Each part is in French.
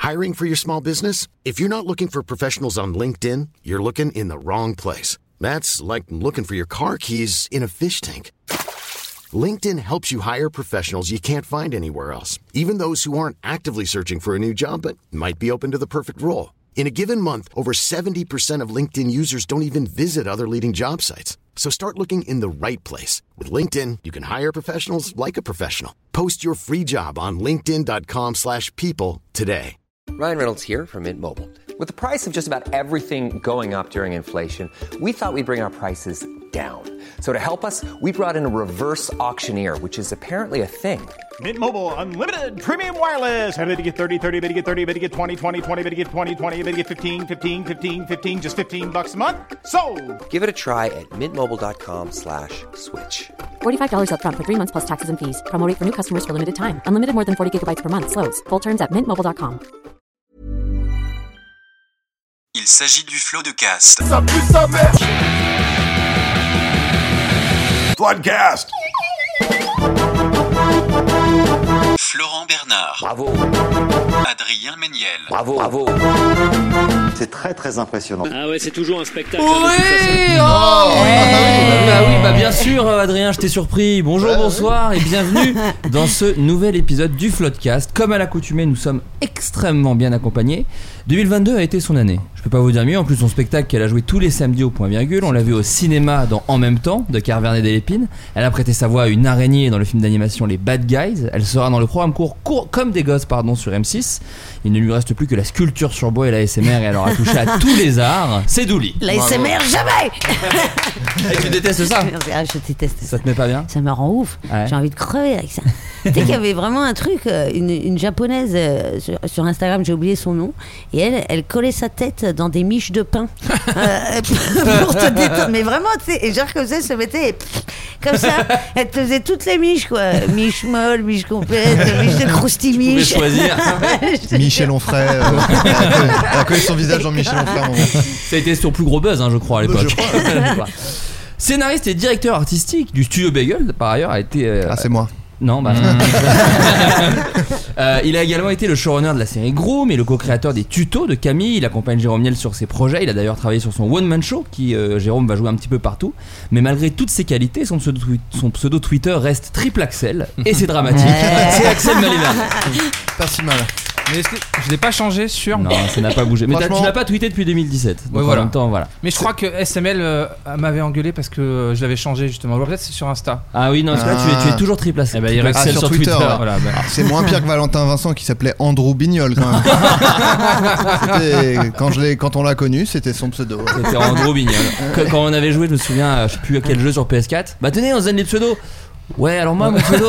Hiring for your small business? If you're not looking for professionals on LinkedIn, you're looking in the wrong place. That's like looking for your car keys in a fish tank. LinkedIn helps you hire professionals you can't find anywhere else, even those who aren't actively searching for a new job but might be open to the perfect role. In a given month, over 70% of LinkedIn users don't even visit other leading job sites. So start looking in the right place. With LinkedIn, you can hire professionals like a professional. Post your free job on linkedin.com/people today. Ryan Reynolds here from Mint Mobile. With the price of just about everything going up during inflation, we thought we'd bring our prices down. So to help us, we brought in a reverse auctioneer, which is apparently a thing. Mint Mobile Unlimited Premium Wireless. How to get 30, 30, bit to get 30, bit to get 20, 20, 20, bit to get 20, 20, bit to get 15, 15, 15, 15, just $15 a month? Sold! Give it a try at mintmobile.com/switch. $45 up front for 3 months plus taxes and fees. Promo rate for new customers for limited time. Unlimited more than 40 gigabytes per month. Slows full terms at mintmobile.com. Il s'agit du Floodcast. Ça pue sa mère. Floodcast. Florent Bernard. Bravo. Adrien Méniel. Bravo. Bravo. C'est très très impressionnant. Ah ouais, c'est toujours un spectacle. Oui, bien sûr, Adrien, je t'ai surpris. Bonjour, bonsoir et bienvenue dans ce nouvel épisode du Floodcast. Comme à l'accoutumée, nous sommes extrêmement bien accompagnés. 2022 a été son année. Je peux pas vous dire mieux. En plus, son spectacle qu'elle a joué tous les samedis au Point Virgule, on l'a vu au cinéma dans En même temps de Carvernet Delépine. Elle a prêté sa voix à une araignée dans le film d'animation Les Bad Guys. Elle sera dans le programme court comme des gosses sur M6. Il ne lui reste plus que la sculpture sur bois et l'ASMR et elle aura touché à tous les arts. C'est Douli. L'ASMR jamais. Et tu détestes ça? Je déteste ça. Ça te met pas bien? Ça me rend ouf. Ouais. J'ai envie de crever avec ça. Tu sais qu'il y avait vraiment un truc, une japonaise sur Instagram, j'ai oublié son nom, et elle collait sa tête dans des miches de pain pour te détendre. Mais vraiment, tu sais, et genre comme ça, elle se mettait comme ça, elle te faisait toutes les miches, quoi. Miche molle, miche complète, miche de croustimiche. Tu pouvais choisir. Michel Onfray. Elle a collé son visage en Michel Onfray. Ça a été son plus gros buzz, hein, je crois, à l'époque. Scénariste et directeur artistique du studio Bagel, par ailleurs, a été. C'est moi. Non, bah. Il a également été le showrunner de la série Groom et le co-créateur des tutos de Camille. Il accompagne Jérôme Niel sur ses projets. Il a d'ailleurs travaillé sur son one-man show qui, Jérôme, va jouer un petit peu partout. Mais malgré toutes ses qualités, son pseudo Twitter reste triple Axel. Et c'est dramatique. C'est Axel Maliban. Pas si mal. Mais est-ce que je l'ai pas changé sur... Non, ça n'a pas bougé. Mais tu n'as pas tweeté depuis 2017. Donc voilà. En même temps, voilà. Mais je crois que SML m'avait engueulé parce que je l'avais changé justement. Peut-être c'est sur Insta. Ah oui, non, parce que là tu es toujours triple Axel. Il reste sur Twitter. Voilà, c'est moins pire que Valentin Vincent qui s'appelait Andrew Bignol quand même. Quand on l'a connu, c'était son pseudo. C'était Andrew Bignol. Quand on avait joué, je me souviens, je sais plus à quel jeu sur PS4. Bah tenez, on se donne les pseudos. Ouais, alors moi, mon pseudo,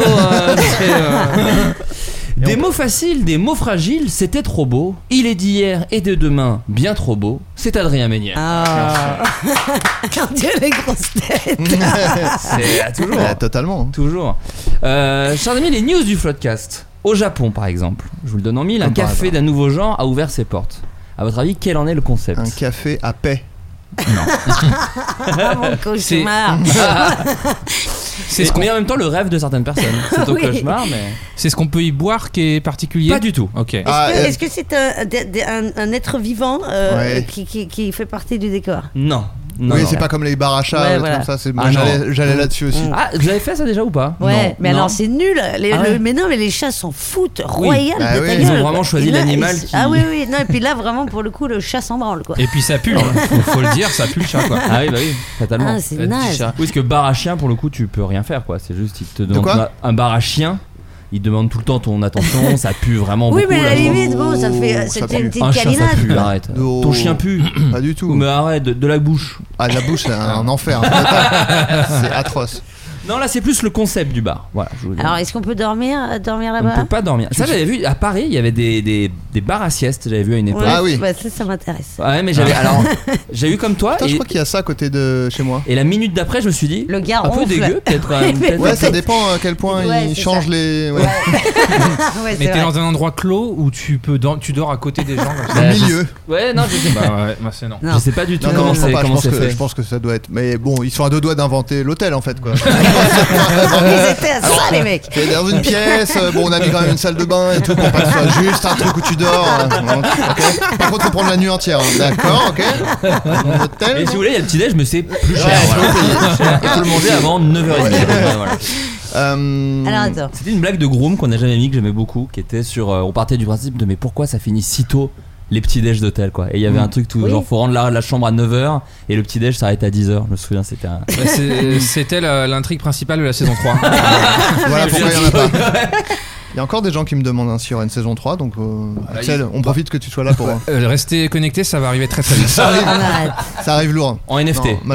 des mots faciles, des mots fragiles, c'était trop beau. Il est d'hier et de demain, bien trop beau. C'est Adrien Méniel. Quand Dieu les grosses têtes. C'est toujours. Totalement. Toujours. Chers amis, les news du Floodcast. Au Japon, par exemple, je vous le donne en mille, un café d'un nouveau genre a ouvert ses portes. À votre avis, quel en est le concept? Un café à paix. Non. Mon cauchemar. Mais en même temps, le rêve de certaines personnes. C'est ton cauchemar, mais. C'est ce qu'on peut y boire qui est particulier? Pas du tout. Ok. Est-ce que c'est un être vivant qui fait partie du décor? Non. Non, c'est pas comme les bars à chats, comme ça. Moi, j'allais là-dessus aussi. Ah, vous avez fait ça déjà ou pas? Ouais, non. mais alors c'est nul. Mais non, mais les chats s'en foutent royal de ta gueule. Ils ont vraiment choisi l'animal qui. Ah oui, non, et puis là, vraiment, pour le coup, le chat s'en branle, quoi. Et puis ça pue, faut le dire, ça pue le chat, quoi. Ah oui, bah oui, fatalement. Ah, c'est naze. Oui, parce que bar à chien, pour le coup, tu peux rien faire, quoi. C'est juste, il te demande un bar à chien. Il demande tout le temps ton attention, ça pue vraiment beaucoup. Oui, mais à la limite, bon, ça fait. C'était une petite câlinade. Un chat, ça pue, arrête. Ton chien pue. Pas du tout. Mais arrête, de la bouche. Ah, la bouche, c'est un enfer. C'est atroce. Non, là c'est plus le concept du bar. Voilà, je vous dis. Alors est-ce qu'on peut dormir là-bas? On peut pas dormir. Ça j'avais vu à Paris, il y avait des bars à sieste, j'avais vu à une époque. Ah oui. Bah, ça m'intéresse. Ouais, mais j'ai eu comme toi. Putain, je crois qu'il y a ça à côté de chez moi. Et la minute d'après, je me suis dit le gars un peu dégueu peut-être. Ouais, ça dépend à quel point ils changent les. Ouais. Mais t'es dans un endroit clos où tu dors à côté des gens. Au milieu. Ouais, non, je sais pas. Bah ouais, moi c'est non. Je sais pas du tout comment c'est fait. Je pense que ça doit être. Mais bon, ils sont à deux doigts d'inventer l'hôtel en fait quoi. Ils étaient à ça, les mecs. T'es dans une pièce, bon, on a mis quand même une salle de bain et tout pour pas que ce soit juste un truc où tu dors. Okay. Par contre, faut prendre la nuit entière. D'accord, ok. Et si vous voulez, il y a le petit-déj, mais c'est plus cher. Il faut le manger avant 9h30. Alors attends. C'était une blague de Groom qu'on n'a jamais mis, que j'aimais beaucoup, qui était sur. On partait du principe de mais pourquoi ça finit si tôt les petits-déj d'hôtel, quoi. Et il y avait un truc tout genre faut rendre la chambre à 9h et le petit-déj s'arrête à 10h. Je me souviens, c'était un. C'était l'intrigue principale de la saison 3. Voilà pourquoi il y en a pas. Il y a encore des gens qui me demandent s'il y aura une saison 3, donc Axel, on profite que tu sois là pour. Restez connectés, ça va arriver très très vite. Ça arrive lourd. En NFT. Non,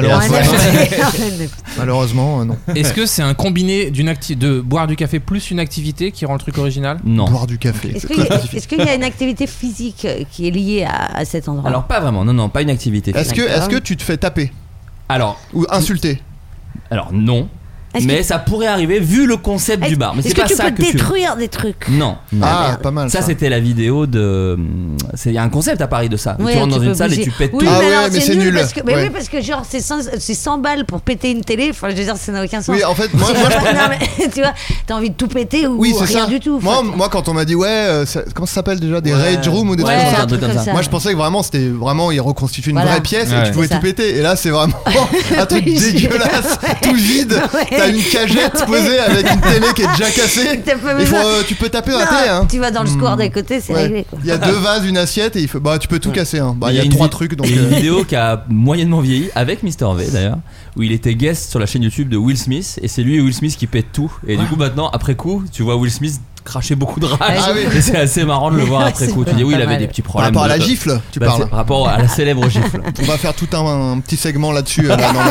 malheureusement, non. Est-ce que c'est un combiné de boire du café plus une activité qui rend le truc original ? Non. Boire du café. Est-ce qu'il y a une activité physique qui est liée à cet endroit ? Alors pas vraiment, non, pas une activité. Est-ce que tu te fais taper ? Alors. Ou insulter ? Alors non. Mais ça pourrait arriver vu le concept du bar. Mais c'est pas ça que tu peux détruire des trucs. Non. Ah, pas mal. Ça c'était la vidéo de. Il y a un concept à Paris de ça. Ouais, tu rentres dans une salle et tu pètes tout. Ah ouais, mais c'est nul. Parce que, oui, parce que genre c'est 100 balles pour péter une télé. Enfin, je veux dire, ça n'a aucun sens. Oui, en fait, moi non, mais tu vois, t'as envie de tout péter ou rien ça. du tout. Moi, quand on m'a dit comment ça s'appelle déjà, des rage rooms ou des trucs comme ça. Moi, je pensais que vraiment c'était ils reconstituent une vraie pièce et tu pouvais tout péter. Et là, c'est vraiment un truc dégueulasse, tout vide. T'as une cagette posée avec une télé qui est déjà cassée. Tu peux taper dans la télé. Tu vas dans le square d'à côté, c'est réglé. Il y a 2 vases, une assiette et tu peux tout casser. Il y a 3 trucs. Il y a une vidéo qui a moyennement vieilli avec Mr V d'ailleurs, où il était guest sur la chaîne YouTube de Will Smith et c'est lui et Will Smith qui pètent tout. Et du coup maintenant après coup tu vois Will Smith cracher beaucoup de rage et c'est assez marrant de le voir après coup. Tu dis oui, il avait des petits problèmes. Par rapport à la gifle, tu parles. Par rapport à la célèbre gifle. On va faire tout un petit segment là-dessus.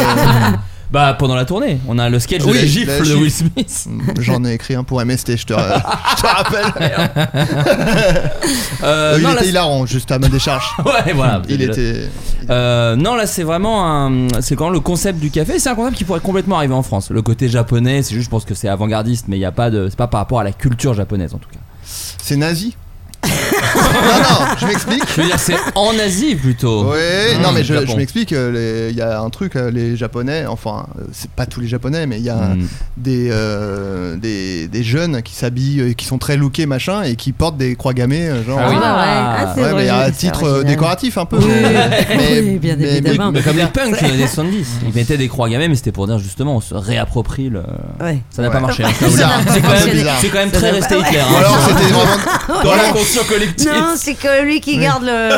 Bah pendant la tournée, on a le sketch de la gifle de Will Smith. J'en ai écrit un pour MST, je te rappelle. Il était hilarant, juste à ma décharge. Ouais, voilà. Il était. Non, là c'est vraiment c'est quand le concept du café, c'est un concept qui pourrait complètement arriver en France. Le côté japonais, c'est juste, je pense que c'est avant-gardiste, mais il y a pas c'est pas par rapport à la culture japonaise en tout cas. C'est nazi. non, je m'explique. Je veux dire, c'est en Asie plutôt. Oui, non, mais je m'explique. Il y a un truc, les Japonais, enfin, c'est pas tous les Japonais, mais il y a des jeunes qui s'habillent, qui sont très lookés, machin, et qui portent des croix gammées, genre. Mais à titre décoratif un peu. Mais bien évidemment. Mais comme les punks des 70, ils mettaient des croix gammées, mais c'était pour dire justement, on se réapproprie le. Ça n'a pas marché. C'est quand même très resté Hitler. Ou alors c'était vraiment dans la conscience collective. Non, c'est quand même lui qui garde le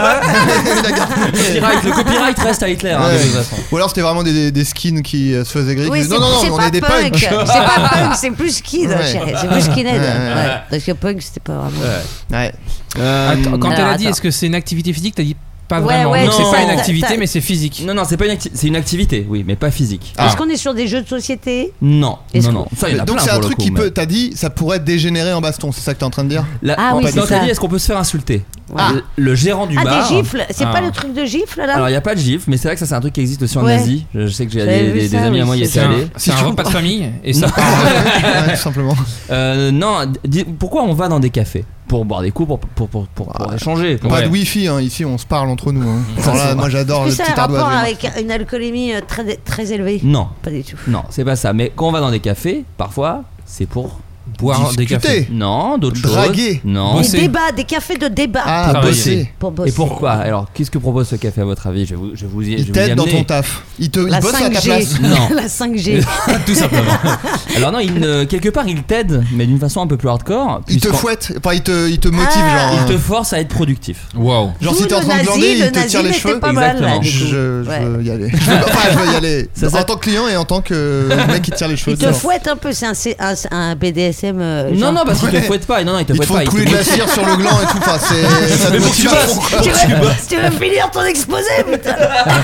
copyright reste à Hitler. Ou alors c'était vraiment des skins qui se faisaient griller. Oui, non, on est des punks. C'est pas punk, c'est plus skin, chérie. C'est plus skinhead. Parce que punk, c'était pas vraiment. Quand elle a dit est-ce que c'est une activité physique, t'as dit pas vraiment. Non, c'est pas une activité, mais c'est physique. Non, c'est pas c'est une activité, oui, mais pas physique. Est-ce qu'on est sur des jeux de société ? Non. Ça, il y en a donc plein, c'est un pour truc le coup, t'as dit, ça pourrait dégénérer en baston, c'est ça que t'es en train de dire ? Oui, c'est ça. T'as dit, est-ce qu'on peut se faire insulter ? Le gérant du bar. Des gifles, c'est pas le truc de gifle là ? Alors il y a pas de gifle, mais c'est vrai que ça c'est un truc qui existe aussi en Asie. Je sais que j'ai des amis à moi y étaient allés. C'est un repas de famille et ça tout simplement. Non, pourquoi on va dans des cafés ? Pour boire des coups, pour échanger. Pas de wifi, ici on se parle entre nous. Alors là, moi j'adore le petit ardoise. Ça a un rapport avec une alcoolémie très, très élevée ? Non. Pas du tout. Non, c'est pas ça. Mais quand on va dans des cafés, parfois, c'est pour boire des cafés. Non, d'autres choses. Draguer. Non. Des débats, des cafés de débat. Ah, bosser. Pour bosser. Et pourquoi ? Alors, qu'est-ce que propose ce café à votre avis ? Il t'aide dans ton taf. Il bosse à ta place. Non. La 5G. Tout simplement. Alors non, quelque part il t'aide, mais d'une façon un peu plus hardcore. Il te fouette, enfin il te motive genre. Il te force à être productif. Waouh. Genre si t'es en train de glander, il te tire les cheveux. Exactement. Je veux y aller. Je veux y aller. En tant que client et en tant que mec qui te tire les cheveux. Il te fouette un peu, c'est un BDSM. Non, parce qu'il te fouette pas. Non, il te fouette pas. Il te couler de la cire sur le gland et tout. Enfin, ça te motive à fond. Tu veux finir ton exposé, putain.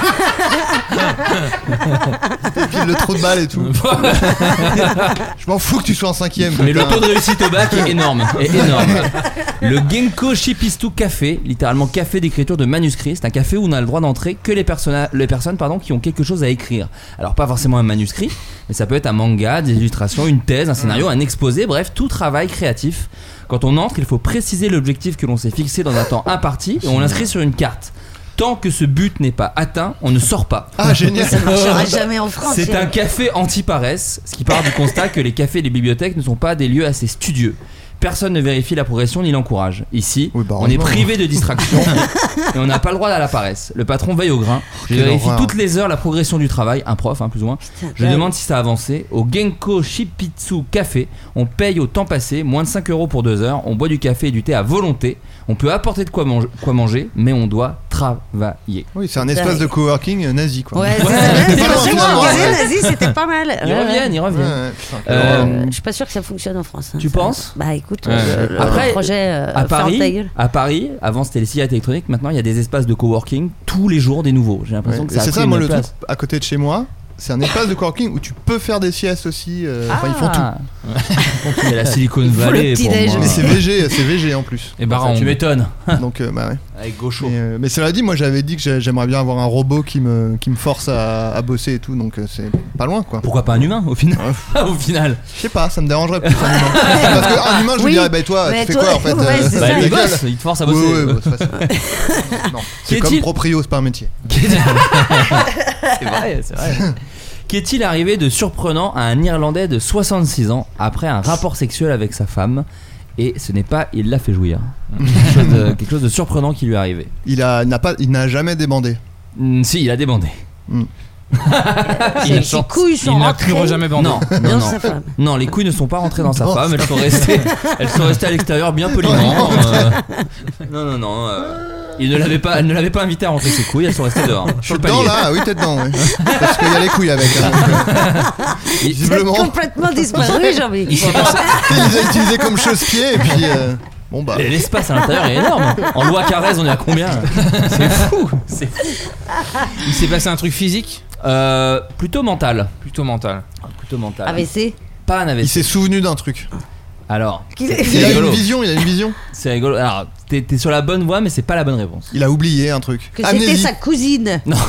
Puis le trou de balle et tout. Je m'en fous que tu sois en 5ème. Mais le taux de réussite au bac est énorme. Le Genko Shipistu Café, littéralement café d'écriture de manuscrits, c'est un café où on a le droit d'entrer que les personnes qui ont quelque chose à écrire. Alors pas forcément un manuscrit, mais ça peut être un manga, des illustrations, une thèse, un scénario, un exposé, bref, tout travail créatif. Quand on entre, il faut préciser l'objectif que l'on s'est fixé dans un temps imparti et on l'inscrit sur une carte. Tant que ce but n'est pas atteint, on ne sort pas. Ah, génial. Ça marchera jamais en France. C'est un café anti-paresse, ce qui part du constat que les cafés et les bibliothèques ne sont pas des lieux assez studieux. Personne ne vérifie la progression ni l'encourage. Ici, on est privé de distraction et on n'a pas le droit à la paresse. Le patron veille au grain. Je vérifie toutes les heures la progression du travail, un prof plus ou moins. Je demande si ça a avancé. Au Genko Shipitsu Café, on paye au temps passé, moins de 5 € pour 2 heures. On boit du café et du thé à volonté. On peut apporter de quoi manger, mais on doit travailler. Oui, c'est un espace de coworking nazi, quoi. Ouais, c'est nazi, c'était pas mal. Ils reviennent. Je suis pas sûr que ça fonctionne en France. Tu penses ? Bah écoute, après, le projet à Paris, avant c'était les cigarettes électroniques, maintenant il y a des espaces de coworking tous les jours, des nouveaux. J'ai l'impression que ça a pris une le place. truc à côté de chez moi. C'est un espace de coworking où tu peux faire des siestes aussi. Enfin, ils font tout. Il y a la Silicon Valley pour moi. Mais c'est VG en plus. Et bah, tu m'étonnes. Donc, bah ouais. Avec Gaucho. Mais cela dit, moi j'avais dit que j'aimerais bien avoir un robot qui me force à bosser et tout. Donc c'est pas loin, quoi. Pourquoi pas un humain au final? Au final. Je sais pas, ça me dérangerait plus un humain. Parce qu'un humain, je lui dirais, bah toi, tu fais quoi en fait? Il bosse, il te force à bosser. Non, c'est comme proprio, c'est pas un métier. C'est vrai. Qu'est-il arrivé de surprenant à un Irlandais de 66 ans après un rapport sexuel avec sa femme? Et ce n'est pas il l'a fait jouir. Quelque chose de surprenant qui lui est arrivé. Il n'a jamais débandé. Si, il a débandé. Ses couilles sont rentrées. Il n'a plus jamais bandé. Dans sa femme. Non, les couilles ne sont pas rentrées dans sa femme. Elles sont restées à l'extérieur bien poliment. Non. Elle ne l'avait pas invité à rentrer ses couilles, elles sont restées dehors. Je suis dedans là, oui, t'es dedans, oui. Parce qu'il y a les couilles avec. Visiblement. complètement disparu, j'ai envie. Il les a utilisés comme chausse-pied et puis. Bon bah. L'espace à l'intérieur est énorme. En loi Carrez, on est à combien? C'est fou. Il s'est passé un truc physique? Plutôt mental. AVC? Pas un AVC. Il s'est souvenu d'un truc. Alors, il a une vision. C'est rigolo. Alors, t'es sur la bonne voie, mais c'est pas la bonne réponse. Il a oublié un truc. Que c'était sa cousine. Non.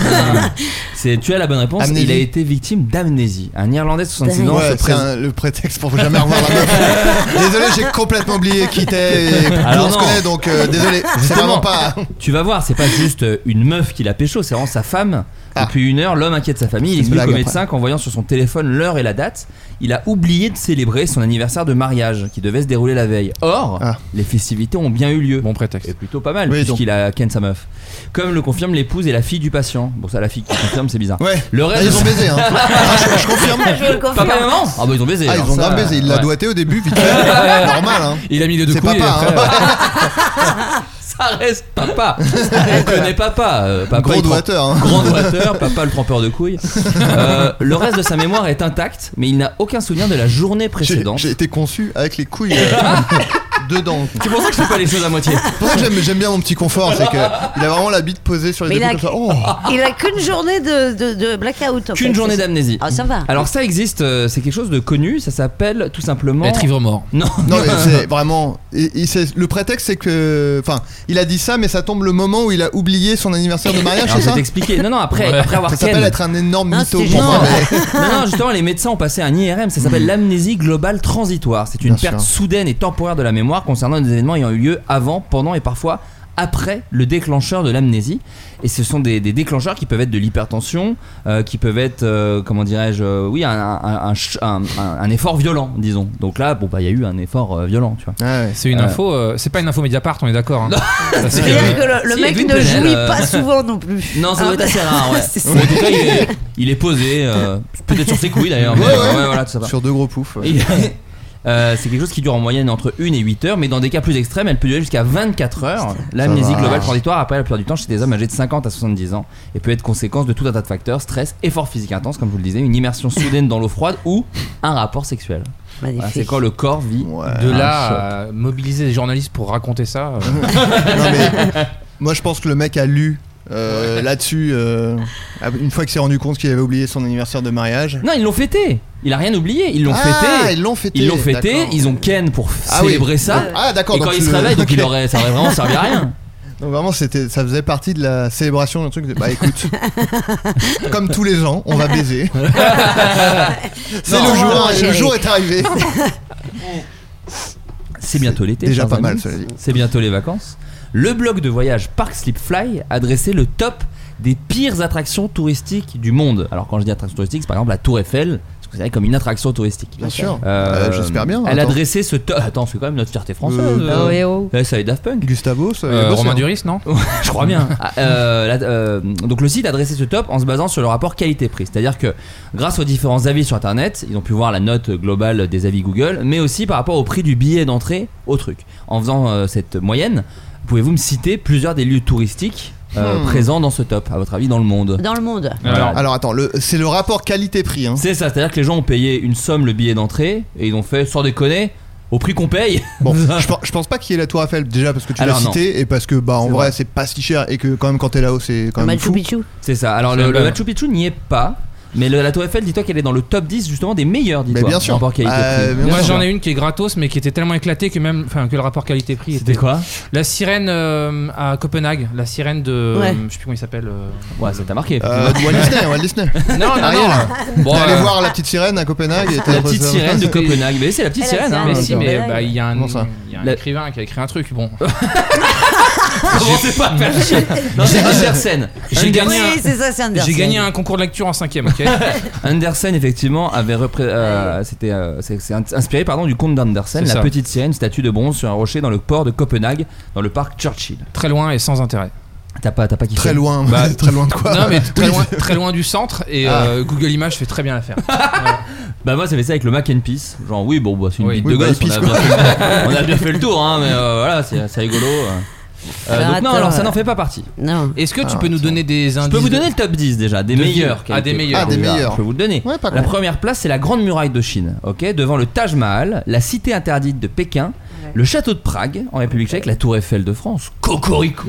Tu as la bonne réponse. Amnésie. Il a été victime d'amnésie. Un Irlandais de 66 ans. C'est le prétexte pour jamais revoir la meuf. Désolé, j'ai complètement oublié qui t'es. On se connaît, donc désolé. C'est vraiment pas. Tu vas voir, c'est pas juste une meuf qui l'a pécho, c'est vraiment sa femme. Depuis 1 heure, l'homme inquiète sa famille. Il explique au médecin qu'en voyant sur son téléphone l'heure et la date, il a oublié de célébrer son anniversaire de mariage qui devait se dérouler la veille. Or, les festivités ont bien eu lieu. Bon prétexte. Et plutôt pas mal, puisqu'il a ken sa meuf. Comme le confirment l'épouse et la fille du patient. Bon, ça, la fille qui confirme, c'est bizarre. Ouais. Le reste, ils ont baisé, hein. Je confirme. Papa et maman? Ah bah ils ont baisé. Ils ont grave baisé. Il l'a doigté au début, vite fait. Normal, hein. Il a mis les deux couilles. C'est papa. Ça reste papa. On connaît papa. Papa gros doigteur. Grand doigteur, papa le trempeur de couilles. Le reste de sa mémoire est intact, mais il n'a aucun souvenir de la journée précédente. J'ai été conçu avec les couilles dedans. C'est pour ça que je fais pas les choses à moitié. C'est pour ça que j'aime bien mon petit confort, c'est qu'il a vraiment la bite posée sur les épaules comme ça. Il a qu'une journée de blackout. Qu'une journée d'amnésie. Ah, ça va. Alors ça existe, c'est quelque chose de connu, ça s'appelle tout simplement être ivre mort. Non mais c'est vraiment. Le prétexte c'est que. Enfin, il a dit ça, mais ça tombe le moment où il a oublié son anniversaire de mariage, c'est ça? Je vais t'expliquer. Non, après avoir ça s'appelle être un énorme mytho pour moi. Non, justement, les médecins ont passé un IRM, ça s'appelle l'amnésie globale transitoire. C'est une perte soudaine et temporaire de la mémoire concernant des événements ayant eu lieu avant, pendant et parfois après le déclencheur de l'amnésie. Et ce sont des déclencheurs qui peuvent être de l'hypertension, qui peuvent être, comment dirais-je, un effort violent, disons. Donc là, bon, bah, il y a eu un effort violent, tu vois. C'est une info, c'est pas une info Mediapart, on est d'accord. Hein. C'est-à-dire que le mec ne jouit pas souvent non plus. Non, ça doit être assez rare, ouais. En tout cas, il est posé, peut-être sur ses couilles d'ailleurs. Voilà, tout ça va. Sur 2 gros poufs. C'est quelque chose qui dure en moyenne entre 1 et 8 heures, mais dans des cas plus extrêmes, elle peut durer jusqu'à 24 heures. L'amnésie globale transitoire apparaît la plupart du temps chez des hommes âgés de 50 à 70 ans et peut être conséquence de tout un tas de facteurs: stress, effort physique intense, comme vous le disiez, une immersion soudaine dans l'eau froide ou un rapport sexuel. Voilà, c'est quand le corps vit. De là à mobiliser les journalistes pour raconter ça. Non mais moi je pense que le mec a lu. Là-dessus, une fois qu'il s'est rendu compte qu'il avait oublié son anniversaire de mariage. Non, ils l'ont fêté. Il a rien oublié. Ils l'ont fêté. Ils l'ont fêté. Ils l'ont fêté. Ils ont ken pour célébrer ça. Ah d'accord. Et quand il se réveille, donc ça aurait vraiment servi à rien. Donc vraiment, ça faisait partie de la célébration d'un truc. Bah écoute, comme tous les ans, on va baiser. C'est le jour est arrivé. C'est bientôt l'été. Déjà pas mal, cela dit. C'est bientôt les vacances. le blog de voyage Park Sleep Fly a dressé le top des pires attractions touristiques du monde. Alors quand je dis attraction touristique, c'est par exemple la Tour Eiffel, c'est considéré comme une attraction touristique. Bien sûr. J'espère bien. Elle a dressé ce top. Attends, c'est quand même notre fierté française. Ça est Daft Punk. Gustavo, Romain Duris, non? Je crois bien. Donc le site a dressé ce top en se basant sur le rapport qualité-prix. C'est-à-dire que grâce aux différents avis sur internet, ils ont pu voir la note globale des avis Google, mais aussi par rapport au prix du billet d'entrée au truc. En faisant cette moyenne, pouvez-vous me citer plusieurs des lieux touristiques présents dans ce top, à votre avis, dans le monde? Dans le monde. Alors attends, c'est le rapport qualité-prix. Hein. C'est ça, c'est-à-dire que les gens ont payé une somme le billet d'entrée et ils ont fait, sans déconner, au prix qu'on paye. Bon, je pense pas qu'il y ait la Tour Eiffel déjà parce que tu l'as cité et parce que en vrai c'est pas si cher et que quand même quand t'es là-haut c'est quand même fou. Machu Picchu. C'est ça. Alors le Machu Picchu n'y est pas. Mais la Tour Eiffel, dis-toi qu'elle est dans le top 10 justement des meilleurs, dis-toi. Mais bien sûr. Rapport qualité-prix. Moi j'en ai une qui est gratos mais qui était tellement éclatée que que le rapport qualité-prix C'était quoi? La sirène à Copenhague, la sirène de je sais plus comment il s'appelle. Ouais, ça t'a marqué. Walt Disney. Non. Bon, allez voir la petite sirène à Copenhague. La petite sirène de Copenhague. Mais c'est la petite sirène. Mais si, mais il y a un écrivain qui a écrit un truc. Bon. Commencez pas à faire chier. Non, c'est Andersen. J'ai gagné un concours de lecture en 5ème, ok. Andersen effectivement avait c'est inspiré du conte d'Andersen, la petite sirène, statue de bronze sur un rocher dans le port de Copenhague, dans le parc Churchill. Très loin et sans intérêt. T'as pas kiffé? Très loin. Très loin de quoi? Non mais très loin du centre et Google Images fait très bien l'affaire. Bah moi ça fait ça avec le Mac and Peace. Genre c'est une bite de gosse. On a bien fait le tour hein, mais voilà c'est rigolo. Donc non, alors ça n'en fait pas partie. Non. Est-ce que tu peux nous donner des indices? Je peux vous donner le top 10 déjà, des meilleurs. Des meilleurs. Je peux vous le donner. La première place, c'est la Grande Muraille de Chine, devant le Taj Mahal, la Cité Interdite de Pékin, le Château de Prague en République Tchèque, la Tour Eiffel de France, Cocorico,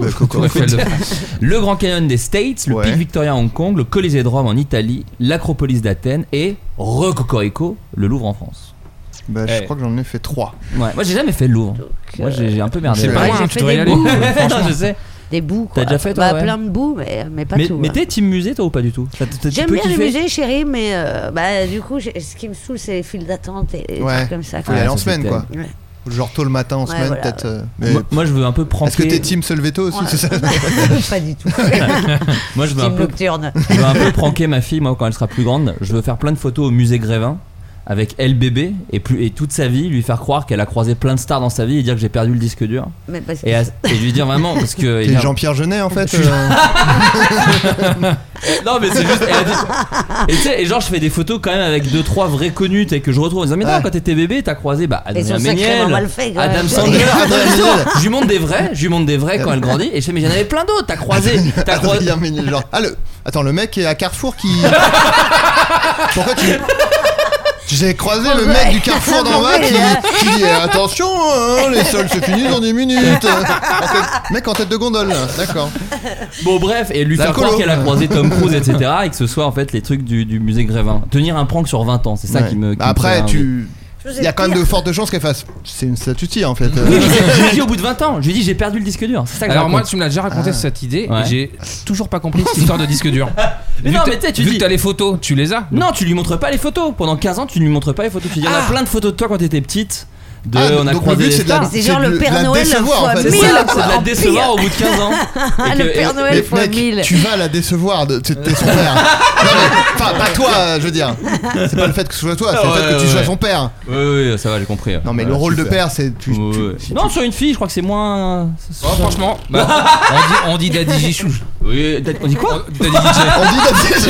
le Grand Canyon des States, le Pic Victoria à Hong Kong, le Colisée de Rome en Italie, l'Acropolis d'Athènes et Cocorico, le Louvre en France. Je crois que j'en ai fait 3. Ouais, moi j'ai jamais fait le Louvre. Moi j'ai un peu merdé. C'est pas loin, tu devrais y aller. Non, je sais. Des bouts. T'as déjà fait toi? Plein de bouts, mais pas tout. Mais t'es team musée toi ou pas du tout? J'aime bien les musées, chérie, mais du coup, ce qui me saoule, c'est les files d'attente et des trucs comme ça. Faut y aller en semaine, quoi. Genre tôt le matin en semaine, voilà. Peut-être. Mais moi je veux un peu pranker. Est-ce que t'es team se lever tôt aussi? C'est ça? Pas du tout. Moi je veux un peu pranker ma fille, moi quand elle sera plus grande. Je veux faire plein de photos au musée Grévin avec elle bébé et toute sa vie lui faire croire qu'elle a croisé plein de stars dans sa vie et dire que j'ai perdu le disque dur et lui dire vraiment parce que t'es Jean-Pierre Jeunet en fait. Non mais c'est juste elle a dit... et tu sais et genre je fais des photos quand même avec 2-3 vrais connus et que je retrouve en disant mais non quand t'étais bébé t'as croisé Adrien Méniel, Adam Sandler. Je lui montre des vrais quand elle grandit et je fais mais j'en avais plein d'autres t'as croisé Adrien Méniel genre attends le mec est à Carrefour qui pourquoi j'ai croisé le mec du Carrefour d'en bas qui dit attention les soldes se finissent dans 10 minutes. Mec en tête de gondole là. D'accord. Bon bref et lui faire croire qu'elle a croisé Tom Cruise etc et que ce soit en fait les trucs du musée Grévin. Tenir un prank sur 20 ans c'est ça qui me après il y a quand même de fortes chances qu'elle fasse. C'est une statue en fait. Oui, mais je lui ai dit au bout de 20 ans. Je lui ai dit j'ai perdu le disque dur. C'est ça que alors moi tu me l'as déjà raconté cette idée et j'ai toujours pas compris cette histoire de disque dur. Mais non mais tu dis que t'as les photos, tu les as? Non tu lui montres pas les photos. Pendant 15 ans tu lui montres pas les photos. Tu dis il y en a plein de photos de toi quand t'étais petite. On a croisé des stars. C'est genre le Père Noël fois 1000. C'est de la décevoir au bout de 15 ans. Le Père Noël fois 1000. Tu vas la décevoir, t'es son père. Enfin, pas toi, je veux dire. C'est pas le fait que ce soit toi, c'est le fait que tu sois son père. Oui, ça va, j'ai compris. Non, mais le rôle de père, c'est. Non, sur une fille, je crois que c'est moins. Franchement, on dit Daddy Gichou. Oui, on dit quoi? Daddy DJ. On dit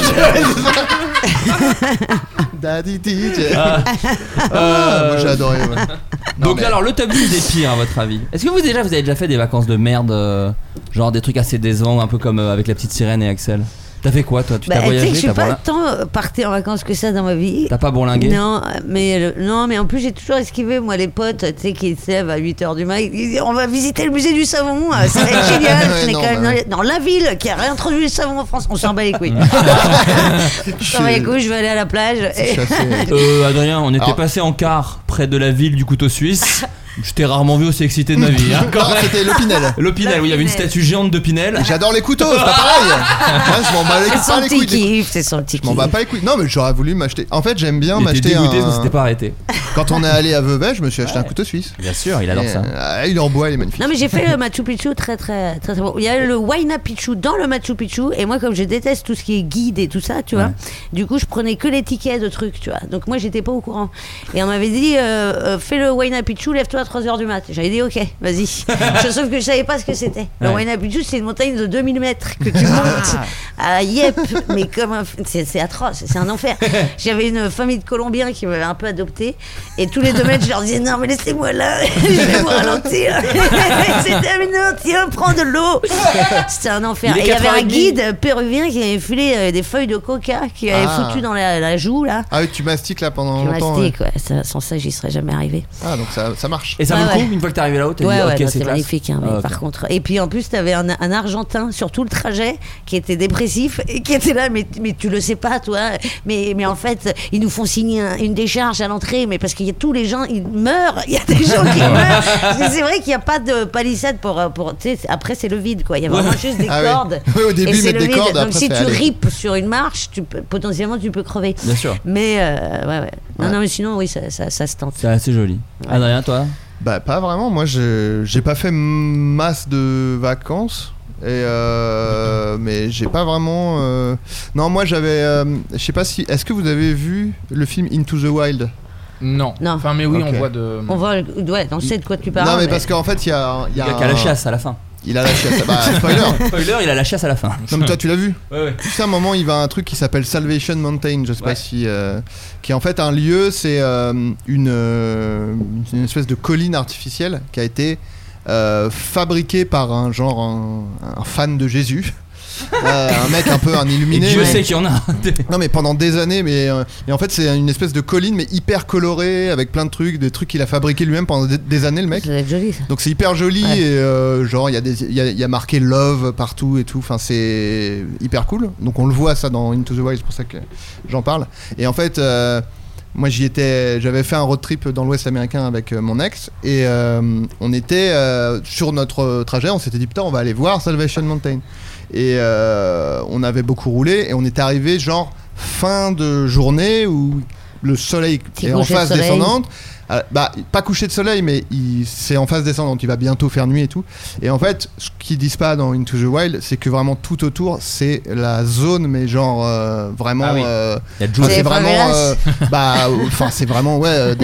Daddy DJ. Moi j'ai adoré. Donc alors le top 10 des pires à votre avis. Est-ce que vous avez déjà fait des vacances de merde, genre des trucs assez décevants, un peu comme avec la petite sirène et Axel? T'as fait quoi toi? Tu t'as voyagé? Je suis pas tant partie en vacances que ça dans ma vie. T'as pas bourlingué? Non, mais en plus j'ai toujours esquivé moi les potes, tu sais, qui se lèvent à 8h du matin, ils disent on va visiter le musée du savon, ça va être génial. On est quand même dans la ville qui a réintroduit le savon en France, on s'en bat les couilles. Je vais aller à la plage. Adrien, on était passé en car près de la ville du couteau suisse. Je t'ai rarement vu aussi excité de ma vie. Hein, non, c'était l'Opinel. L'Opinel, oui, il y avait une statue géante de Pinel. J'adore les couteaux, c'est pas pareil. Moi, je m'en bats pas les couilles. C'est son petit kiff. Je m'en bats pas les couilles. Non, mais j'aurais voulu m'acheter. En fait, j'aime bien m'acheter un. Dégoûté, ça s'était pas arrêté. Quand on est allé à Vevey, je me suis acheté un couteau suisse. Bien sûr, il adore ça. Il est en bois, il est magnifique. Non, mais j'ai fait le Machu Picchu très bon. Il y a le Huayna Picchu dans le Machu Picchu, et moi, comme je déteste tout ce qui est guide et tout ça, tu vois, du coup, je prenais que les tickets de trucs, tu vois. Donc, moi, j'étais pas au courant. Et on m'avait dit, fais le Huayna Picchu, lève-toi à 3h du mat. J'avais dit, ok, vas-y. Sauf que je savais pas ce que c'était. Le Huayna Picchu, c'est une montagne de 2000 mètres que tu montes à Yep, mais comme c'est atroce, c'est un enfer. J'avais une famille de Colombiens qui m'avait un peu adopté, et tous les 2 mètres, je leur disais, non, mais laissez-moi là, je vais vous ralentir. C'est terminé, tiens, prends de l'eau. C'était un enfer. Et il y avait un guide péruvien qui avait filé des feuilles de coca qui avait foutu dans la joue là. Ah oui, tu mastiques là pendant longtemps. Tu mastique, ouais. Sans ça, j'y serais jamais arrivé. Ah, donc ça marche. Et ça vaut le coup une fois que t'es arrivé là-haut, t'as dit ok, c'est magnifique. Hein, mais par contre, et puis en plus, t'avais un Argentin sur tout le trajet qui était dépressif et qui était là, mais tu le sais pas, toi. Mais en fait, ils nous font signer une décharge à l'entrée, mais parce qu'il y a tous les gens, ils meurent. Il y a des gens qui meurent. C'est vrai qu'il n'y a pas de palissade pour tu sais, après c'est le vide, quoi. Il y a vraiment juste des cordes. Oui, au début, mais des cordes. Donc si tu ripes sur une marche, potentiellement tu peux crever. Bien sûr. Mais ouais. Non, mais sinon, oui, ça se tente. C'est assez joli. Ouais. Adrien, toi? Bah, pas vraiment. Moi, j'ai pas fait masse de vacances. Mais j'ai pas vraiment. Non, moi j'avais. Je sais pas si. Est-ce que vous avez vu le film Into the Wild? Non. Enfin, mais oui, on voit de. On voit. Ouais, on sait de quoi tu parles. Non, mais parce qu'en fait, il y a qui a la chasse à la fin. Il a la chasse. Bah, spoiler, il a la chasse à la fin. Non, mais toi, tu l'as vu? Ouais. Tu sais, à un moment, il va à un truc qui s'appelle Salvation Mountain. Je sais pas si. Qui est en fait un lieu, c'est une espèce de colline artificielle qui a été fabriquée par un fan de Jésus. Un mec un illuminé. Et Dieu sait qu'il y en a. Non, mais pendant des années, et en fait c'est une espèce de colline mais hyper colorée avec plein de trucs, des trucs qu'il a fabriqué lui-même pendant des années, le mec. Ça doit être joli, ça. Donc c'est hyper joli, et genre il y a marqué love partout et tout. Enfin, c'est hyper cool. Donc on le voit ça dans Into the Wild, c'est pour ça que j'en parle. Et en fait moi j'avais fait un road trip dans l'Ouest américain avec mon ex, et on était sur notre trajet, on s'était dit putain, on va aller voir Salvation Mountain. Et on avait beaucoup roulé, et on était arrivé genre fin de journée où le soleil est en phase descendante. Bah, pas coucher de soleil, mais c'est en phase descendante, il va bientôt faire nuit et tout. Et en fait, ce qu'ils disent pas dans Into the Wild, c'est que vraiment tout autour, c'est la zone, mais genre vraiment. C'est vraiment. C'est vraiment,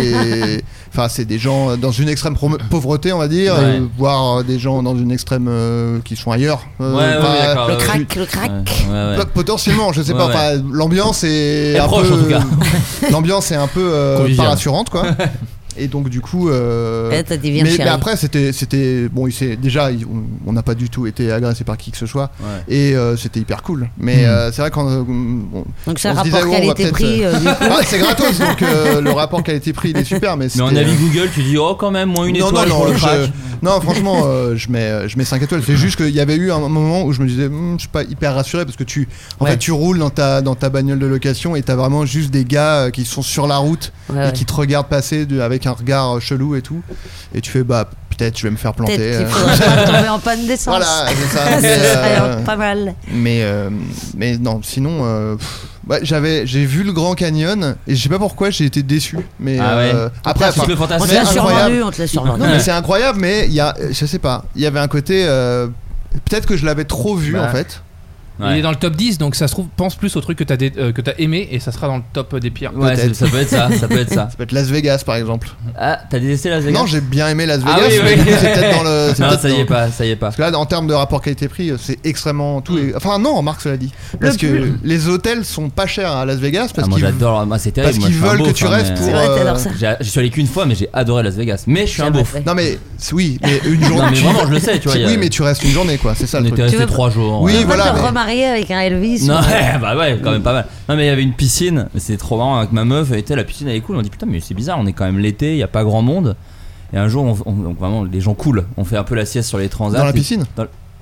c'est des gens dans une extrême pauvreté, on va dire, voire des gens dans une extrême qui sont ailleurs. Le crack. Potentiellement, je sais pas. Ouais. L'ambiance est un proche, peu. En tout cas. L'ambiance est un peu pas rassurante, quoi. Et donc du coup mais après c'était bon, on n'a pas du tout été agressé par qui que ce soit, et c'était hyper cool, mais c'est vrai qu'on donc c'est un rapport qualité-prix c'est gratos, donc le rapport qualité-prix il est super, mais en avis Google tu dis moins une étoile pour le crack. Non, franchement je mets 5 étoiles. C'est juste qu'il y avait eu un moment où je me disais je suis pas hyper rassuré, parce que tu roules dans ta bagnole de location, et t'as vraiment juste des gars qui sont sur la route et qui te regardent passer avec un regard chelou et tout, et tu fais peut-être je vais me faire planter. Peut-être qu'il faudrait pas tomber en panne d'essence. Voilà, c'est ça. C'est pas mal. Mais non, sinon j'ai vu le Grand Canyon, et je sais pas pourquoi j'ai été déçu, mais après on te l'a survendu. Non, mais c'est incroyable, mais je sais pas, il y avait un côté peut-être que je l'avais trop vu en fait. Il est dans le top 10, donc ça se trouve, pense plus au truc que t'as aimé, et ça sera dans le top des pires. Ouais, ça peut être ça. Ça peut être Las Vegas par exemple. Ah, t'as détesté Las Vegas? Non, j'ai bien aimé Las Vegas. Ah oui. C'est peut-être dans le. Non, ça y est pas. Parce que là, en termes de rapport qualité-prix, c'est extrêmement tout. Enfin non, Marc cela dit. Parce que les hôtels sont pas chers à Las Vegas, parce moi j'adore. Moi c'est terrible. Parce qu'ils veulent que tu restes pour. Je suis allé qu'une fois, mais j'ai adoré Las Vegas. Mais je suis un beauf. Non mais oui, mais une journée. Non mais vraiment, je le sais, tu vois. Oui, mais tu restes une journée, quoi. C'est ça le truc. On était resté 3 jours. Oui, voilà. Tu vas te remarier avec un Elvis. Non, quand même pas mal. Non, mais il y avait une piscine, c'était trop marrant avec ma meuf, la piscine elle est cool. On dit putain, mais c'est bizarre, on est quand même l'été, il y a pas grand monde. Et un jour, donc vraiment, les gens cool, on fait un peu la sieste sur les transats. Dans la piscine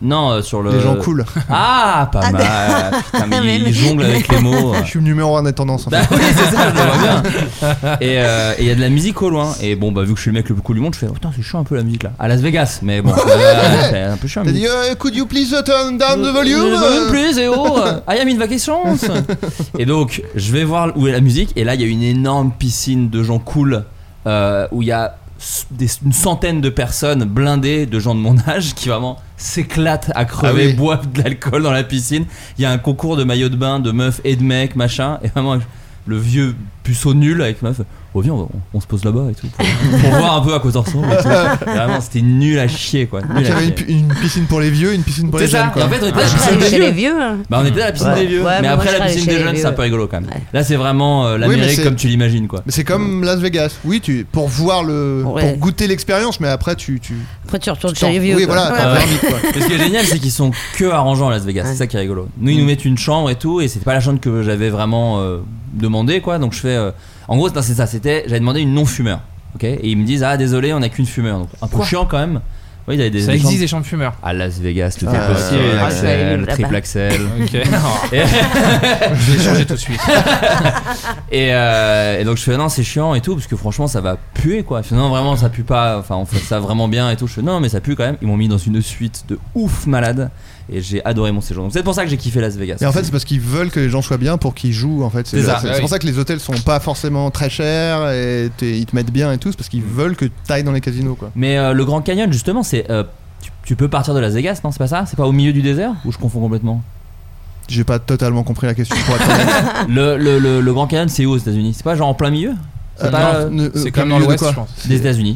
Non, sur le. Les gens cool. Ah, pas mal. Putain, mais il jongle avec les mots. Je suis le numéro 1 des tendances. En fait. Bah oui, c'est ça, je le vois bien. Et il y a de la musique au loin. Et bon, bah vu que je suis le mec le plus cool du monde, je fais putain, c'est chiant un peu la musique là. À Las Vegas, mais bon, c'est un peu chiant. T'as dit, could you please turn down the volume? Please, et oh, I am in vacations. Et donc, je vais voir où est la musique. Et là, il y a une énorme piscine de gens cool où il y a une centaine de personnes blindées de gens de mon âge qui vraiment s'éclatent à crever, boivent de l'alcool dans la piscine. Il y a un concours de maillots de bain de meufs et de mecs, machin. Et vraiment, le vieux puceau nul avec meuf. Oh viens, on se pose là-bas et tout pour voir un peu à quoi ça ressemble. Vraiment, c'était nul à chier quoi. Donc il y avait une piscine pour les vieux, une piscine pour les jeunes quoi. Et en fait, on était à la piscine des vieux. Hein. Bah on était à la piscine des vieux. Mais après la piscine des jeunes, c'est un peu rigolo quand même. Là, c'est vraiment l'Amérique comme tu l'imagines quoi. Mais c'est comme Las Vegas. Oui, pour voir pour goûter l'expérience, mais après tu retournes chez les vieux. Oui, voilà. Ce qui est génial, c'est qu'ils sont que arrangeants à Las Vegas. C'est ça qui est rigolo. Nous, ils nous mettent une chambre et tout, et c'était pas la chambre que j'avais vraiment demandé quoi. Donc je fais. En gros, c'est ça. J'avais demandé une non-fumeur. Ok. Et ils me disent désolé, on a qu'une fumeur. Donc un peu chiant quand même. Oui, il y a ça existe des chambres fumeurs. À Las Vegas, tout est possible. Axel, triple Axel. Ok. Je vais changer tout de suite. Et donc je fais non, c'est chiant et tout parce que franchement ça va puer quoi. Je fais non, vraiment ça pue pas. Enfin on fait ça vraiment bien et tout. Je fais non mais ça pue quand même. Ils m'ont mis dans une suite de ouf malade. Et j'ai adoré mon séjour. Donc c'est pour ça que j'ai kiffé Las Vegas. Et en fait c'est parce qu'ils veulent que les gens soient bien pour qu'ils jouent en fait. C'est pour ça que les hôtels sont pas forcément très chers et ils te mettent bien et tout. C'est parce qu'ils veulent que t'ailles dans les casinos quoi. Mais le Grand Canyon justement c'est tu peux partir de Las Vegas, non c'est pas ça? C'est pas au milieu du désert ou je confonds complètement? J'ai pas totalement compris la question pour être honnête. Le Grand Canyon c'est où aux États-Unis? C'est pas genre en plein milieu? C'est comme dans l'ouest je pense. Des États-Unis.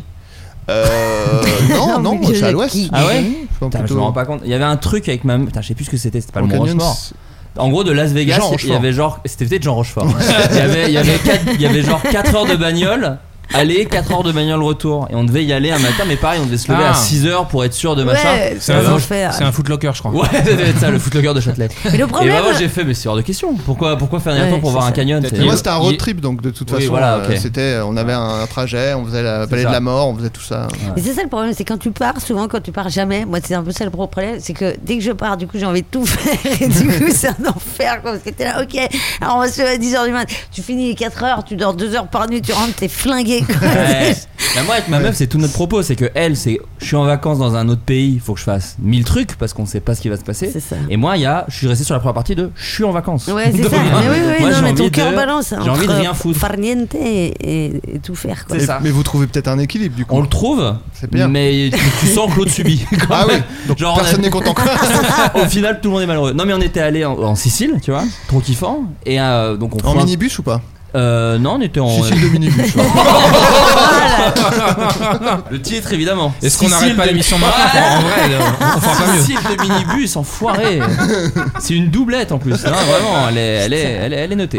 Non, c'est à l'ouest. Ah ouais? Je me rends pas compte. Il y avait un truc avec ma. Putain, je sais plus ce que c'était. C'était pas le Mont Rochefort. En gros, de Las Vegas, il y avait genre. C'était peut-être Jean Rochefort. Il y avait genre 4 heures de bagnole. Aller 4 heures de bagnole retour et on devait y aller un matin mais pareil on devait se lever à 6h pour être sûr de machin. C'est un footlocker je crois. Ouais ça devait être ça, le footlocker de Châtelet. Mais le problème, et moi j'ai fait mais c'est hors de question. Pourquoi faire un retour pour voir un canyon? Mais moi c'était un road trip donc de toute façon voilà, okay. on avait un trajet, on faisait la vallée de la mort, on faisait tout ça. Mais c'est ça le problème, c'est quand tu pars jamais. Moi c'est un peu ça le problème, c'est que dès que je pars du coup j'ai envie de tout faire et du coup c'est un enfer quoi, parce que t'es là ok alors on va se lever à 10h du mat, tu finis les 4 heures, tu dors 2 heures par nuit, tu rentres t'es flingué quoi. Bah moi avec ma meuf c'est tout notre propos, c'est que elle c'est je suis en vacances dans un autre pays, il faut que je fasse 1000 trucs parce qu'on sait pas ce qui va se passer. Et moi je suis resté sur la première partie de je suis en vacances. Ouais c'est ça. Mais oui moi, non mais ton cœur balance. J'ai envie de rien foutre. Farniente et tout faire quoi. Mais vous trouvez peut-être un équilibre du coup. On le trouve. C'est bien. Mais tu sens que l'autre subit. Ah oui. Donc genre, personne n'est content. Au final tout le monde est malheureux. Non mais on était allé en Sicile, tu vois, trop kiffant. Et donc on en minibus ou pas? Non, on était en Sicile de minibus. Le titre évidemment. Est-ce qu'on n'arrête pas l'émission maintenant? En vrai, on fera pas mieux. Sicile de minibus, enfoiré. C'est une doublette en plus. Non, vraiment, elle est notée.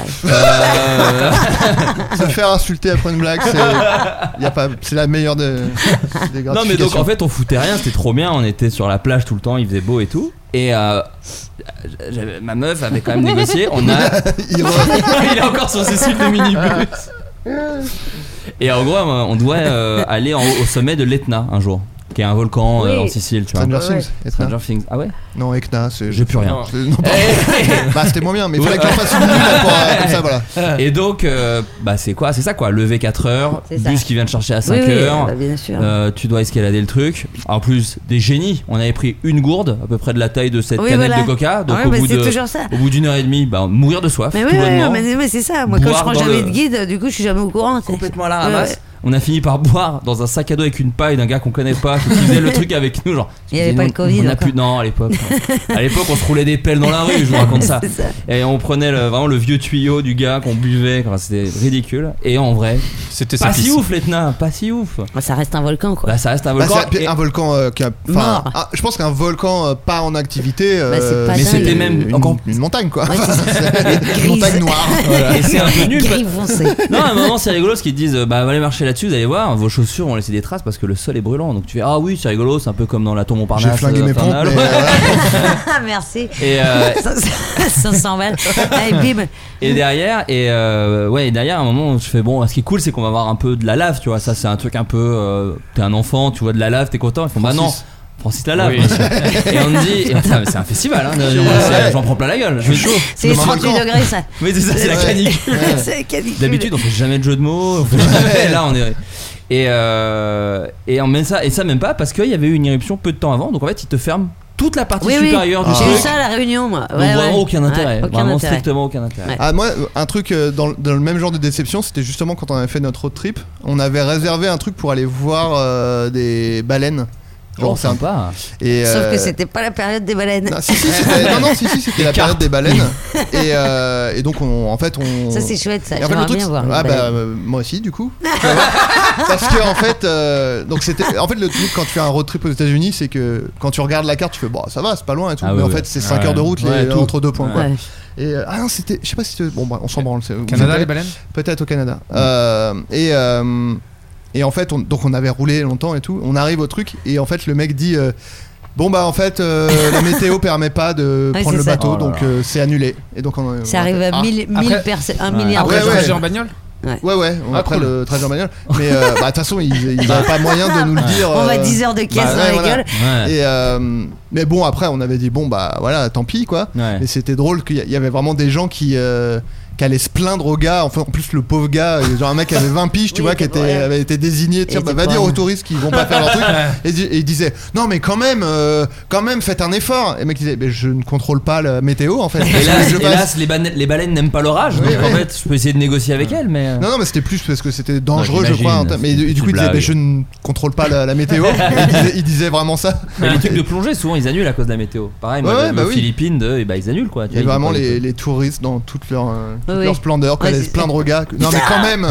Se faire insulter après une blague, c'est la meilleure des gratifications. Non mais donc en fait on foutait rien, c'était trop bien. On était sur la plage tout le temps, il faisait beau et tout. Et ma meuf avait quand même négocié. Il est encore sur Sicile de minibus. Et en gros, on doit aller au sommet de l'Etna un jour, qui est un volcan en Sicile, tu vois. Stranger Things. Ah ouais? Non, Etna, c'est. J'ai plus rien. Bah, c'était moins bien, mais il fallait que j'en fasse une minute comme ça, voilà. Et donc, c'est quoi? C'est ça quoi. Lever 4 heures, bus qui vient te chercher à 5 heures. Bien sûr. Tu dois escalader le truc. En plus, des génies. On avait pris une gourde, à peu près de la taille de cette canette de coca. Donc, au bout d'une heure et demie, mourir de soif. Mais c'est ça. Moi, quand je prends jamais de guide, du coup, je suis jamais au courant. Complètement à la ramasse. On a fini par boire dans un sac à dos avec une paille d'un gars qu'on connaît pas qui faisait le truc avec nous genre. Il y avait pas le Covid. Non, à l'époque on se roulait des pelles dans la rue, je vous raconte ça. Et on prenait vraiment le vieux tuyau du gars qu'on buvait, c'était ridicule. Et en vrai, c'était pas si ouf l'Etna, pas si ouf. Ça reste un volcan quoi. Bah ça reste un volcan. Un volcan qui a je pense qu'un volcan pas en activité mais c'était même encore une montagne quoi. Une montagne noire. Et c'est un peu nul. Non, à un moment c'est rigolo ce qu'ils disent allez marcher là-dessus, vous allez voir, vos chaussures vont laisser des traces parce que le sol est brûlant. Donc tu fais ah oui c'est rigolo, c'est un peu comme dans la tour Montparnasse. J'ai flingué mes pompes. Merci. Et 500 balles. Allez, bim. Et derrière à un moment je fais bon, ce qui est cool c'est qu'on va avoir un peu de la lave, tu vois, ça c'est un truc un peu t'es un enfant, tu vois de la lave, t'es content. Ils font bah non Francis Lala. Oui. Et on me dit, c'est un festival, hein, j'en prends plein la gueule. Je suis chaud. C'est les 38 degrés, ça. Oui, c'est ça, c'est la canicule. C'est la canicule. D'habitude, on fait jamais de jeu de mots. On fait jamais. Là, on est. Et on met ça, et ça même pas parce qu'il y avait eu une éruption peu de temps avant. Donc en fait, ils te ferment toute la partie supérieure du truc. J'ai eu ça à la Réunion, moi. Donc vraiment aucun intérêt. Vraiment strictement aucun intérêt. Ah, moi, un truc dans le même genre de déception, c'était justement quand on avait fait notre road trip. On avait réservé un truc pour aller voir des baleines. Genre sympa. Sauf que c'était pas la période des baleines. Non, c'était la période des baleines. Et donc en fait on. Ça c'est chouette, ça. J'aimerais bien voir. Moi aussi du coup. Parce que en fait, donc c'était. En fait le truc quand tu fais un road trip aux États-Unis, c'est que quand tu regardes la carte, tu fais bon ça va, c'est pas loin et tout. Mais en fait c'est 5 heures de route entre 2 points. Quoi. Et non c'était, je sais pas si c'était. Bon on s'en branle. Canada les baleines. Peut-être au Canada. Et en fait, on avait roulé longtemps et tout. On arrive au truc et en fait, le mec dit bon bah en fait, la météo permet pas de prendre le bateau, donc c'est annulé. Et donc ça arrive à 1000 personnes, 1 milliard. Après le trajet en bagnole. Ouais, après le trajet en bagnole. Mais de toute façon, ils n'avaient pas moyen de nous le dire. On va 10 heures de caisse dans la gueule. Et mais bon, après, on avait dit bon bah voilà, tant pis quoi. Mais c'était drôle qu'il y avait vraiment des gens qui allait se plaindre au gars. Enfin, en plus, le pauvre gars, genre un mec qui avait 20 piges, tu vois, qui avait été désigné. Tiens, va dire aux touristes qu'ils vont pas faire leur truc. Et il disait non, mais quand même, faites un effort. Et le mec disait, mais je ne contrôle pas la météo en fait. Hélas, les baleines n'aiment pas l'orage. Donc en fait, je peux essayer de négocier avec elles. Mais non, mais c'était plus parce que c'était dangereux, je crois. Mais du coup, il disait, je ne contrôle pas la météo. Il disait vraiment ça. Mais les trucs de plongée, souvent, ils annulent à cause de la météo. Pareil, moi, aux Philippines, ils annulent quoi. Il y a vraiment les touristes dans toute leur splendeur, qu'on allait se plaindre au gars. Non mais quand même,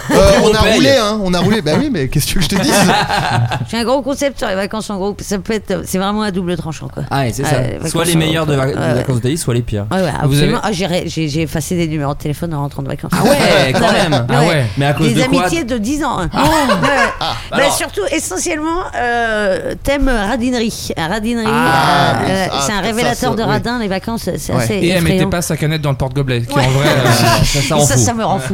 on a roulé. Bah oui, mais qu'est-ce que je te dis? J'ai un gros concept sur les vacances en groupe. Ça peut être, c'est vraiment à double tranchant quoi. Ah, c'est ça. Soit les meilleurs de vacances d'Italie, soit les pires. Ouais, absolument. J'ai effacé des numéros de téléphone en rentrant de vacances. Ah ouais, quand même. Ah ouais. Mais à cause de quoi? Des amitiés de 10 ans. Surtout, essentiellement, thème radinerie. C'est un révélateur de radin. Les vacances, c'est assez. Et elle mettait pas sa canette dans le porte-gobelet. Qui en vrai. Ça me rend fou.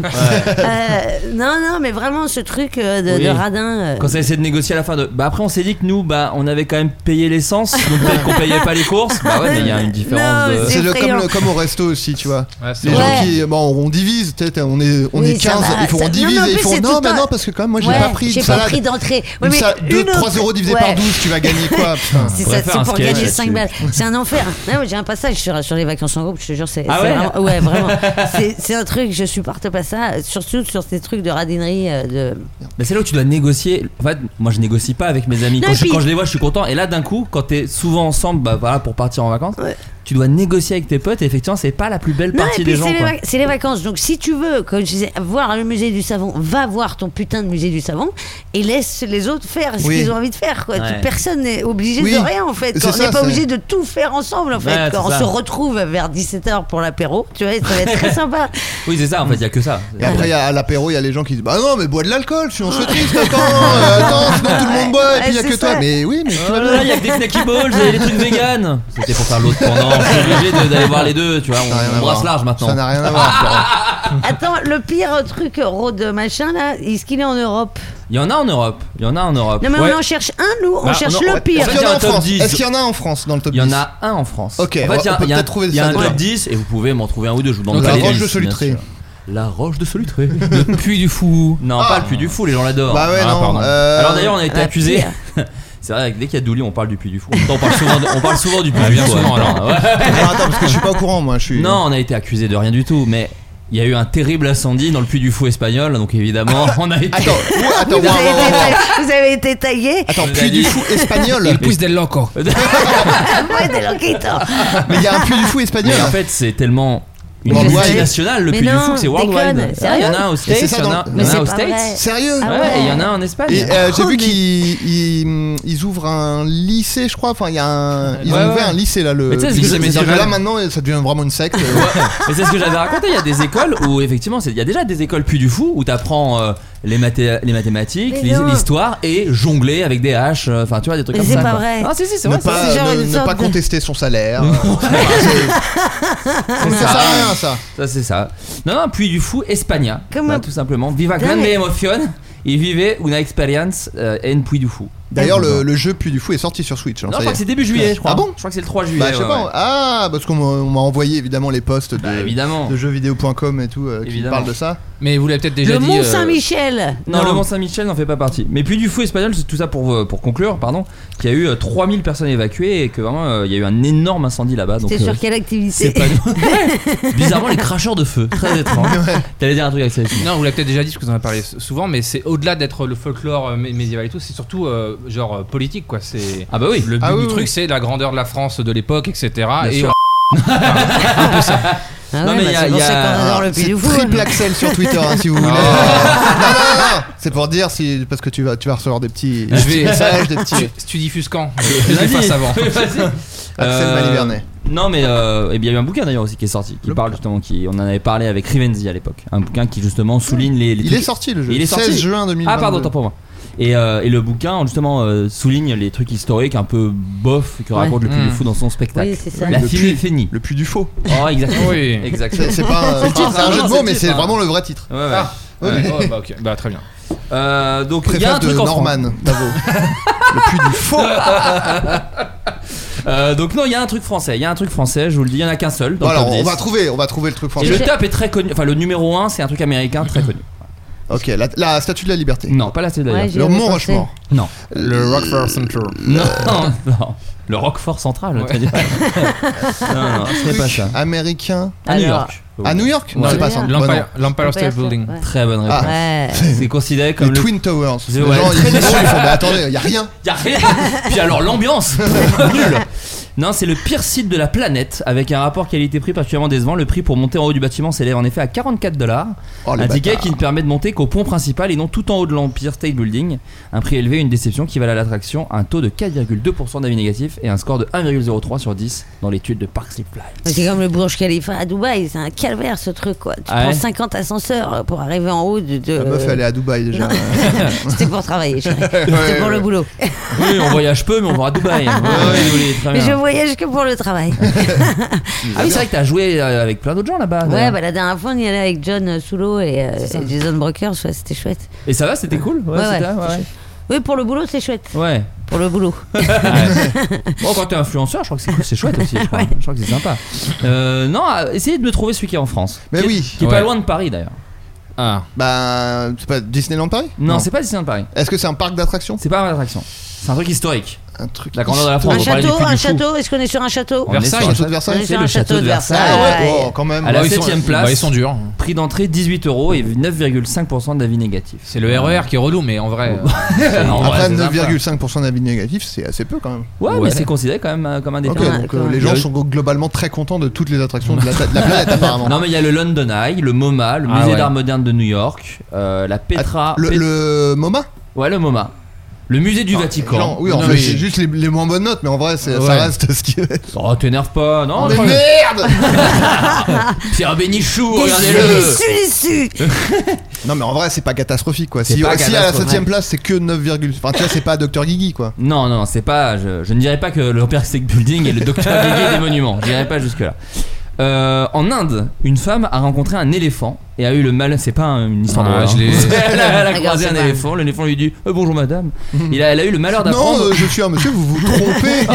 Non, mais vraiment ce truc de radin. Quand ça essaie de négocier à la fin de. Bah après, on s'est dit que nous, on avait quand même payé l'essence, donc peut-être qu'on payait pas les courses. Bah ouais, mais il y a une différence. C'est comme au resto aussi, tu vois. Les gens qui, on divise, peut-être, on est 15, on divise et ils font non, mais non, parce que quand même, moi j'ai pas pris de salade. J'ai pas pris d'entrée. 3 € divisé par 12, tu vas gagner quoi? C'est pour gagner 5 balles. C'est un enfer. J'ai un passage sur les vacances en groupe, je te jure, c'est vraiment. Ouais, vraiment. C'est un truc, je supporte pas ça, surtout sur ces trucs de radinerie. Mais c'est là où tu dois négocier. En fait, moi je négocie pas avec mes amis. Quand je les vois, je suis content. Et là, d'un coup, quand t'es souvent ensemble, pour partir en vacances. Tu dois négocier avec tes potes et effectivement c'est pas la plus belle partie des gens. C'est les vacances, donc si tu veux, comme je disais, voir le musée du savon, va voir ton putain de musée du savon et laisse les autres faire ce qu'ils ont envie de faire quoi. Personne n'est obligé de rien en fait. On n'est pas obligé de tout faire ensemble en fait. Quand on se retrouve vers 17h pour l'apéro, tu vois, ça va être très sympa. Oui c'est ça en fait, il y a que ça. Et après à l'apéro il y a les gens qui disent bah non mais bois de l'alcool, sinon c'est triste, attends, sinon tout le monde boit et puis il y a que toi. Mais oui mais il y a que des snacky balls et des trucs vegan. C'était pour faire l'autre pendant. Je suis obligé d'aller voir les deux, tu vois, on brasse large maintenant. Ça n'a rien à voir. Attends, le pire truc road machin là, est-ce qu'il est en Europe? Il y en a en Europe. Non mais on en cherche un, nous, on cherche le pire. Est-ce qu'il y en a en France dans le top 10? Il y en a un en France. Ok, en fait, il y a un top 10 et vous pouvez m'en trouver un ou deux. Je vous demande la Roche de Solutré. La Roche de Solutré. Le Puy du Fou. Non, pas le Puy du Fou, les gens l'adorent. Bah ouais, non. Pardon. Alors d'ailleurs, on a été accusé. C'est vrai que dès qu'il y a Douli, on parle du Puy du Fou. On parle souvent du Puy du Fou. Attends, parce que je suis pas au courant, moi. Non, on a été accusé de rien du tout, mais il y a eu un terrible incendie dans le Puy du Fou espagnol, donc évidemment, on a été. Attends, vous avez été taillé. Attends, Puy du Fou espagnol. Il pousse del loco. Ouais, del loquito. Mais il y a un Puy du Fou espagnol. En fait, c'est tellement. Une multinationale, le Puy du Fou, c'est worldwide. Il y en a un aux States, il y en a aux States. Sérieux? Ouais, il y en a un en Espagne. Et j'ai vu qu'ils ouvrent un lycée, je crois. Enfin, ils ont ouvert un lycée là. Mais tu sais, là maintenant, ça devient vraiment une secte. Mais c'est ce que j'avais raconté. Il y a des écoles où effectivement, il y a déjà des écoles Puy du Fou où t'apprends les mathématiques, l'histoire et jongler avec des haches. Enfin, tu vois, des trucs comme ça. C'est pas vrai. Ah, si, c'est vrai. Ne pas contester son salaire. Ça sert à rien. Ça c'est ça. Non, Puy du Fou España, tout simplement. Viva grande emoción y vive una experience en Puy du Fou. D'ailleurs, le jeu Puy du Fou est sorti sur Switch. Non, je crois que c'est début juillet, je crois. Ah bon? Je crois que c'est le 3 juillet. Bah, je sais pas. Ah, parce qu'on m'a envoyé évidemment les posts de jeuxvideo.com et tout qui parlent de ça. Mais vous l'avez peut-être déjà dit. Le Mont-Saint-Michel. Non, le Mont-Saint-Michel n'en fait pas partie. Mais Puy du Fou espagnol, c'est tout ça pour conclure, qu'il y a eu 3000 personnes évacuées et que vraiment il y a eu un énorme incendie là-bas. C'était sur quelle activité? C'est pas bizarrement les cracheurs de feu. Très étrange. T'allais dire un truc avec ça? Non, vous l'avez peut-être déjà dit parce que vous en avez parlé souvent, mais c'est au-delà d'être le folklore médiéval et tout, c'est surtout genre politique quoi. C'est ah bah oui. Le but du truc, c'est la grandeur de la France de l'époque, etc. Et un peu ça. Ah non, mais il y a le Puy du Fou. Triple Axel sur Twitter si vous voulez. Non. C'est pour dire parce que tu vas recevoir des petits messages, des petits. Tu diffuses quand? Je les fasse avant. Axel Malivernet. Non mais il y a eu un bouquin d'ailleurs aussi qui est sorti qui parle justement on en avait parlé avec Rivenzi à l'époque, un bouquin qui justement souligne les il est sorti le jeu. Il est sorti 16 juin 2022. Ah pardon, tant pour moi. Et le bouquin justement souligne les trucs historiques un peu bof que raconte le Puy du Fou dans son spectacle. Oui, c'est ça. La Finie. Le Puy du Faux. Oh exactement. Oui. Exactement. C'est pas un jeu de mots mais c'est vraiment le vrai titre. Ouais. Bah ok. Bah très bien. Donc il y a un truc en Norman Davo. Le Puy du Faux. Donc non, il y a un truc français, je vous le dis, il y en a qu'un seul dans le top 10. on va trouver le truc français. Et le top est très connu, enfin le numéro 1 c'est un truc américain très connu. Ok, la Statue de la Liberté. Non, pas la Statue de la Liberté. Le Mont Rushmore. Non. Le Rockford Central. Non. Le Roquefort Central, tu vas dire. Non, ce n'est pas ça. Américain. À New York. À New York? Non, c'est pas ça. L'Empire State Building. Très bonne réponse. Ouais. C'est considéré comme les Twin Towers. Les gens ils disent mais attendez, y a rien. Puis alors l'ambiance. Nul. Non, c'est le pire site de la planète avec un rapport qualité-prix particulièrement décevant. Le prix pour monter en haut du bâtiment s'élève en effet à $44. Un ticket qui ne permet de monter qu'au pont principal et non tout en haut de l'Empire State Building. Un prix élevé, une déception qui valait à l'attraction un taux de 4,2% d'avis négatif et un score de 1,03 sur 10 dans l'étude de Park Sleep Fly. C'est comme le Burj Khalifa à Dubaï, c'est un calvaire ce truc quoi. Tu prends 50 ascenseurs pour arriver en haut de. La meuf elle est à Dubaï déjà. C'était pour travailler, chérie. C'était pour le boulot. Oui, on voyage peu mais on va à Dubaï. Mais je voyage que pour le travail. Ah oui, c'est vrai que t'as joué avec plein d'autres gens là-bas. Ouais, bah la dernière fois on y allait avec John Soulo et Jason Brokers, ouais, c'était chouette. Et ça va, c'était cool. Ouais. Oui, pour le boulot c'est chouette. Ouais. Pour le boulot. Bon, quand t'es influenceur, je crois que c'est chouette aussi. Je crois que c'est sympa. Non, essayez de me trouver celui qui est en France. Mais qui est pas loin de Paris d'ailleurs. Ah. Bah, c'est pas Disneyland Paris? Non, c'est pas Disneyland Paris. Est-ce que c'est un parc d'attractions? C'est pas un parc d'attractions. C'est un truc historique. Un truc. La grandeur de la France. Un château. Est-ce qu'on est sur un château? Versailles. C'est le château de Versailles. Oh, quand même. À la 7ème place. Ils sont durs. Prix d'entrée 18€ et 9,5% d'avis négatif. C'est le RER qui est relou, mais en vrai. Après 9,5% d'avis négatif, c'est assez peu quand même. Ouais, mais c'est considéré quand même comme un des pires. Donc les gens sont globalement très contents de toutes les attractions de la planète apparemment. Non, mais il y a le London Eye, le MoMA, le musée d'art moderne de New York, la Petra. Le MoMA? Ouais, le MoMA. Le musée du Vatican. Oui, en fait, c'est juste les moins bonnes notes, mais en vrai, ça reste ce qui est. Oh, t'énerve pas, non? Mais merde! Pierre Bénichou, regardez-le! Déçu. Non, mais en vrai, c'est pas catastrophique, quoi. Si à la 7ème place, c'est que 9, enfin, tu vois, c'est pas Dr. Guigui, quoi. Non, c'est pas. Je ne dirais pas que l'Empire State Building est le Dr. Guigui des monuments. Je dirais pas jusque-là. En Inde, une femme a rencontré un éléphant et a eu le mal. C'est pas une histoire drôle. Elle a croisé un éléphant. L'éléphant lui dit bonjour madame. Elle a eu le malheur d'apprendre. Non, je suis un monsieur, vous vous trompez.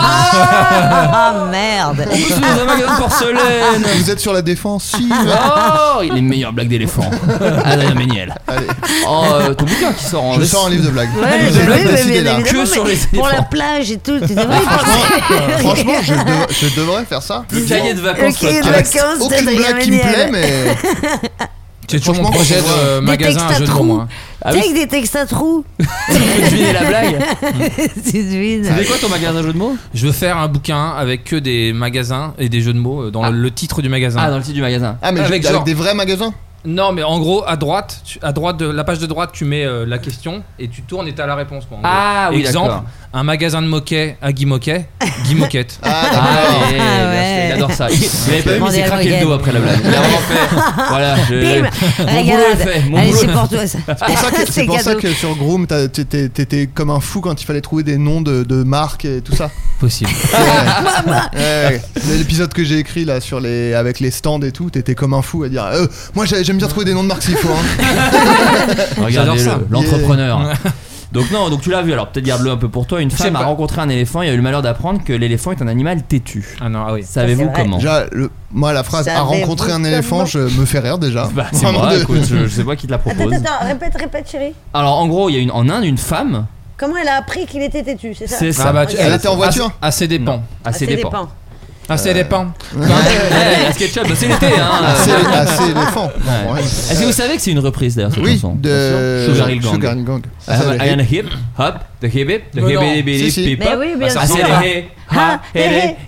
Oh merde. En plus, vous êtes dans un magasin de porcelaine. Vous êtes sur la défense. Si. Oh, les meilleures blagues d'éléphant. Adrien Méniel. Allez. Oh, ton bouquin qui sort en. Je sors un livre de blagues. Ouais, que sur les pour la plage et tout. Franchement, je devrais faire ça. Le cahier de vacances. Aucune blague qui me plaît, mais. C'est toujours mon projet de magasin à jeu de mots, moi. Avec des textes à trous. Tu peux deviner la blague. Tu devines. C'est quoi ton magasin de jeu de mots? Je veux faire un bouquin avec que des magasins et des jeux de mots dans le titre du magasin. Ah, dans le titre du magasin. Ah, mais avec des vrais magasins? Non, mais en gros, à droite de la page de droite, tu mets la question et tu tournes et t'as la réponse. Quoi, ah oui, exemple, d'accord. Un magasin de moquets à Guy Moquet, Guy Moquette. Il adore ça. Il avait pas vu, mais il s'est craqué le dos après la blague. Il a vraiment fait. Voilà, mon boulot est fait. Allez, c'est pour toi ça. C'est pour ça que sur Groom, t'étais comme un fou quand il fallait trouver des noms de marques et tout ça. Possible. L'épisode que j'ai écrit là avec les stands et tout, t'étais comme un fou à dire moi j'aime bien trouver des noms de marques s'il faut. Regardez l'entrepreneur. Donc non, donc tu l'as vu. Alors peut-être garde-le un peu pour toi. Une femme a rencontré un éléphant et a eu le malheur d'apprendre que l'éléphant est un animal têtu. Ah non, ah oui. Savez-vous comment? Déjà, moi la phrase a rencontré un éléphant, je me fais rire déjà. Bah, c'est moi, écoute, je sais pas qui te la propose. Attends, répète chérie. Alors en gros, il y a en Inde une femme. Comment elle a appris qu'il était têtu, c'est ça? C'est ça. Elle était en voiture? Assez dépend. Assez dépend. Assez dépend. La SketchUp, c'est l'été, hein. Assez éléphant. Est-ce que vous savez que c'est une reprise d'ailleurs cette chanson? De Sugar Hill Gang. Sugar Hill Gang. I am a hip hop, the hip hip, the hip hip hip hip hop. Mais oui, bien sûr. Et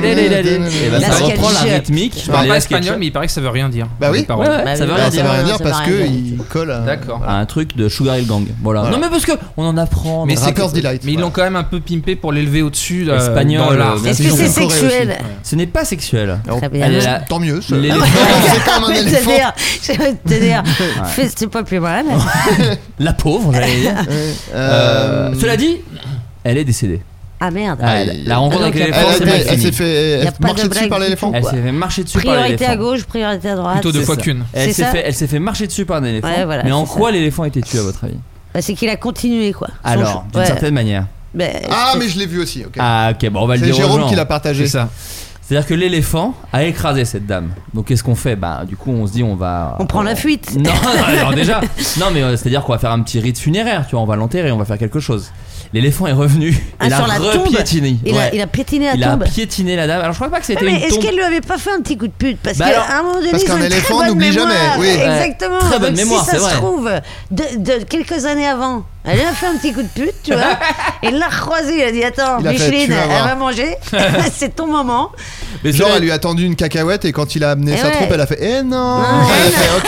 ça reprend la rythmique. Je parle pas espagnol, mais il paraît que ça veut rien dire. Bah oui, ça veut rien dire parce qu'il colle à un truc de Sugar Hill Gang. Voilà. Non mais parce que on en apprend. Mais Rappers Delight. Mais ils l'ont quand même un peu pimpé pour l'élever au-dessus. Espagnol. Est-ce que c'est sexuel? Ce n'est pas sexuel. Très bien. Tant mieux. C'est comme un éléphant. C'est-à-dire, c'est pas plus mal. La pauvre, j'allais dire. Cela dit, elle est décédée. Ah merde. La rencontre avec l'éléphant, c'est mal fini. Elle s'est fait marcher dessus par l'éléphant. Elle s'est fait marcher dessus par l'éléphant. Priorité à gauche, priorité à droite. Plutôt deux fois qu'une. Elle s'est fait marcher dessus par un éléphant. Mais en quoi l'éléphant était tué à votre avis? C'est qu'il a continué quoi. Alors, d'une certaine manière. Mais je l'ai vu aussi. Ah ok, bon on va le dire. C'est Jérôme qui l'a partagé. C'est ça. C'est-à-dire que l'éléphant a écrasé cette dame. Donc qu'est-ce qu'on fait? Bah du coup on se dit on prend la fuite. Non, déjà. Non mais c'est-à-dire qu'on va faire un petit rite funéraire, tu vois, on va l'enterrer, on va faire quelque chose. L'éléphant est revenu, il a repiétiné. Il a piétiné la tombe. Il a piétiné la dame. Alors je crois pas que c'était une tombe. Est-ce qu'elle lui avait pas fait un petit coup de pute? Parce qu'à un moment donné, parce qu'un éléphant n'oublie jamais. Oui. Exactement. Très bonne mémoire, c'est vrai. Si ça se trouve, de quelques années avant, elle a fait un petit coup de pute, tu vois. Et il l'a recroisé, il a dit attends, Micheline, elle va manger, c'est ton moment. Mais genre elle lui a tendu une cacahuète et quand il a amené sa trompe, elle a fait non. Elle a fait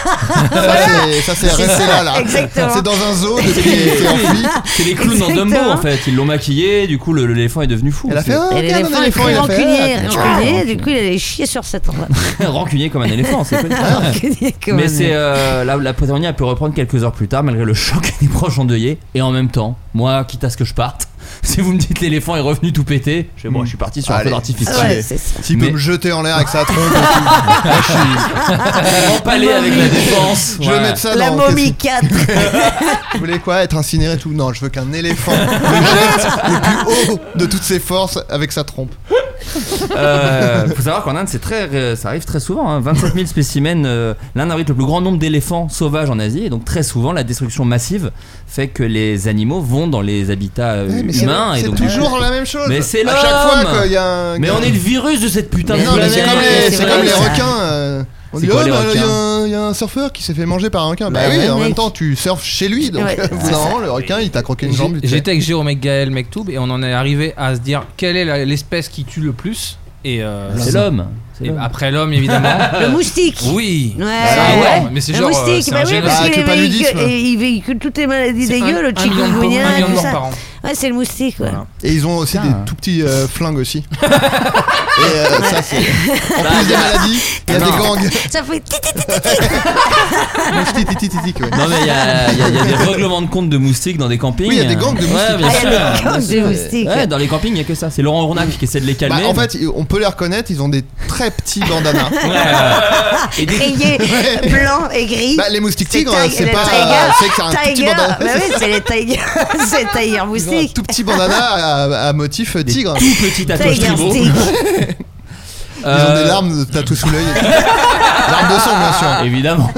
ok. Ça c'est resté là. C'est dans un zoo depuis qu'il était enfui. C'est les clowns dans Dumbo en fait, ils l'ont maquillé, du coup l'éléphant est devenu fou. Elle a fait et l'éléphant est très rancunier, du coup il allait chier sur cette tombe. Rancunier comme un éléphant, c'est connu. Mais c'est la prisonnière a pu reprendre quelques heures plus tard malgré le choc des proches endeuillés. Et en même temps, moi quitte à ce que je parte, si vous me dites l'éléphant est revenu tout pété, je suis parti sur un feu d'artifice. S'il peut me jeter en l'air avec sa trompe, je suis empalé avec la défense. Je vais mettre ça la dans momie 4. Vous voulez quoi? Être incinéré tout? Non, je veux qu'un éléphant me jette le plus haut de toutes ses forces avec sa trompe. Faut savoir qu'en Inde ça arrive très souvent, hein. 27 000 spécimens. L'Inde abrite le plus grand nombre d'éléphants sauvages en Asie, et donc très souvent la destruction massive fait que les animaux vont dans les habitats humains. C'est toujours la même chose. Mais c'est l'homme. À chaque fois qu'il y a un... Mais on est le virus de cette putain de planète. C'est comme les requins. On dit il y a un surfeur qui s'est fait manger par un requin. Bah oui, en même temps tu surfes chez lui, donc non, le requin il t'a croqué une jambe. J'étais avec Jérôme Gaël Mektoub et on en est arrivé à se dire quelle est l'espèce qui tue le plus. Et c'est l'homme. Et après l'homme évidemment. Le moustique. Oui. Ouais. Mais c'est le genre moustique. c'est un génocide. Il véhicule toutes les maladies dégueu, le chikungunya, un million de tout morts ça. par an. Ouais, c'est le moustique. Ouais. Voilà. Et ils ont aussi des tout petits flingues aussi. Et ça c'est en plus des maladies, il y a des gangs. Ça fait Non mais il y a des règlements de compte de moustiques dans des campings. Oui, il y a des gangs de moustiques. Il y a des gangs de moustiques. Ouais, dans les campings, il y a que ça. C'est Laurent Rournac qui essaie de les calmer. En fait, on peut les reconnaître, ils ont des très petits bandanas. Rayés, blancs et gris. Les moustiques tigres, c'est pas c'est un petit bandana. Bah oui, c'est les tigers. C'est tiger moustique. Tout petit bandana à motif tigre. Tout petit tatouage tribaux. Ils ont des larmes de tatou sous l'œil. Larmes de sang, bien sûr. Évidemment.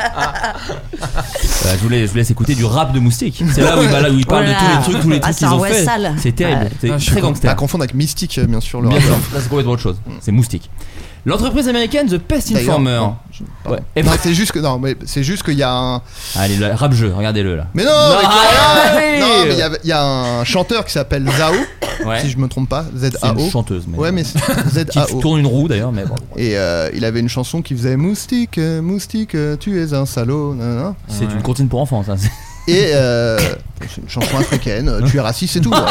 Je vous laisse écouter du rap de Moustique. C'est là où il parle de tous les trucs qu'ils ont fait. C'est terrible. C'est très gangster. À confondre avec Mystique, bien sûr. Bien sûr. Là, c'est complètement autre chose. C'est Moustique. L'entreprise américaine The Pest Informer. C'est juste qu'il y a un. Allez, le rap jeu, regardez-le là. Mais non, mais il y a un chanteur qui s'appelle Zao, si je me trompe pas, Z-A-O. C'est une chanteuse, mais. Ouais, mais Z-A-O. Qui tourne une roue d'ailleurs, mais bon. Et il avait une chanson qui faisait Moustique, Moustique, tu es un salaud. C'est une comptine pour enfants, ça. Et c'est une chanson africaine, tu es raciste, c'est tout. Non,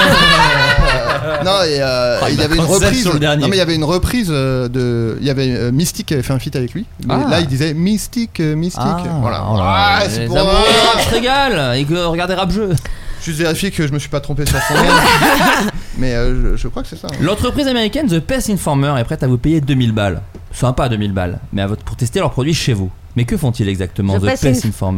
et il y avait une reprise. Non, mais il y avait une reprise de. Il y avait Mystique qui avait fait un feat avec lui. Là, il disait Mystique, Mystique. Voilà. C'est pour se régale. Et regardez rap jeu. Juste vérifier que je me suis pas trompé sur son nom. Mais je crois que c'est ça. L'entreprise américaine The Pest Informer est prête à vous payer 2000 balles. Sympa 2000 balles. Mais pour tester leurs produits chez vous. Mais que font-ils exactement, The Pest Informer?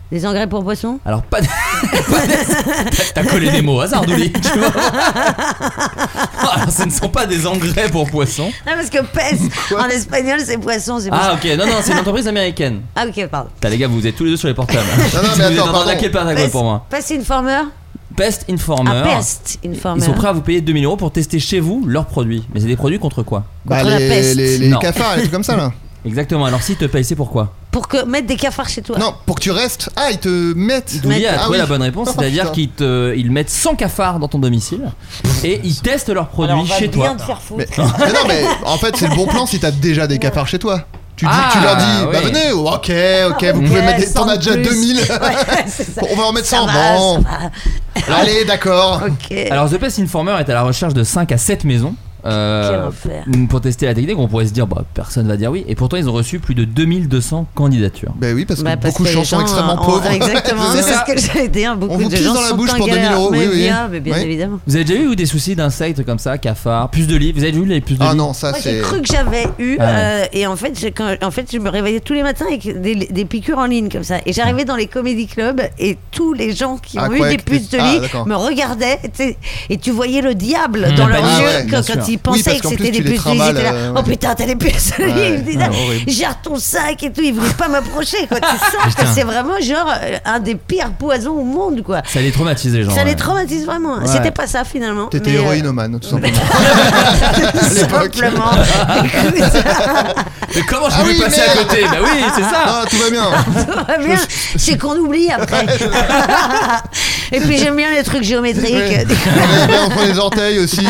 Des engrais pour poissons? Alors pas des... T'as collé des mots au hasard, Douli, tu vois. Alors, ce ne sont pas des engrais pour poissons. Non, parce que pes en espagnol c'est poisson, c'est Ah ok, non, c'est une entreprise américaine. Ah ok, pardon. T'as les gars, vous êtes tous les deux sur les portables. Non, mais attends, pardon. Pour moi. Pest Informer. Pest Informer. Pest Informer. Ils sont prêts à vous payer 2 000 € pour tester chez vous leurs produits. Mais c'est des produits contre quoi? Contre la peste. Les cafards et des trucs comme ça là. Exactement, alors s'ils te payent, c'est pourquoi? Pour mettre des cafards chez toi. Non, pour que tu restes. Ah, ils te mettent. Douli a trouvé la bonne réponse, c'est-à-dire qu'ils mettent 100 cafards dans ton domicile et ils testent leurs produits chez toi. Te faire foutre. Mais non, mais en fait, c'est le bon plan si t'as déjà des cafards chez toi. Tu leur dis, bah venez, ok, vous pouvez mettre. T'en as déjà 2000. On va en mettre 100. Bon. Allez, d'accord. Alors, The Pest Informer est à la recherche de 5 à 7 maisons. Pour tester la technique, on pourrait se dire personne va dire oui, et pourtant ils ont reçu plus de 2200 candidatures. Bah oui, parce que beaucoup de gens sont extrêmement pauvres. Exactement, c'est ce que j'allais dire. Beaucoup de gens dans la sont bouche en pour 2000 €. Oui, mais bien évidemment. Vous avez déjà eu des soucis d'insectes comme ça, cafards, puces de lit? Vous avez déjà eu les puces de lit? Ah non, ça Moi, c'est. j'ai cru que j'avais eu, et en fait, je me réveillais tous les matins avec des piqûres en ligne comme ça, et j'arrivais dans les comédie clubs et tous les gens qui ont eu des puces de lit me regardaient, et tu voyais le diable dans leurs yeux quand ils pensaient que c'était des puces de lit. Ils étaient là, oh putain, t'as des puces de lit. Ils disaient, gère ton sac et tout. Ils voulaient pas m'approcher, quoi. Tu sens que c'est vraiment genre un des pires poisons au monde, quoi. Ça les traumatise les gens. Ça les traumatise vraiment. C'était pas ça finalement. T'étais héroïnomane, tout simplement. Simplement. Mais comment je peux passer à côté? Bah oui, c'est ça. Ah, tout va bien. Tout va bien. C'est qu'on oublie après. Et puis j'aime bien les trucs géométriques. Entre les orteils aussi.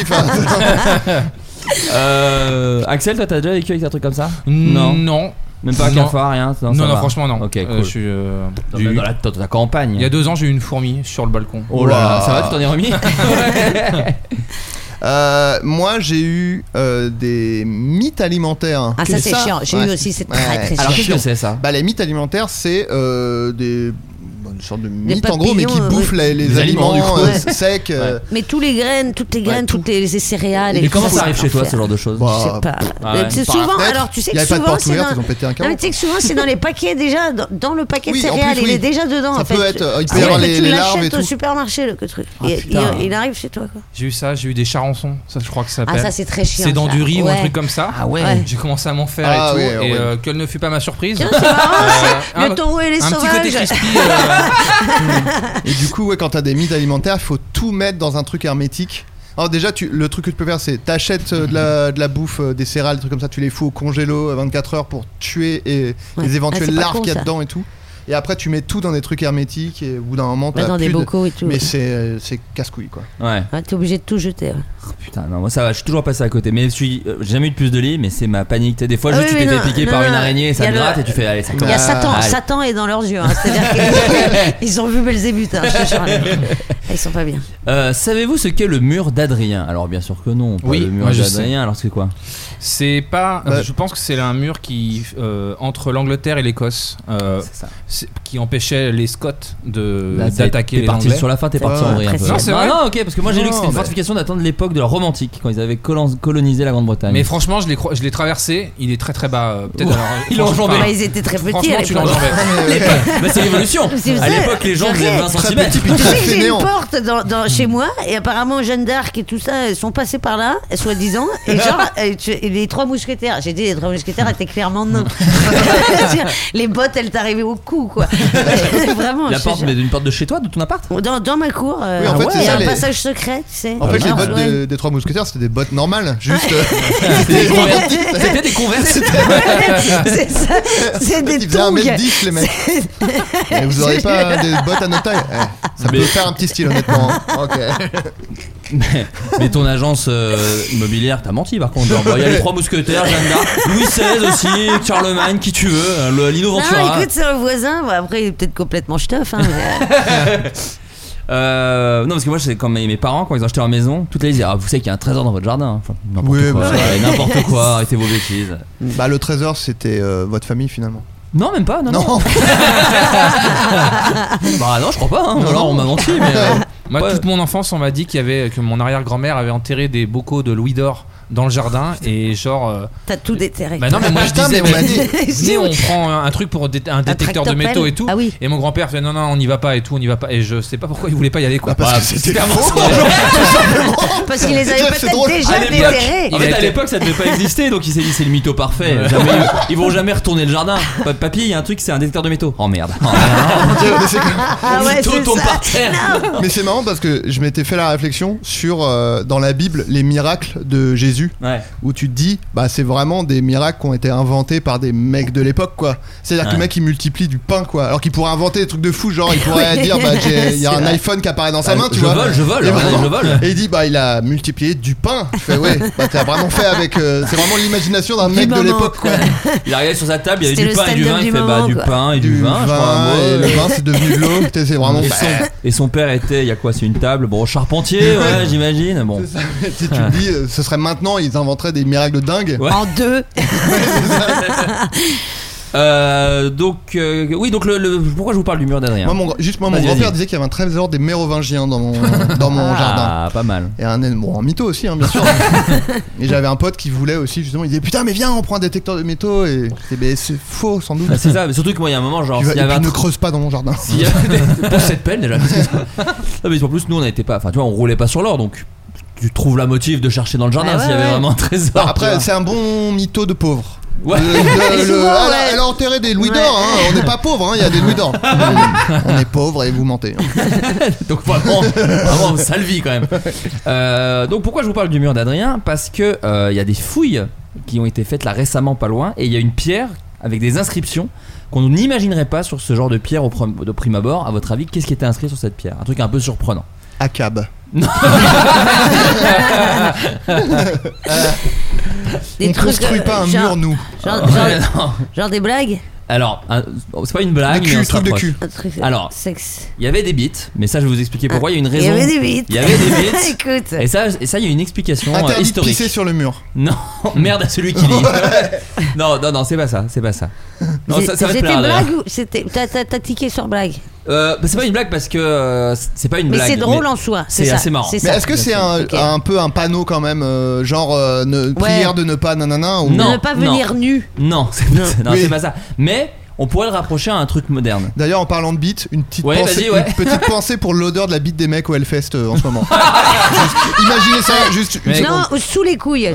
Axel, toi t'as déjà vécu avec un truc comme ça? Non. Même pas un cafard, rien? Non, franchement non. Ok, cool. Je suis dans ta campagne. Il y a 2 ans, j'ai eu une fourmi sur le balcon. Oh là, ça va, tu t'en es remis? Moi j'ai eu des mythes alimentaires. Ah, ça c'est chiant. J'ai eu aussi, c'est très très chiant. Alors qu'est-ce que c'est ça? Bah les mythes alimentaires, c'est une sorte de mythe papillons, en gros, mais qui bouffe les aliments du coup, secs. Mais toutes les graines, toutes les céréales. Mais comment ça arrive chez toi, ce genre de choses? Je sais pas. C'est souvent. Alors tu sais que souvent c'est dans. Ils ont pété un câble. Non, mais tu sais que souvent c'est dans les paquets déjà, dans le paquet de céréales, il est déjà dedans. Ça peut être. Il peut y avoir les larves et tout. Tu l'achètes au supermarché le truc. Il arrive chez toi quoi. J'ai eu ça, j'ai eu des charançons. Ça, je crois que ça s'appelle. Ah ça c'est très chiant. C'est dans du riz ou un truc comme ça. Ah ouais. J'ai commencé à m'en faire et tout. Et quelle ne fut pas ma surprise. C'est marrant. Le taureau et les sauvages. Un petit côté crispy. Et du coup, quand t'as des mythes alimentaires, il faut tout mettre dans un truc hermétique. Alors déjà, le truc que tu peux faire, c'est t'achètes de la bouffe, des céréales, des trucs comme ça, tu les fous au congélo 24 heures pour tuer les éventuelles larves qu'il y a dedans et tout. Et après, tu mets tout dans des trucs hermétiques et au bout d'un moment, t'as dans des bocaux et tout. Mais c'est casse-couille quoi. Ouais. T'es obligé de tout jeter. Oh, putain, non, moi ça va, je suis toujours passé à côté. Mais j'ai jamais eu de puce de lit, mais c'est ma panique. Des fois, tu t'es fait piquer par une araignée, ça te gratte et tu fais allez, ça commence. Il y a Satan est dans leurs yeux. C'est-à-dire qu'ils ont vu Belzébuth. Ils sont pas bien. Savez-vous ce qu'est le mur d'Adrien? Alors bien sûr que non. Oui, le mur d'Adrien. Alors c'est quoi? C'est pas. Je pense que c'est un mur qui entre l'Angleterre et l'Écosse, qui empêchait les Scots d'attaquer les Anglais. Sur la fin, t'es parti en vrille un peu. Non, c'est vrai. Non, ok, parce que moi j'ai lu que c'était une fortification datant de l'époque de la romantique, quand ils avaient colonisé la Grande-Bretagne. Mais franchement, je l'ai traversé. Il est très très bas. Peut-être. Ils l'ont enjambé. Ils étaient très petits. Franchement, tu l'enjambais. C'est l'évolution. À l'époque, les gens faisaient 20 cm. Tu sais que j'ai une porte chez moi et apparemment Jeanne d'Arc et tout ça, elles sont passées par là, soi-disant. Et genre, les 3 mousquetaires. J'ai dit les 3 mousquetaires étaient clairement non. Les bottes, elles t'arrivaient au cou, quoi. Vraiment. La porte, mais d'une porte de chez toi, de ton appart? Dans ma cour. Oui, en fait, il y a un passage secret, tu sais. En fait, les bottes des 3 mousquetaires, c'était des bottes normales. Juste. C'était des converses. C'est ça. C'est des Ils faisaient 1m10, les mecs. Et vous aurez pas des bottes à notre taille? Ça peut faire un petit style, honnêtement. Ok. Mais ton agence immobilière t'a menti par contre. Il y a les 3 mousquetaires, Jeanne d'Arc, Louis XVI aussi, Charlemagne, qui tu veux, Lino Ventura. Non, écoute, c'est un voisin. Bon, après, il est peut-être complètement stuff. Hein, non, parce que moi, c'est comme mes parents, quand ils ont acheté leur maison, toutes les disaient vous savez qu'il y a un trésor dans votre jardin. Enfin, n'importe quoi, arrêtez vos bêtises. Bah, le trésor, c'était votre famille finalement. Non, même pas, non. Bah non, je crois pas, hein. Alors on m'a menti, mais moi toute mon enfance on m'a dit que mon arrière-grand-mère avait enterré des bocaux de louis d'or dans le jardin et genre. T'as tout déterré. Bah non, mais moi je disais, venez, on prend un truc pour un détecteur de métaux et tout. Ah oui. Et mon grand-père fait non, on n'y va pas et tout, on n'y va pas. Et je sais pas pourquoi il voulait pas y aller quoi. Parce que c'était faux. Parce qu'il les avait peut-être déjà déterrés. En fait, à l'époque, ça devait pas exister, donc il s'est dit c'est le mytho parfait. Ils vont jamais retourner le jardin. Papy, il y a un truc, c'est un détecteur de métaux. Oh merde. Mytho tombe par terre. Mais c'est marrant parce que je m'étais fait la réflexion sur dans la Bible les miracles de Jésus, où tu te dis c'est vraiment des miracles qui ont été inventés par des mecs de l'époque quoi. C'est-à-dire que le mec il multiplie du pain quoi, alors qu'il pourrait inventer des trucs de fou, genre il pourrait dire il y a un iPhone qui apparaît dans sa main, tu vois. Je vole. Et il dit il a multiplié du pain. Je fais t'as vraiment fait avec c'est vraiment l'imagination d'un mec de l'époque quoi. Il a regardé sur sa table, il y avait du pain et du vin, il fait du pain et du vin, je crois. Et le vin c'est devenu de l'eau, c'est vraiment. Et son père était, il y a quoi, c'est une table, charpentier, j'imagine. Bon. Tu te dis, ce serait maintenant, ils inventeraient des miracles de dingue. En deux. Donc pourquoi je vous parle du mur d'Adrien? Mon grand-père disait qu'il y avait un trésor des Mérovingiens dans mon jardin. Ah, pas mal. Et un mytho aussi, bien sûr. Et j'avais un pote qui voulait aussi, justement, il disait putain, mais viens, on prend un détecteur de métaux. Et c'est faux, sans doute. C'est ça, mais surtout que moi, il y a un moment, genre, ne creuse pas dans mon jardin. Pour cette peine, déjà. Non, mais en plus, nous, on n'était pas, on roulait pas sur l'or, donc. Tu trouves la motive de chercher dans le jardin s'il y avait vraiment un trésor. Après, c'est un bon mytho de pauvre. Ouais. Elle a enterré des louis d'or, on n'est pas pauvre, il y a des louis d'or. On est pauvre et vous mentez. Donc vraiment sale vie quand même. Donc pourquoi je vous parle du mur d'Adrien? Parce que il y a des fouilles qui ont été faites là récemment pas loin, et il y a une pierre avec des inscriptions qu'on n'imaginerait pas sur ce genre de pierre de prime abord. À votre avis, qu'est-ce qui était inscrit sur cette pierre? Un truc un peu surprenant. Akab. On construit pas un mur, nous. Genre des blagues. Alors, c'est pas une blague, mais un truc de cul. Alors, sexe. Il y avait des bites, mais ça je vais vous expliquer pourquoi. Il y a une raison. Il y avait des bites. Écoute. Et ça, il y a une explication interdit historique. De pisser sur le mur. Non, merde à celui qui lit. Non, c'est pas ça, Non, ça va te plaire. C'était blague ou t'as tiqué sur blague? C'est pas une blague parce que c'est pas une blague. Mais c'est drôle en soi. C'est assez marrant. Mais est-ce que c'est un peu un panneau quand même, genre prière de ne pas nanana ou ne pas venir nu? Non, c'est pas ça. Mais on pourrait le rapprocher à un truc moderne. D'ailleurs, en parlant de bite, une petite pensée pour l'odeur de la bite des mecs au Hellfest en ce moment. Imaginez ça, juste une seconde. Non, sous les couilles.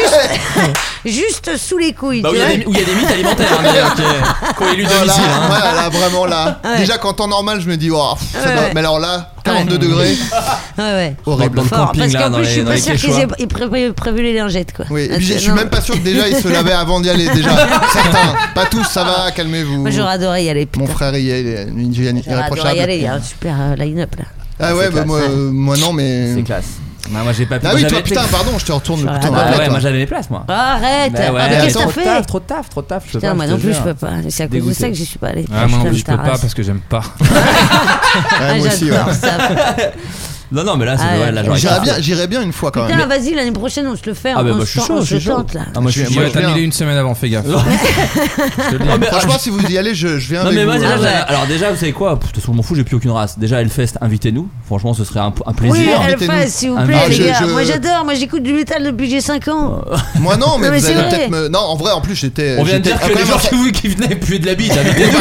Juste sous les couilles. Où il y a des mythes alimentaires, qui ont élu domicile. Là, vraiment là. Déjà, qu'en temps normal, je me dis, mais alors là, 42 degrés. Horrible. Dans le camping, là, dans les Quechua. Je suis pas sûr qu'ils aient prévu les lingettes, quoi. Oui, et puis je suis même pas sûr que déjà ils se lavaient avant d'y aller. Déjà, certains. Pas tous, ça va, calmez-vous. Moi, j'aurais adoré y aller. Mon frère y est, une hygiène irréprochable. J'aurais adoré y aller, il y a un super line-up là. Ah ouais, moi non, mais. C'est classe. Moi j'ai pas pu. Ah oui, toi putain, pardon, je te retourne le couteau. Ouais, moi j'avais mes places, moi. Arrête. Qu'est-ce que t'as fait? Trop de taf. Putain, moi non plus je peux pas. C'est à cause de ça que j'y suis pas allé. Moi non plus je peux pas parce que j'aime pas. Moi aussi, Non, mais là, c'est la journée. J'irais bien une fois quand même. Putain, vas-y, l'année prochaine, on se le fait. Ah, bah, je suis chaud, là. Ah, moi, je suis t'as annulé une semaine avant, fais gaffe. Franchement, si vous y allez, je viens avec vous. Non, mais moi, alors, déjà, vous savez quoi? De toute façon, je m'en fous, j'ai plus aucune race. Déjà, Hellfest, invitez-nous. Franchement, ce serait un plaisir. Oui, Hellfest, s'il vous plaît, les gars. Moi, j'adore. Moi, j'écoute du métal depuis que j'ai 5 ans. Moi, non, mais vous allez peut-être me. Non, en vrai, en plus, j'étais. On vient de dire que les gens qui venaient puer de la bite.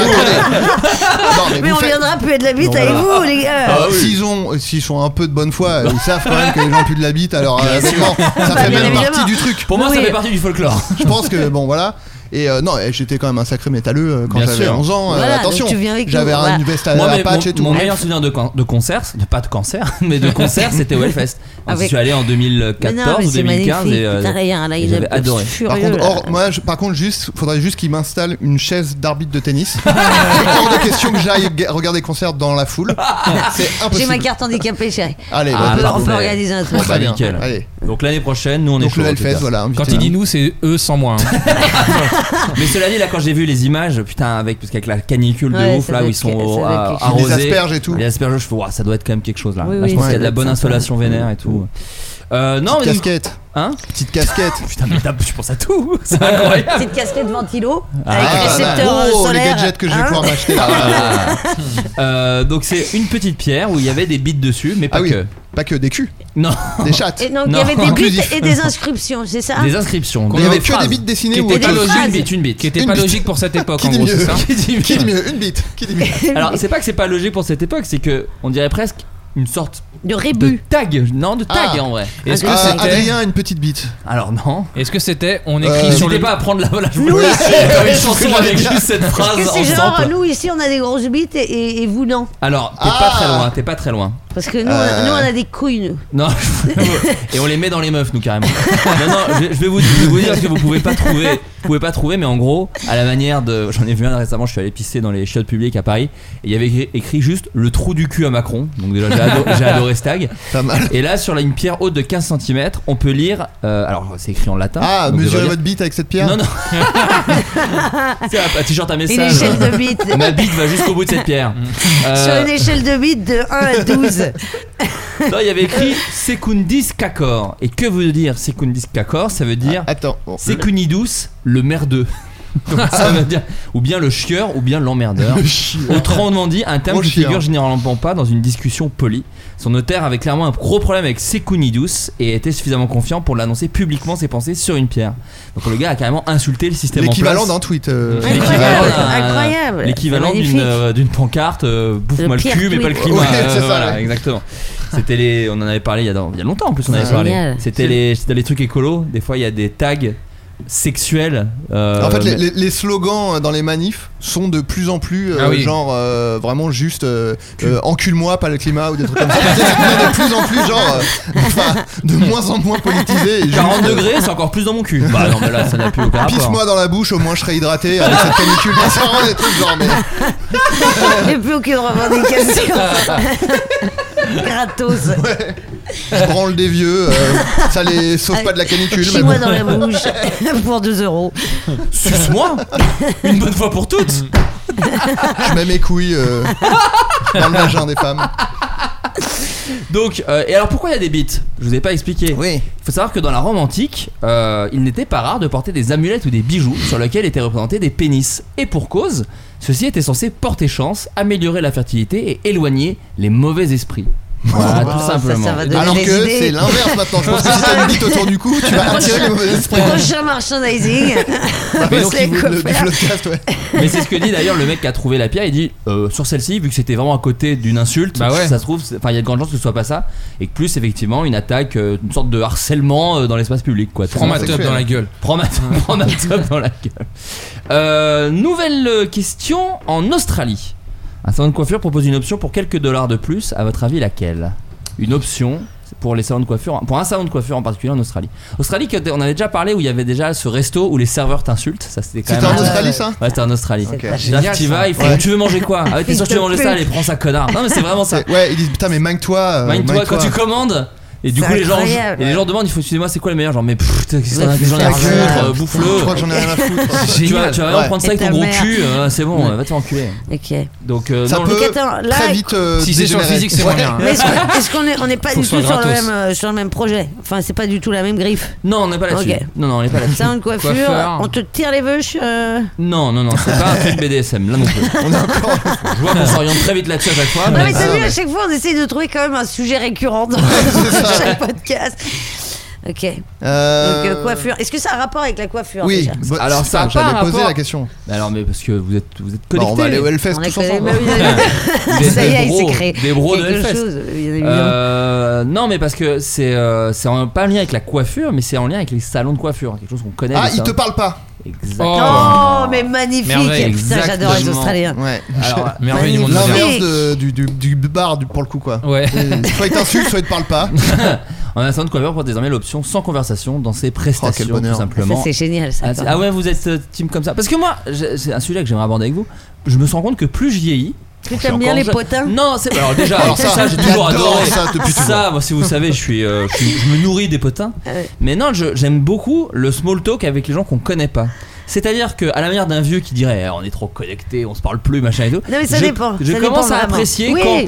Mais on viendra puer de la bite avec vous, les gars. S'ils sont un peu de bonne foi, ils savent quand même que les gens puent de la bite, alors ça fait même partie du truc. Pour moi, ça fait partie du folklore. Je pense que bon, voilà. Et non, j'étais quand même un sacré métalleux quand j'avais 11 ans. Attention, j'avais une veste à patch et tout. Mon meilleur souvenir de concert, pas de cancer, mais de concert, c'était au Hellfest. Je suis allé en 2014 ou 2015 et j'avais adoré. Par contre, faudrait juste qu'il m'installe une chaise d'arbitre de tennis. C'est hors de question que j'aille regarder concert dans la foule. C'est impossible. J'ai ma carte handicapée, chérie. Allez, on peut organiser un truc. Nickel. Donc l'année prochaine, nous on est chaud. Donc le Hellfest, voilà. Quand il dit nous, c'est eux sans moi. Mais cela dit, là, quand j'ai vu les images, putain, parce qu'avec la canicule de ouf, là où ils sont arrosés, les asperges et tout. Les asperges, je fais, ça doit être quand même quelque chose là. Là, je pense qu'il y a de la bonne insolation vénère et tout. Non, mais casquette. Hein? Petite casquette. Putain, mais tu penses à tout. C'est incroyable. Petite casquette ventilo avec récepteur solaire. Les gadgets que je vais pouvoir m'acheter là. Donc c'est une petite pierre où il y avait des bits dessus, mais pas que. Pas que des culs. Non. Des chattes. Et donc il y avait des bits et des inscriptions, c'est ça? Des inscriptions. Il y avait que des bits dessinés ou une bite. Qui était pas logique pour cette époque, en gros, c'est ça? Qui dit mieux? Une bite. Alors c'est pas que c'est pas logique pour cette époque, c'est que on dirait presque une sorte de rébut. De tag. Non, de tag en vrai. Est-ce que c'était Adrien une petite bite? Alors non. Est-ce que c'était on écrit sur le pas à prendre la nous, comme une chanson avec juste cette phrase est-ce que c'est ensemble. genre nous ici on a des grosses bites et vous non? Alors t'es pas très loin. Parce que nous on a des couilles nous. Non. Et on les met dans les meufs nous carrément. Non, je vais vous dire ce que vous pouvez pas trouver, mais en gros à la manière de, j'en ai vu un récemment, je suis allé pisser dans les chiottes publiques à Paris et il y avait écrit juste le trou du cul à Macron. Donc déjà j'ai adoré ce tag. Pas mal. Et là sur une pierre haute de 15 cm on peut lire alors c'est écrit en latin. Mesurez votre bite avec cette pierre. Non. C'est un t-shirt à message. Une échelle de bite. Ma bite va jusqu'au bout de cette pierre. Sur une échelle de bite de 1 à 12. Non, il y avait écrit Secundis Cacor. Et que veut dire Secundis Cacor? Ça veut dire Secundidus, le merdeux. Donc ça veut dire ou bien le chieur ou bien l'emmerdeur. Autrement dit, un terme qui figure généralement pas dans une discussion polie. Son notaire avait clairement un gros problème avec Secundidus et était suffisamment confiant pour l'annoncer publiquement ses pensées sur une pierre. Donc le gars a carrément insulté le système en place. L'équivalent d'un tweet. Incroyable. L'équivalent d'une pancarte bouffe-moi le cul mais pas le climat. C'est ça, voilà, exactement. C'était on en avait parlé il y a longtemps en plus on avait parlé. C'était les trucs écolos. Des fois il y a des tags sexuels. En fait, les slogans dans les manifs sont de plus en plus genre vraiment juste encule-moi, pas le climat ou des trucs comme ça. C'est de plus en plus genre de moins en moins politisé. 40 degrés, c'est encore plus dans mon cul. Bah non, mais là ça n'a plus aucun rapport. Pisse-moi dans la bouche, au moins je serai hydraté avec cette canicule. C'est vraiment des trucs genre mais plus aucune revendication. Gratos. Ouais. Je branle des vieux, ça les sauve pas de la canicule. Chie-moi dans la bouche pour 2 €. Suce-moi une bonne fois pour toutes. Je mets mes couilles dans le vagin des femmes. Donc, et alors pourquoi il y a des bites? Je vous ai pas expliqué. Oui. Il faut savoir que dans la Rome antique, il n'était pas rare de porter des amulettes ou des bijoux sur lesquels étaient représentés des pénis. Et pour cause, ceci était censé porter chance, améliorer la fertilité et éloigner les mauvais esprits. Voilà, tout simplement. Ça alors que c'est l'inverse maintenant. Je pense que si t'as une bite autour du cou, tu vas attirer les mauvais esprits. Prochain merchandising. Mais donc, du Floodcast, ouais. Mais c'est ce que dit d'ailleurs le mec qui a trouvé la pierre. Il dit sur celle-ci, vu que c'était vraiment à côté d'une insulte, ça se trouve, il y a de grandes chances que ce soit pas ça, et que plus effectivement une attaque, une sorte de harcèlement dans l'espace public, quoi. Prends ma top dans la gueule. Prends ma top dans la gueule. Nouvelle question en Australie. Un salon de coiffure propose une option pour quelques dollars de plus. À votre avis, laquelle? Une option pour les salons de coiffure, pour un salon de coiffure en particulier en Australie. Australie, on avait déjà parlé où il y avait déjà ce resto où les serveurs t'insultent. Ça c'était quand même. C'était en Australie ça? Ouais, c'était en Australie. Okay. Génial, tu vas, il faut. Tu veux manger quoi? Ah ouais, t'es sûr que tu veux manger ça? Allez, prends ça, connard. Non mais c'est vraiment ça. Ouais, ils disent putain mais magne-toi. Magne-toi quand tu commandes. Et du coup les gens demandent, il faut, excusez-moi, c'est quoi le meilleur? Genre mais qu'est-ce que j'en ai à foutre, bouffe-le. Je crois que j'en ai rien à foutre. Tu vas vraiment prendre ça avec ton gros cul, c'est bon, va te faire enculer. Ok. Donc ça peut très vite. Si c'est sur le physique, c'est moins bien. Mais est-ce qu'on n'est pas du tout sur le même projet? Enfin, c'est pas du tout la même griffe. Non, on n'est pas là-dessus. Non, on n'est pas là-dessus. Salon de coiffure, on te tire les veuches. Non, c'est pas un truc BDSM là non plus. On est encore. Je vois qu'on s'oriente très vite là-dessus à chaque fois. Non mais t'as vu, à chaque fois on essaye de trouver quand même un sujet récurrent dans chaque podcast. Ok. Donc coiffure. Est-ce que ça a un rapport avec la coiffure? Oui. Déjà alors ça, j'allais poser la question. Alors mais parce que vous êtes connectés. On va aller au Hellfest tous ensemble. Ça y est, il s'est créé des bros de Hellfest. Non mais parce que c'est pas en lien avec la coiffure, mais c'est en lien avec les salons de coiffure, quelque chose qu'on connaît. Ah, ils te parlent pas. Exactement. Oh mais magnifique. Putain, j'adore les Australiens. Ouais. Alors, merveille du monde. L'ambiance du bar pour le coup quoi. Ouais. Soit ils t'insultent, soit ils te parlent pas. En un salon de coiffure pour désormais l'option sans conversation dans ses prestations, tout simplement. Ça, c'est génial ça. Ah ouais, vous êtes team comme ça. Parce que moi, c'est un sujet que j'aimerais aborder avec vous. Je me rends compte que plus je vieillis. Tu aimes bien les potins? Non, c'est alors déjà. Alors ça, j'ai toujours adoré ça. Moi, si vous savez, je me nourris des potins. Mais non, j'aime beaucoup le small talk avec les gens qu'on connaît pas. C'est-à-dire que à la manière d'un vieux qui dirait on est trop connectés, on se parle plus, machin et tout. Non mais ça dépend. Je commence à apprécier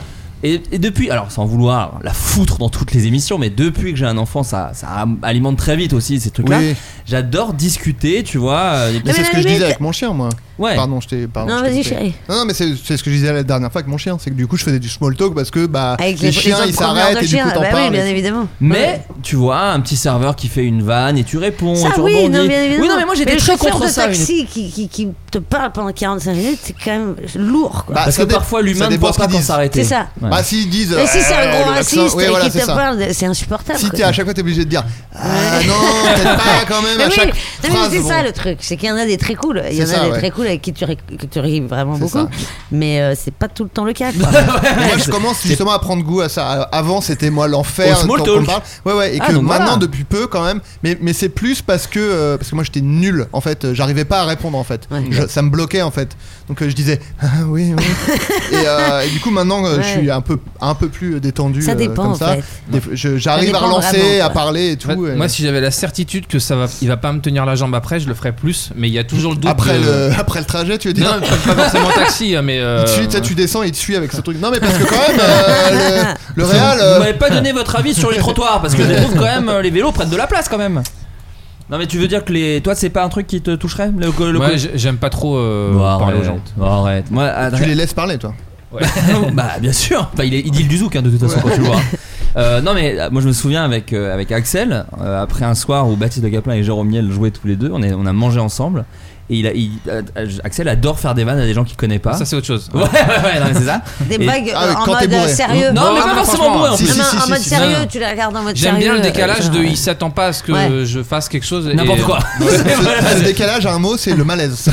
Et depuis, alors sans vouloir la foutre dans toutes les émissions, mais depuis que j'ai un enfant, ça alimente très vite aussi ces trucs-là. Oui. J'adore discuter, tu vois. Mais c'est ce que je disais avec mon chien, moi. Ouais. Pardon, non, vas-y, chérie. Non, mais c'est ce que je disais la dernière fois avec mon chien, c'est que du coup je faisais du small talk parce que les chiens ils s'arrêtent et du coup t'en parles. Oui, bien évidemment. Mais tu vois, un petit serveur qui fait une vanne et tu réponds, ça, et tu oui, rebondis. Non, bien évidemment. Oui, non, mais moi j'étais très contre ça. Le chauffeur de taxi qui te parle pendant 45 minutes, c'est quand même lourd, quoi. Parce que parfois l'humain ne voit pas quand s'arrêter. C'est ça. Bah s'ils disent. Mais si c'est un gros raciste et qui te parle, c'est insupportable. Si à chaque fois t'es obligé de dire non, peut-être pas quand même à chaque phrase. C'est ça le truc, c'est qu'il y en a des très cool. Il y en a des très cool avec qui tu ris vraiment beaucoup. Mais c'est pas tout le temps le cas. Moi je commence justement à prendre goût à ça. Avant c'était moi l'enfer quand on me parle. Ouais, et que maintenant depuis peu quand même. Mais c'est plus parce que moi j'étais nul en fait. J'arrivais pas à répondre en fait. Ça me bloquait en fait. Donc je disais oui. Et du coup maintenant je suis un peu plus détendu. Ça dépend comme ça. En fait. J'arrive à relancer, à parler et tout. Moi si j'avais la certitude que il va pas me tenir la jambe après, je le ferais plus. Mais il y a toujours le doute. Après le trajet, tu veux dire? Non, pas forcément taxi, mais. Tu descends, il te suit avec ce truc. Non, mais parce que quand même, le Real. Vous m'avez pas donné votre avis sur les trottoirs parce que je trouve quand même les vélos prennent de la place quand même. Non, mais tu veux dire que toi, c'est pas un truc qui te toucherait Moi, j'aime pas trop parler aux gens. Arrête. Moi, tu les laisses parler, toi? Ouais. Bah, bien sûr. Enfin, il dit du zouk de toute façon quand tu le vois. Non, mais moi je me souviens avec Axel, après un soir où Baptiste de Caplin et Jérôme Miel jouaient tous les deux, on a mangé ensemble. Et Axel adore faire des vannes à des gens qu'il connaît pas. Ça c'est autre chose. Ouais, non, mais c'est ça. Des blagues en mode sérieux. Non, mais pas forcément bourré en plus. En mode sérieux, tu la regardes en mode sérieux. J'aime bien le décalage de il s'attend pas à ce que je fasse quelque chose. N'importe quoi. Le décalage à un mot, c'est le malaise.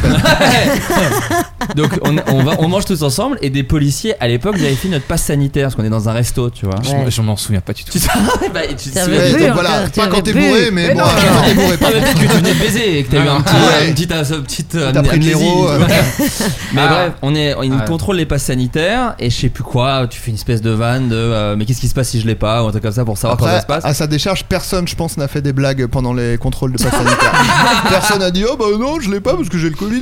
Donc on mange tous ensemble et des policiers à l'époque vérifient notre passe sanitaire parce qu'on est dans un resto, tu vois. Je m'en souviens pas du tout. Pas quand t'es bourré, mais bon, quand t'es bourré. Peut-être que tu venais de baiser et que t'as eu un petit t'as pris le numéro. Mais bref, ils contrôlent les passes sanitaires et je sais plus quoi. Tu fais une espèce de vanne de mais qu'est-ce qui se passe si je l'ai pas ou un truc comme ça pour savoir comment ça se passe. À sa décharge, personne, je pense, n'a fait des blagues pendant les contrôles de passes sanitaires. Personne a dit oh bah non, je l'ai pas parce que j'ai le Covid.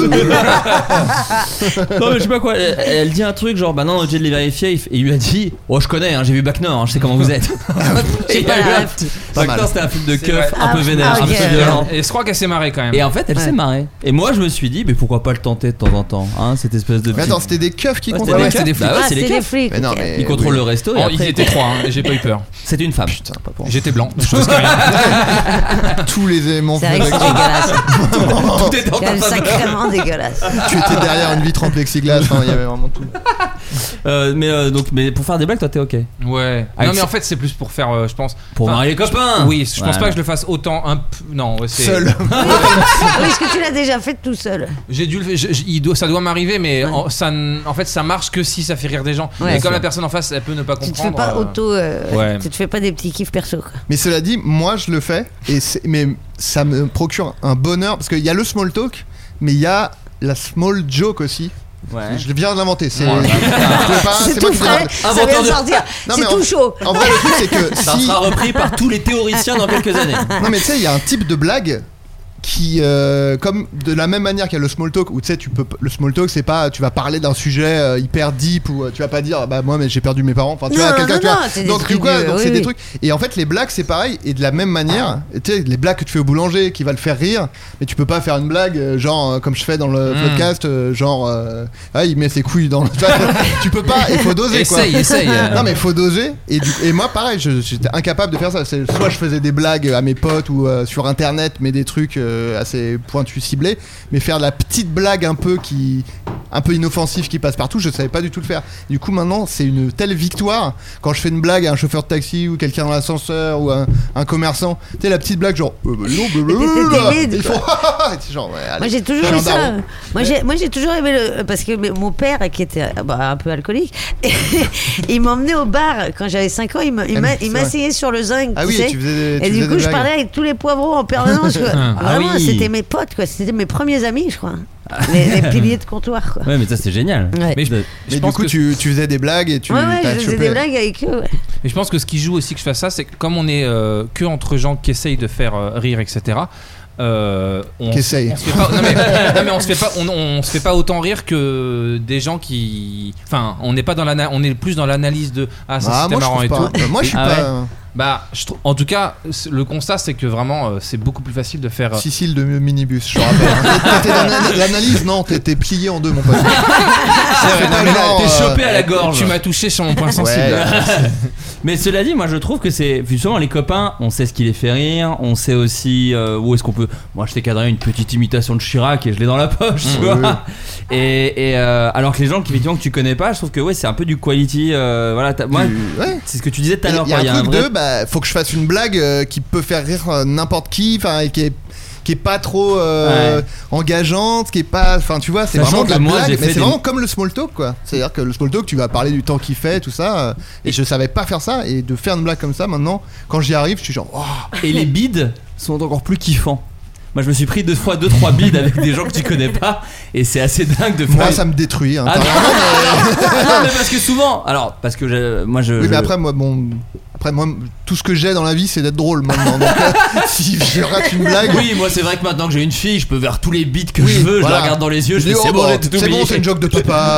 Non mais je sais pas quoi. Elle dit un truc genre bah non, on est obligé de les vérifier. Et il lui a dit oh je connais, j'ai vu Bac Nord, je sais comment vous êtes. Bac Nord c'était un film de keuf un peu vénère, un peu violent. Et je crois qu'elle s'est marrée quand même. Et en fait elle s'est marrée. Et moi je me suis dit mais pourquoi pas le tenter de temps en temps cette espèce de. Mais attends, c'était des keufs qui contrôlaient. C'était des flics. C'est des flics. Ils contrôlent le resto. Ils étaient 3 et j'ai pas eu peur. C'était une femme. Putain, pas pour. J'étais blanc. Tous les éléments. C'est dégueulasse. Tout est dans sacrément dégueulasse. Tu étais derrière une vitre en plexiglas. Il y avait vraiment tout. Mais pour faire des blagues, toi t'es ok. Ouais. Non mais en fait c'est plus pour faire, je pense. Pour marier les copains. Oui, je pense pas que je le fasse autant. Non, seul. Oui, est-ce que tu l'as déjà fait tout seul? J'ai dû ça doit m'arriver, mais en fait ça marche que si ça fait rire des gens. Et comme la personne en face, elle peut ne pas comprendre. Tu te fais pas tu te fais pas des petits kiffs perso, quoi. Mais cela dit, moi je le fais mais ça me procure un bonheur parce qu'il y a le small talk, mais il y a la small joke aussi. Ouais. Je viens de l'inventer. C'est tout frais. Ça vient de sortir. C'est tout chaud. En vrai, le truc c'est que ça sera repris par tous les théoriciens dans quelques années. Non mais tu sais, il y a un type de blague qui comme de la même manière qu'il y a le small talk où tu sais le small talk c'est pas tu vas parler d'un sujet hyper deep ou tu vas pas dire bah moi mais j'ai perdu mes parents, enfin tu vois quelqu'un tu vois donc du coup donc c'est des trucs et en fait les blagues c'est pareil et de la même manière tu sais les blagues que tu fais au boulanger qui va le faire rire mais tu peux pas faire une blague genre comme je fais dans le podcast genre il met ses couilles dans le tu peux pas, il faut doser quoi. Essaye. Non mais il faut doser et moi pareil j'étais incapable de faire ça, soit je faisais des blagues à mes potes ou sur internet mais des trucs assez pointu ciblé, mais faire de la petite blague un peu inoffensive qui passe partout, je savais pas du tout le faire. Du coup maintenant c'est une telle victoire quand je fais une blague à un chauffeur de taxi ou quelqu'un dans l'ascenseur ou un commerçant, tu sais la petite blague genre ils font genre moi j'ai toujours eu ça. Moi j'ai toujours aimé parce que mon père qui était un peu alcoolique il m'emmenait au bar quand j'avais 5 ans, il m'asseyait sur le zinc et du coup je parlais avec tous les poivrons en permanence vraiment c'était mes potes quoi, c'était mes premiers amis je crois. Les piliers de comptoir quoi. Ouais mais ça c'est génial. Ouais. Mais du coup tu faisais des blagues et je faisais des blagues avec eux. Ouais. Mais je pense que ce qui joue aussi que je fasse ça, c'est que comme on est que entre gens qui essayent de faire rire etc. on se fait pas autant rire que des gens qui, enfin, on n'est pas dans on est plus dans l'analyse de c'était marrant et tout. Moi je suis pas. En tout cas, le constat c'est que vraiment c'est beaucoup plus facile de faire. Sicile de minibus, je te rappelle. T'étais dans l'analyse, non, t'étais plié en deux, mon pote. T'es chopé à la gorge. Tu m'as touché sur mon point sensible. Ouais. Mais cela dit, moi je trouve que c'est justement les copains, on sait ce qui les fait rire, on sait aussi où est-ce qu'on peut. Moi je t'ai cadré une petite imitation de Chirac et je l'ai dans la poche, tu vois. Et alors que les gens que tu connais pas, je trouve que c'est un peu du quality. Voilà, moi, c'est ce que tu disais tout à l'heure. Il y a un truc faut que je fasse une blague qui peut faire rire n'importe qui, enfin, et qui est pas trop engageante, qui est pas, enfin tu vois, c'est vraiment de la blague, mais c'est vraiment comme le small talk, quoi. C'est-à-dire que le small talk, tu vas parler du temps qu'il fait, tout ça, et je savais pas faire ça, et de faire une blague comme ça maintenant, quand j'y arrive, je suis genre Et les bides sont encore plus kiffants. Moi je me suis pris 2-3 bides avec des gens que tu connais pas, et c'est assez dingue de faire. Moi ça me détruit non, mais parce que souvent, parce que moi je. Oui, mais après moi tout ce que j'ai dans la vie c'est d'être drôle maintenant, donc si je rate une blague. Oui, moi c'est vrai que maintenant que j'ai une fille, je peux vers tous les beats que je veux, je la regarde dans les yeux, je dis c'est bon, c'est une joke de papa.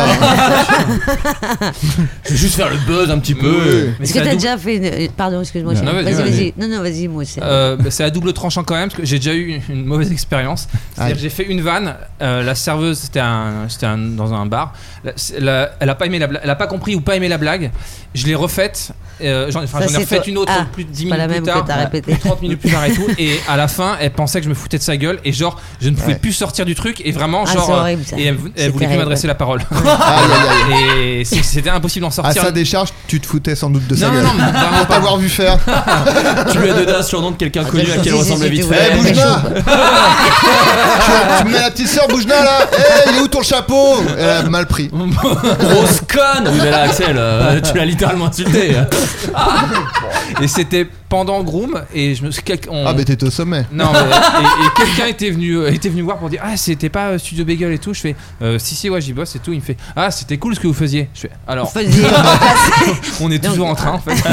Je vais juste faire le buzz un petit peu. Est-ce que t'as déjà fait pardon, excuse-moi. Vas-y. Non, vas-y, moi aussi. C'est à double tranchant quand même, parce que j'ai déjà eu une mauvaise expérience. C'est-à-dire que j'ai fait une vanne, la serveuse c'était dans un bar, elle a pas aimé elle a pas compris ou pas aimé la blague. Je l'ai refaite, j'en ai refait une autre plus de 10 minutes plus tard, 30 minutes plus tard et tout, et à la fin elle pensait que je me foutais de sa gueule et genre je ne pouvais plus sortir du truc, et vraiment horrible, et elle voulait plus m'adresser la parole. Et c'était impossible d'en sortir. À sa décharge, tu te foutais sans doute de sa gueule. Non, vraiment pas t'avoir vu faire. Tu lui as donné un surnom de quelqu'un connu à qui elle ressemblait vite fait. Boujna. Tu me mets la petite sœur Boujna là. Il est où ton chapeau? Elle a mal pris. Grosse conne. Oui mais là Axel, tu l'as littéralement insulté. Et c'était pendant Groom, et je me suis mais t'étais au sommet. Non mais, et quelqu'un était venu voir pour dire c'était pas Studio Bagel et tout. Je fais si ouais j'y bosse et tout. Il me fait c'était cool ce que vous faisiez. Je fais alors on est toujours en train en fait.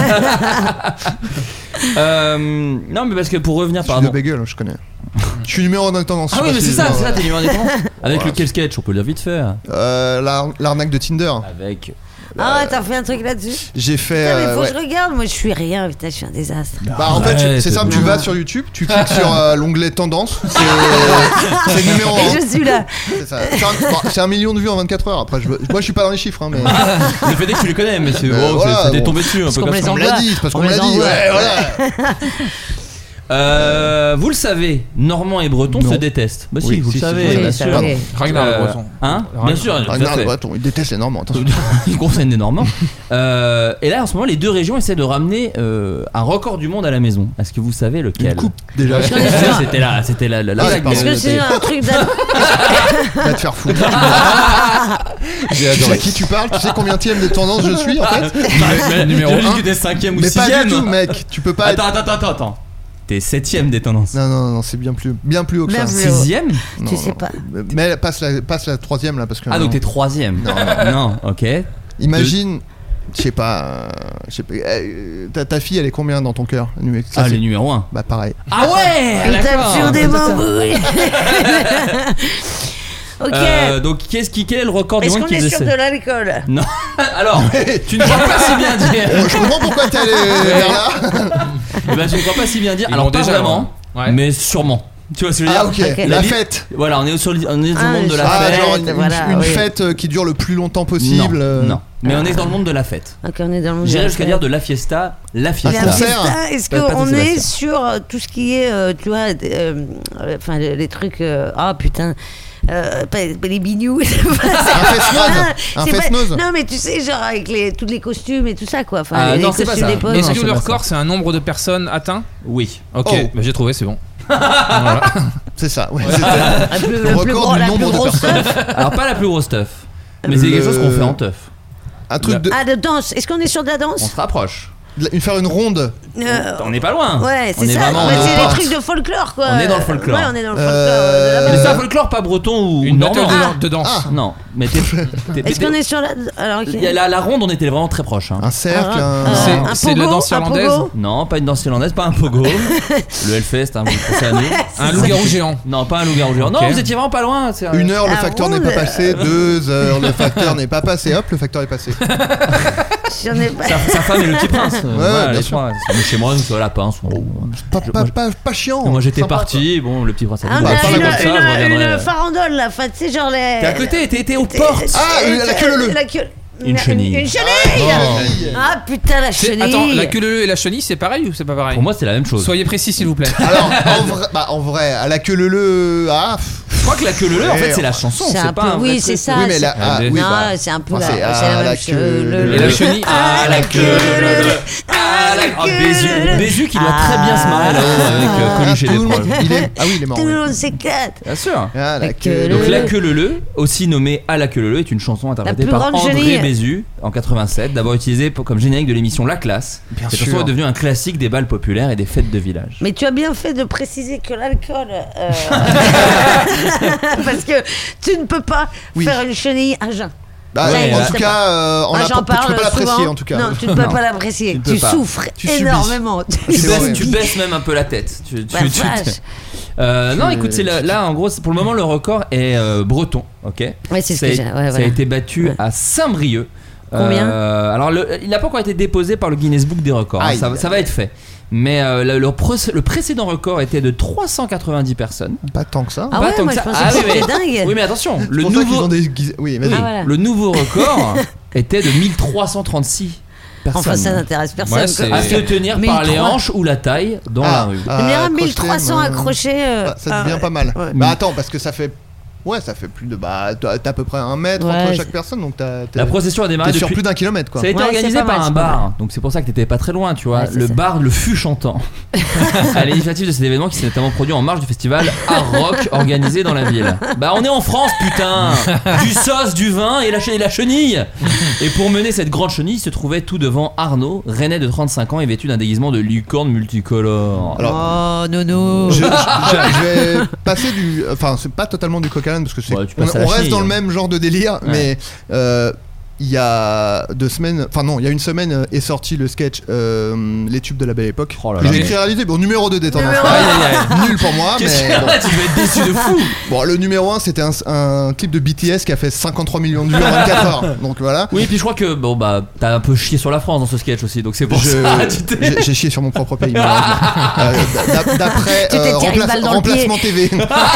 Non mais parce que pour revenir Studio Bagel, je connais. Je suis numéro 1 de tendance. Ah oui mais c'est ça, t'es numéro 1 de tendance. Avec lequel sketch, on peut le dire vite fait. L'arnaque de Tinder. Avec t'as fait un truc là-dessus? J'ai fait. Putain, mais faut que je regarde, moi je suis rien, putain, je suis un désastre. En fait, c'est simple, tu vas sur YouTube, tu cliques sur l'onglet tendance, c'est le numéro 1. Je suis là. C'est ça. C'est 1 million de vues en 24 heures. Après, moi je suis pas dans les chiffres, mais. Le fait est que tu les connais, mais c'est t'es tombé dessus un peu comme ça. On me l'a dit, c'est parce qu'on me l'a dit. Ouais, voilà. Vous le savez, Normand et Breton se détestent. Bah si, vous le savez, bien sûr. Ragnar le Breton. Bien sûr, Ragnar le Breton, il déteste les Normands. Il conseille des Normands. Et là, en ce moment, les deux régions essaient de ramener un record du monde à la maison. Est-ce que vous savez lequel? Une coupe déjà. C'était la blague. Est-ce que c'est un truc Va te faire foutre. Tu sais à qui tu parles? Tu sais combien de tendance je suis en fait? Numéro 1. J'ai des 5e ou 6e. Mais pas du tout, mec. Tu peux pas. Attends. T'es 7ème des tendances. Non, c'est bien plus haut que ça. 6ème? Tu sais pas. Mais passe la 3ème là parce que. Donc t'es 3ème. Non, ok. Imagine, je sais pas, ta fille elle est combien dans ton cœur? Elle est numéro 1. Bah pareil. Ah ouais. Elle tape sur des bambouilles. Ok. Donc quel est le record du monde qui faisait ça? Est-ce qu'on est sur de l'alcool? Non. Alors, tu ne crois pas si bien dire. Je comprends pourquoi t'es allé vers là. Tu ne crois pas si bien dire. Alors pas vraiment, mais sûrement. Tu vois ce que je veux dire? Ok. La fête. Voilà, on est dans le monde de la fête. Genre une fête qui dure le plus longtemps possible. Non. Mais on est dans le monde de la fête. Ok, on est dans le monde. J'irais jusqu'à dire de la fiesta. La fiesta. Est-ce qu'on est sur tout ce qui est, tu vois, enfin les trucs. Putain. Les bignous. Un fest-noz. Non mais tu sais, genre avec tous les costumes et tout ça quoi. Enfin, non, c'est pas ça. Est-ce que le record c'est un nombre de personnes atteint? Oui. Ok, j'ai trouvé, c'est bon. Voilà. C'est ça, ouais. Le record du nombre de personnes. Alors pas la plus grosse teuf, mais c'est quelque chose qu'on fait en teuf. Un truc de danse. Est-ce qu'on est sur de la danse? On se rapproche. faire une ronde. On n'est pas loin. Ouais, c'est ça. C'est des trucs de folklore, quoi. On est dans le folklore. Ouais, on est dans le folklore. Mais c'est un folklore pas breton ou une normand de danse. Ah. Non, mais est-ce qu'on est sur la. Alors, la ronde, on était vraiment très proche. Un cercle, c'est de la danse irlandaise. Non, pas une danse irlandaise, pas un pogo. Le Hellfest, vous pensez à nous. Un loup-garou géant. Non, pas un loup-garou géant. Non, vous étiez vraiment pas loin. 1 heure, le facteur n'est pas passé. 2 heures, le facteur n'est pas passé. Hop, le facteur est passé. J'en ai pas. Sa femme et le petit prince. Ouais, bien sûr. Chez moi, c'est lapin. Pas chiant. Moi j'étais parti, bon, le petit prince. Une farandole là, tu sais, genre les. T'es à côté, t'es aux portes. Ah, la queue leu. Une chenille. Une chenille. Ah putain, la chenille. Attends, la queue leu et la chenille, c'est pareil ou c'est pas pareil? Pour moi, c'est la même chose. Soyez précis, s'il vous plaît. Alors, en vrai, à la queue leu. Je crois que la queue leu, en fait, c'est la chanson. C'est pas. Oui, c'est ça. Oui, mais c'est un peu la queue. Et la chenille. Ah, la queue leu. Ah, la queue. Bézu qui doit très bien se marrer là-haut avec Coluche et des trolls. Ah oui, il est mort. Tout le monde s'éclate. Bien sûr. Donc la queue leu, aussi nommée À la queue leu, est une chanson interprétée par André Bézu en 87, d'abord utilisée comme générique de l'émission La Classe. Cette chanson est devenue un classique des bals populaires et des fêtes de village. Mais tu as bien fait de préciser que l'alcool, parce que tu ne peux pas faire une chenille à jeun. En tout cas, tu peux pas l'apprécier en tout cas. Non, tu ne peux pas l'apprécier. Tu souffres énormément. Tu baisses même un peu la tête. Non, écoute, là en gros, pour le moment, le record est breton, ok. Ouais, c'est ce que j'ai. Ça a été battu à Saint-Brieuc. Combien alors, il n'a pas encore été déposé par le Guinness Book des records. Ça va être fait. Mais le précédent record était de 390 personnes. Pas tant que ça. Ah ouais, moi je pensais que c'était dingue. Oui, mais attention, le nouveau record était de 1336 personnes. Enfin, ça n'intéresse personne. À se tenir par les hanches ou la taille dans la rue. Mais 1300 accrochés. Ça devient pas mal. Mais attends, parce que ça fait. Ouais, ça fait plus de. T'as à peu près 1 mètre entre chaque personne, donc la procession a démarré sur plus d'1 kilomètre, quoi. Ça a été organisé par un bar, donc c'est pour ça que t'étais pas très loin, tu vois. Le bar Le Fût Chantant, à l'initiative de cet événement qui s'est notamment produit en marge du festival Art Rock organisé dans la ville. On est en France, putain. Du sauce, du vin et la chenille. Et pour mener cette grande chenille se trouvait tout devant Arnaud, rennais de 35 ans et vêtu d'un déguisement de licorne multicolore. Alors, nono. Je vais passer du. Enfin, c'est pas totalement du coca. Parce que on reste dans le même genre de délire, mais il y a 2 semaines, enfin non, il y a 1 semaine est sorti le sketch Les tubes de la belle époque. J'ai écrit réalisé, bon, numéro 2 des tendances. Nul pour moi, mais bon. Tu vas être déçu de fou. Bon, le numéro 1 c'était un clip de BTS qui a fait 53 millions de vues en 24 heures. Donc voilà. Oui, puis je crois que t'as un peu chié sur la France dans ce sketch aussi, donc c'est pour ça. J'ai chié sur mon propre pays. D'après remplacement TV.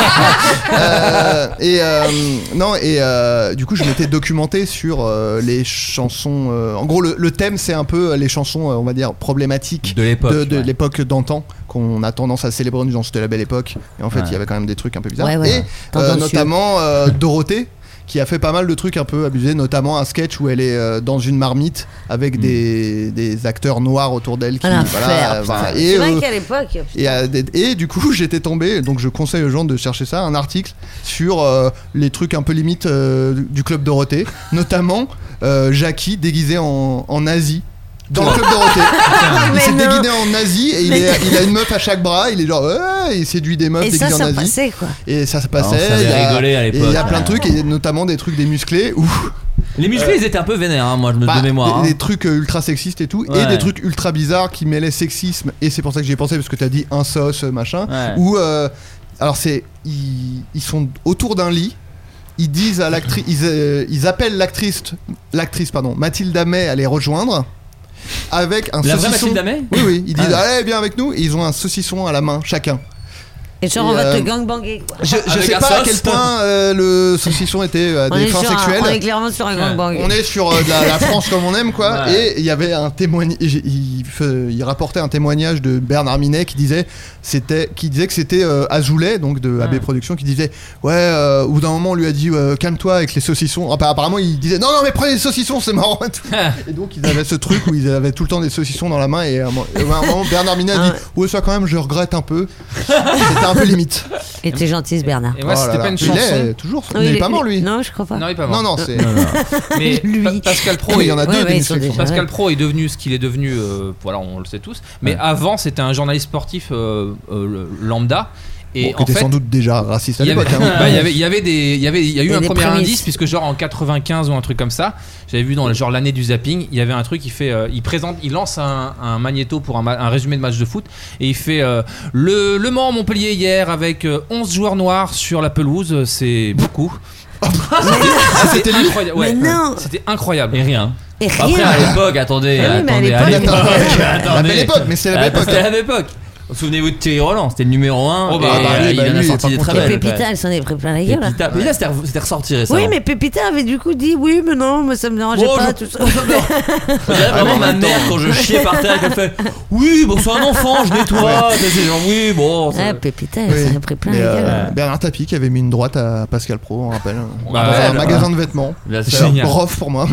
Du coup je m'étais documenté sur les chansons. En gros le thème c'est un peu les chansons on va dire problématiques de l'époque, de l'époque d'antan qu'on a tendance à célébrer en disant c'était la belle époque, et en fait il y avait quand même des trucs un peu bizarres, et notamment Dorothée qui a fait pas mal de trucs un peu abusés, notamment un sketch où elle est dans une marmite avec des acteurs noirs autour d'elle qui c'est vrai qu'à l'époque et du coup j'étais tombé, donc je conseille aux gens de chercher ça, un article sur les trucs un peu limite du club Dorothée, notamment Jackie déguisé en nazi dans le club Dorothée. Il s'est déguisé en nazi et il a une meuf à chaque bras, il est genre il séduit des meufs déguisées en nazi. Passait, quoi. Et ça passait. Ça avait rigolé à l'époque. Il y a plein de trucs, et notamment des trucs des musclés où les musclés ils étaient un peu vénères, hein, moi je me de mémoire. Des trucs ultra sexistes et tout, et des trucs ultra bizarres qui mêlaient sexisme, et c'est pour ça que j'y ai pensé parce que t'as dit un sauce machin. Où alors ils sont autour d'un lit. Ils disent à l'actrice, ils appellent l'actrice Mathilde Amet à les rejoindre. Avec un saucisson. Vraie Mathilde Amet ? Oui, ils disent allez viens avec nous, et ils ont un saucisson à la main chacun. Et genre on va te gangbanger, quoi. Je sais pas à quel point le saucisson était à des fins sexuelles. On est clairement sur un gangbang. On est sur la France comme on aime, quoi. Ouais. Et il y avait un témoignage, il rapportait un témoignage de Bernard Minet qui disait que c'était Azoulay, donc de AB Productions, qui disait au bout d'un moment on lui a dit calme-toi avec les saucissons. Apparemment il disait non mais prenez les saucissons, c'est marrant. Et donc ils avaient ce truc où ils avaient tout le temps des saucissons dans la main, et à un moment Bernard Minet a dit ouais ça quand même je regrette un peu. C'était un peu limite. Et t'es gentil, ce Bernard. Et moi, c'était pas une chanson. Il est toujours. Il est pas mort, lui. Non, je crois pas. Non, il est pas mort. Non, c'est. Mais lui. Pascal Praud, il y en a deux. Pascal Praud est devenu ce qu'il est devenu. Voilà, on le sait tous. Mais avant, c'était un journaliste sportif lambda. Et en fait, sans doute déjà raciste à l'époque. Il y a eu un premier indice, puisque genre en 95 ou un truc comme ça, j'avais vu dans genre l'année du zapping, il y avait un truc, il lance un magnéto pour un résumé de match de foot, et il fait le Mans Montpellier hier avec 11 joueurs noirs sur la pelouse, c'est beaucoup. C'était incroyable. Ouais, c'était incroyable. Et rien. Après, à l'époque, attendez, à la belle époque, mais c'est la belle époque. C'était la belle époque. Souvenez-vous de Thierry Roland, c'était le numéro 1. Il en a sorti des très belles. belles. Pépita, elle s'en est pris plein la gueule. Mais là, c'était ressorti récemment. Oui, mais Pépita avait du coup dit oui, mais non, moi ça me dérangeait pas. Tout ça. Vraiment, ma mère, quand je chiais par terre, elle fait oui, bon, c'est un enfant, je nettoie. C'est genre oui, bon. Pépita, elle s'en est pris plein la gueule. Bernard Tapie qui avait mis une droite à Pascal Praud, on rappelle. Dans un magasin de vêtements. C'est génial. Rof pour moi.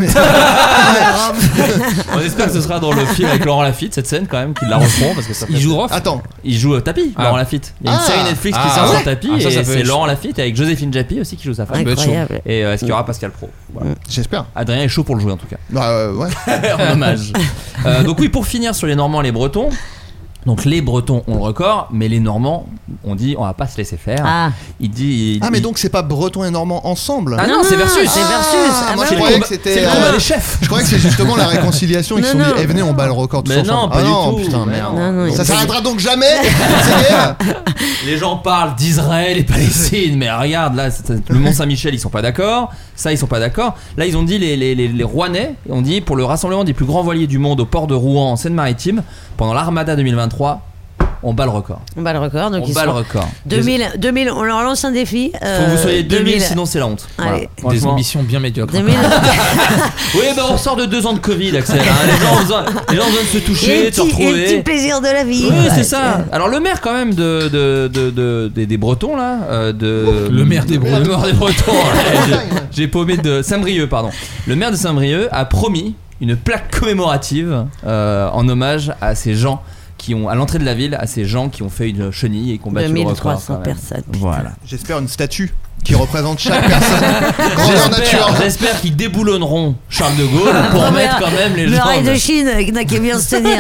On espère que ce sera dans le film avec Laurent Lafitte, cette scène quand même, qu'il la reprend. Il joue Rof. Attends. Il joue Tapie. Laurent Lafitte. Il y a une série Netflix qui sort sur Tapie et c'est Laurent Lafitte avec Joséphine Japy aussi qui joue sa femme. Incroyable. Et est-ce qu'il y aura Pascal Praud? J'espère. Adrien est chaud pour le jouer en tout cas. Ouais. En hommage. Donc oui, pour finir sur les Normands et les Bretons. Donc les Bretons ont le record, mais les Normands, on dit, on va pas se laisser faire. Mais donc c'est pas Bretons et Normands ensemble. Ah non, c'est versus. C'est versus. Moi je croyais que c'était. C'est le combat des chefs. Je croyais que c'est justement la réconciliation. Ils se sont dit, venez, on bat le record tous ensemble. Non, pas du tout. Putain, merde. Non, ça s'arrêtera donc jamais. Les gens parlent d'Israël et Palestine, mais regarde là, le Mont Saint-Michel, ils sont pas d'accord. Ça, ils sont pas d'accord. Là, ils ont dit les Rouennais, on dit pour le rassemblement des plus grands voiliers du monde au port de Rouen en Seine-Maritime pendant l'Armada 2023. On bat le record. Donc on bat le record. 2000, on leur lance un défi. Faut que vous soyez 2000, sinon c'est la honte. Allez. Voilà. Des ambitions bien médiocres. 2000. Oui, on sort de 2 ans de Covid, Axel. Les gens ont besoin de se toucher, de se retrouver. Le petit plaisir de la vie. Oui, c'est ça. Alors le maire quand même des Bretons là, le maire des Bretons. J'ai paumé de Saint-Brieuc, pardon. Le maire de Saint-Brieuc a promis une plaque commémorative en hommage à ces gens qui ont, à l'entrée de la ville, à ces gens qui ont fait une chenille et qui ont battu le record. 2300 personnes. Voilà. J'espère une statue qui représente chaque personne. Grandeur nature. J'espère qu'ils déboulonneront Charles de Gaulle pour mettre quand même les gens. L'oreille de Chine qui vient se tenir.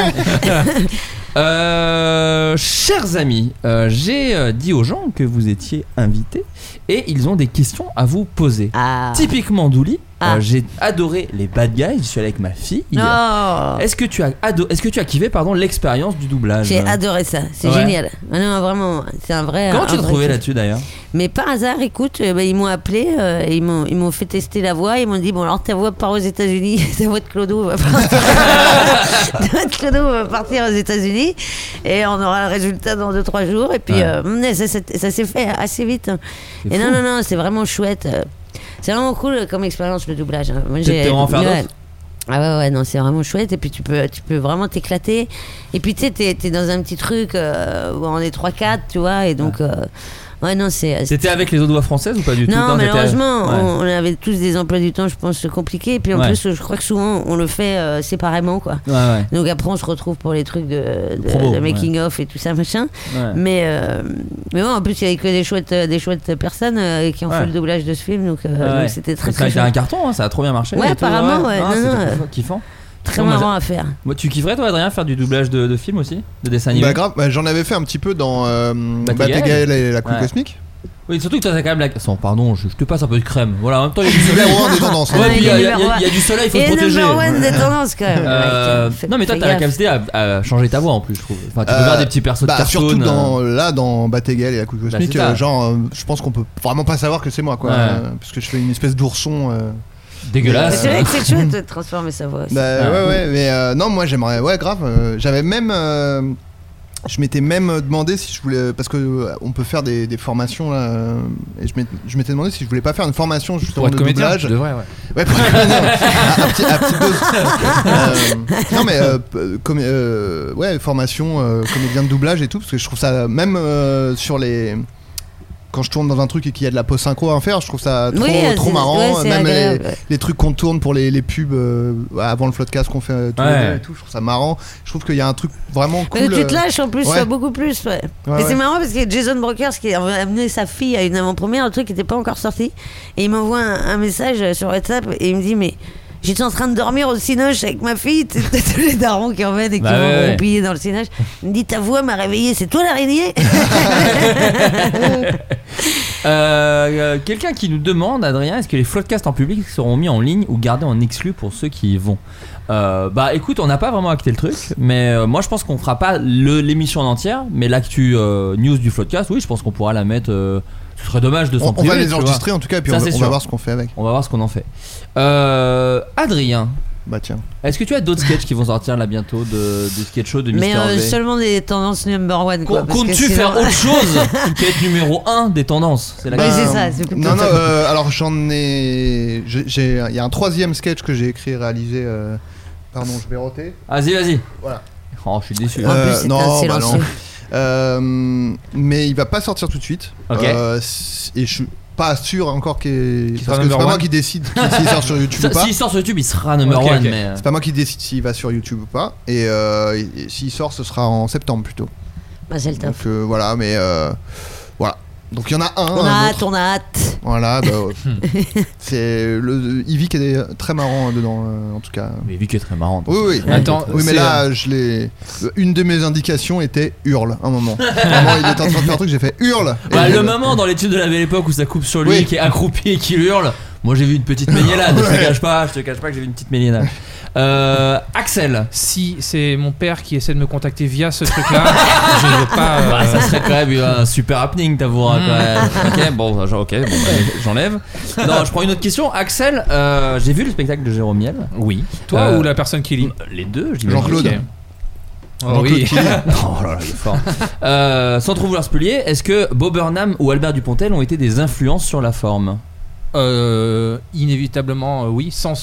Chers amis, j'ai dit aux gens que vous étiez invités et ils ont des questions à vous poser. Typiquement Douli, j'ai adoré les Bad Guys. Je suis allé avec ma fille. Est-ce que tu as kiffé l'expérience du doublage? J'ai adoré ça, c'est génial. Non, vraiment, c'est un vrai. Comment tu t'es trouvé là-dessus d'ailleurs? Mais par hasard, écoute, ils m'ont appelé, ils m'ont fait tester la voix. Ils m'ont dit bon alors ta voix part aux États-Unis, ta voix de Clodo va partir aux États-Unis et on aura le résultat dans 2-3 jours. Et puis ça s'est fait assez vite. Et non, c'est vraiment chouette. C'est vraiment cool comme expérience le doublage. Moi, j'ai vraiment faire d'autres. Ah ouais, non, c'est vraiment chouette. Et puis tu peux vraiment t'éclater. Et puis tu sais, t'es dans un petit truc où on est 3-4, tu vois. Et donc, ouais, non, C'était avec les autres voix françaises ou pas du tout? Non, malheureusement, on avait tous des emplois du temps, je pense, compliqués. Et puis en plus, je crois que souvent, on le fait séparément, quoi. Donc après, on se retrouve pour les trucs de making-of et tout ça, machin. Mais bon, en plus, il y avait que des chouettes personnes qui ont fait le doublage de ce film. Donc c'était très, très chouette. Ça a été un carton, ça a trop bien marché. Ouais, apparemment, c'est kiffant. Très marrant à faire. Moi, tu kifferais toi, Adrien, faire du doublage de films aussi, de dessins animés? Grave, j'en avais fait un petit peu dans Bataille et la coupe cosmique. Oui, surtout que toi t'as quand même Pardon, je te passe un peu de crème. Voilà, en même temps il y a du soleil. Numéro 1 des tendances. Il y a du soleil, il faut se protéger. Numéro 1 des tendances quand même. Non, mais toi t'as la capacité à changer ta voix en plus, je trouve. Enfin, tu peux faire des petits persos de cartoon. Surtout dans Bataille et la coupe cosmique, genre, je pense qu'on peut vraiment pas savoir que c'est moi, quoi. Parce que je fais une espèce d'ourson. Dégueulasse. C'est vrai que c'est chouette de transformer sa voix. Ouais, mais non, moi j'aimerais, grave. J'avais même. Je m'étais même demandé si je voulais, parce que on peut faire des formations là, et je m'étais demandé si je voulais pas faire une formation justement de doublage. Je devrais, ouais, pour être comédien, à petite dose. Non mais formation comédien de doublage et tout, parce que je trouve ça même sur les quand je tourne dans un truc et qu'il y a de la post-synchro à faire, je trouve ça trop marrant. Ouais, même les trucs qu'on tourne pour les pubs avant le Floodcast qu'on fait tous les deux et tout, je trouve ça marrant. Je trouve qu'il y a un truc vraiment cool. Tu te lâches en plus, beaucoup plus. Mais c'est marrant parce que Jason Brokers qui a amené sa fille à une avant-première, le truc n'était pas encore sorti. Et il m'envoie un message sur WhatsApp et il me dit, mais j'étais en train de dormir au cinoche avec ma fille, tous les darons qui reviennent et qui vont roupiller dans le cinoche. Il me dit, ta voix m'a réveillé, c'est toi l'araignée? Quelqu'un qui nous demande, Adrien, est-ce que les Floodcasts en public seront mis en ligne ou gardés en exclu pour ceux qui y vont? Écoute, on n'a pas vraiment acté le truc, mais moi je pense qu'on fera pas l'émission en entière, mais l'actu news du Floodcast, oui, je pense qu'on pourra la mettre. Ce serait dommage de s'en priver. On va les enregistrer en tout cas, et puis on va voir ce qu'on fait avec. On va voir ce qu'on en fait. Adrien. Bah tiens. Est-ce que tu as d'autres sketchs qui vont sortir là bientôt du sketch show de Mister V? Mais seulement des tendances number one. Comptes-tu faire autre chose qu'être numéro 1 des tendances? C'est ça. Non, alors j'en ai. Il y a un 3e sketch que j'ai écrit et réalisé. Pardon, je vais roter. Vas-y. Voilà. Oh, je suis déçu. Non. Mais il va pas sortir tout de suite. Okay. Et je suis pas sûr encore parce que c'est pas moi qui décide s'il sort sur YouTube ou pas. S'il sort sur YouTube, il sera number one. Mais c'est pas moi qui décide s'il va sur YouTube ou pas. Et s'il sort, ce sera en septembre plutôt. Bah c'est le top. Donc voilà, mais voilà. Donc il y en a un. On a hâte. Voilà, c'est Yvick qui est très marrant dedans, en tout cas. Mais Yvick est très marrant. Oui. Attends, mais là, une de mes indications était hurle, un moment. Vraiment, il était en train de faire un truc, j'ai fait hurle. Le moment dans l'étude de la belle époque où ça coupe sur lui, qui est accroupi et qui hurle. Moi j'ai vu une petite méniélade, je te cache pas que j'ai vu une petite méniélade. Axel. Si c'est mon père qui essaie de me contacter via ce truc là, je ne veux pas. Ça serait quand même un super happening, t'avoueras quand même. Ok, j'enlève. Non, je prends une autre question. Axel, j'ai vu le spectacle de Jérôme Niel. Oui. Toi ou la personne qui lit? Les deux, je dis. Jean-Claude. Okay. Oh oui. Oh là là, il est fort. Sans trop vouloir spolier, est-ce que Bo Burnham ou Albert Dupontel ont été des influences sur la forme? Inévitablement oui, sans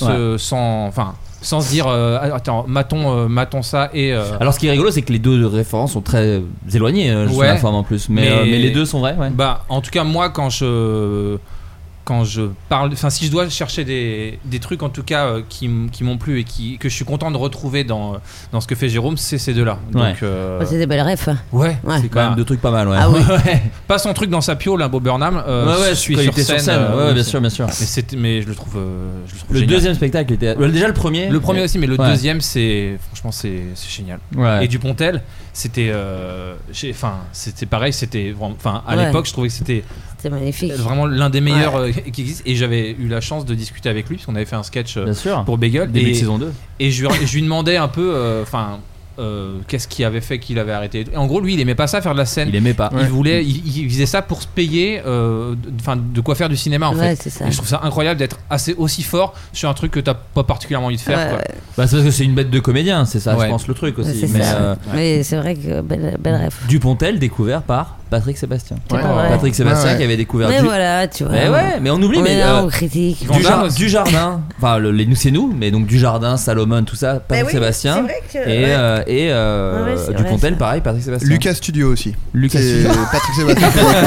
se dire attends, matons ça et Alors ce qui est rigolo, c'est que les deux références sont très éloignées sur la forme en plus, mais les deux sont vrais. Bah en tout cas moi quand je parle, enfin si je dois chercher des trucs en tout cas qui m'ont plu et que je suis content de retrouver dans ce que fait Jérôme, c'est ces deux là. Donc c'est des belles refs. C'est quand même deux trucs pas mal. Ah oui. Pas son truc dans sa pio là, Bo Burnham. Je suis sur scène. Bien sûr. Mais je le trouve le génial. Deuxième spectacle était déjà le premier aussi, mais le deuxième c'est franchement c'est génial. Et Dupontel c'était pareil, c'était à l'époque je trouvais que c'était magnifique, vraiment l'un des meilleurs qui existe, et j'avais eu la chance de discuter avec lui parce qu'on avait fait un sketch pour Bagel début de saison 2 et je lui demandais un peu qu'est-ce qui avait fait qu'il avait arrêté. Et en gros lui il aimait pas ça, faire de la scène, il aimait pas, il faisait ça pour se payer de quoi faire du cinéma en fait. Et je trouve ça incroyable d'être aussi fort sur un truc que t'as pas particulièrement envie de faire quoi. Bah c'est parce que c'est une bête de comédien, c'est ça je pense le truc aussi, mais c'est vrai que belle rêve. Dupontel découvert par Patrick Sébastien. Patrick Sébastien qui avait découvert. Mais voilà, tu vois. Mais on oublie. On critique. Du Jardin. Enfin, nous c'est nous, mais donc Du Jardin, Salomon, tout ça. Patrick Sébastien. Et Dupontel, pareil, Patrick Sébastien. Lucas Studio aussi. Patrick Sébastien.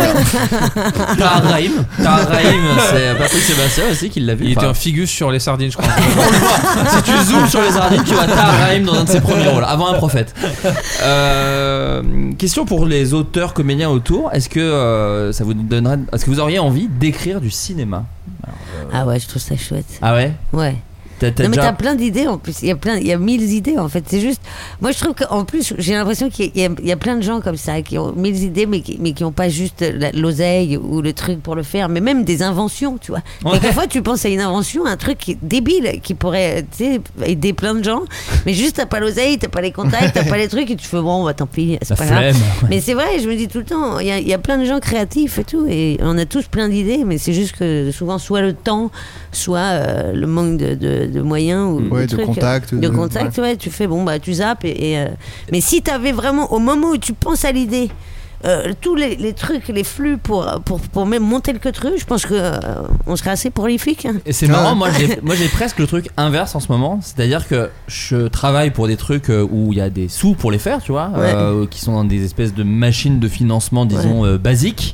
Tahar Rahim, c'est Patrick Sébastien aussi qui l'a vu. Il était en Figus sur les sardines, je crois. On le voit. Si tu zoomes sur les sardines, tu vois Tahar Rahim dans un de ses premiers rôles, avant Un prophète. Question pour les auteurs, comédiens autour, est-ce que ça vous donnerait, est-ce que vous auriez envie d'écrire du cinéma? Ah ouais, je trouve ça chouette. Ah ouais? Ouais. Mais t'as plein d'idées en plus, il y a 1000 idées en fait, c'est juste, moi je trouve qu'en plus j'ai l'impression qu'il y a plein de gens comme ça qui ont 1000 idées mais qui ont pas juste l'oseille ou le truc pour le faire, mais même des inventions, tu vois. Quelquefois tu penses à une invention, un truc qui est débile, qui pourrait aider plein de gens, mais juste t'as pas l'oseille, t'as pas les contacts, t'as pas les trucs et tu fais bon bah tant pis, c'est pas grave. Mais c'est vrai, je me dis tout le temps, il y a plein de gens créatifs et tout, et on a tous plein d'idées, mais c'est juste que souvent soit le temps, soit le manque de moyens ou de contact, tu fais bon bah tu zappes mais si t'avais vraiment au moment où tu penses à l'idée tous les trucs, les flux pour même monter le queutru, je pense que on serait assez prolifique. Et c'est marrant, moi j'ai presque le truc inverse en ce moment, c'est-à-dire que je travaille pour des trucs où il y a des sous pour les faire, tu vois, qui sont dans des espèces de machines de financement, disons, basiques.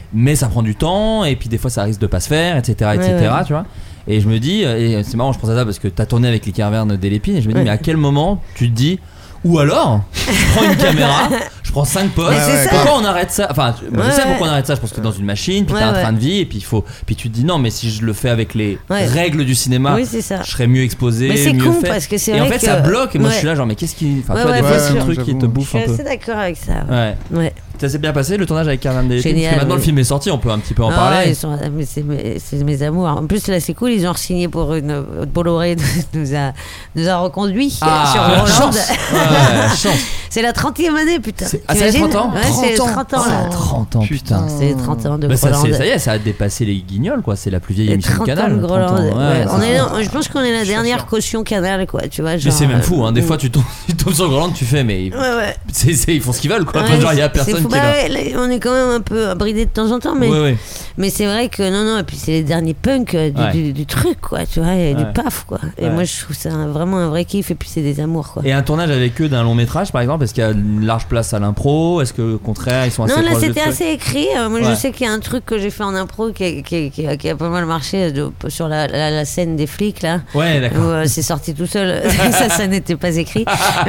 mais ça prend du temps et puis des fois ça risque de pas se faire, etc. tu vois. Et je me dis, et c'est marrant, je pense à ça parce que t'as tourné avec les Cavernes des Lépines et je me dis mais à quel moment tu te dis, ou alors je prends une caméra, je prends 5 postes, pourquoi on arrête ça, enfin moi je sais pourquoi on arrête ça, je pense que dans une machine puis t'as un train de vie et puis tu te dis non mais si je le fais avec les règles du cinéma, je serais mieux exposé, mais c'est mieux con fait. parce que c'est et vrai en fait que... ça bloque et moi je suis là genre mais qu'est-ce qui, enfin toi des fois c'est le truc qui te bouffe un peu. Je suis assez d'accord avec ça. Ouais. Ça s'est bien passé le tournage avec Cavernes des Lépines, parce que maintenant le film est sorti, on peut un petit peu en parler. C'est mes amours. En plus là c'est cool, ils ont re-signé pour une Bolloré nous a reconduit sur Hollande. C'est la 30e année, putain. C'est 30 ans. Ouais, c'est 30 ans là. 30 ans, putain. C'est 30 ans de ça, Groland. ça y est, ça a dépassé les Guignols, quoi. C'est la plus vieille émission de Canal. 30 ans de Groland. Je pense qu'on est la dernière caution Canal, quoi. Tu vois. Mais c'est même fou, hein. Des fois, tu tombes sur Groland, tu fais, mais ils font ce qu'ils veulent, quoi. Genre, il y a personne qui est là. On est quand même un peu bridé de temps en temps, mais c'est vrai que non. Et puis c'est les derniers punks du truc, quoi. Tu vois, du paf, quoi. Et moi, je trouve ça vraiment un vrai kiff. Et puis c'est des amours, quoi. Et un tournage avec eux d'un long métrage, par exemple, est-ce qu'il y a une large place à l'impro? Est-ce que au contraire ils sont assez proches? Non, là c'était assez écrit. Moi je sais qu'il y a un truc que j'ai fait en impro qui a pas mal marché sur la scène des flics là. Ouais, d'accord. Où c'est sorti tout seul. ça n'était pas écrit.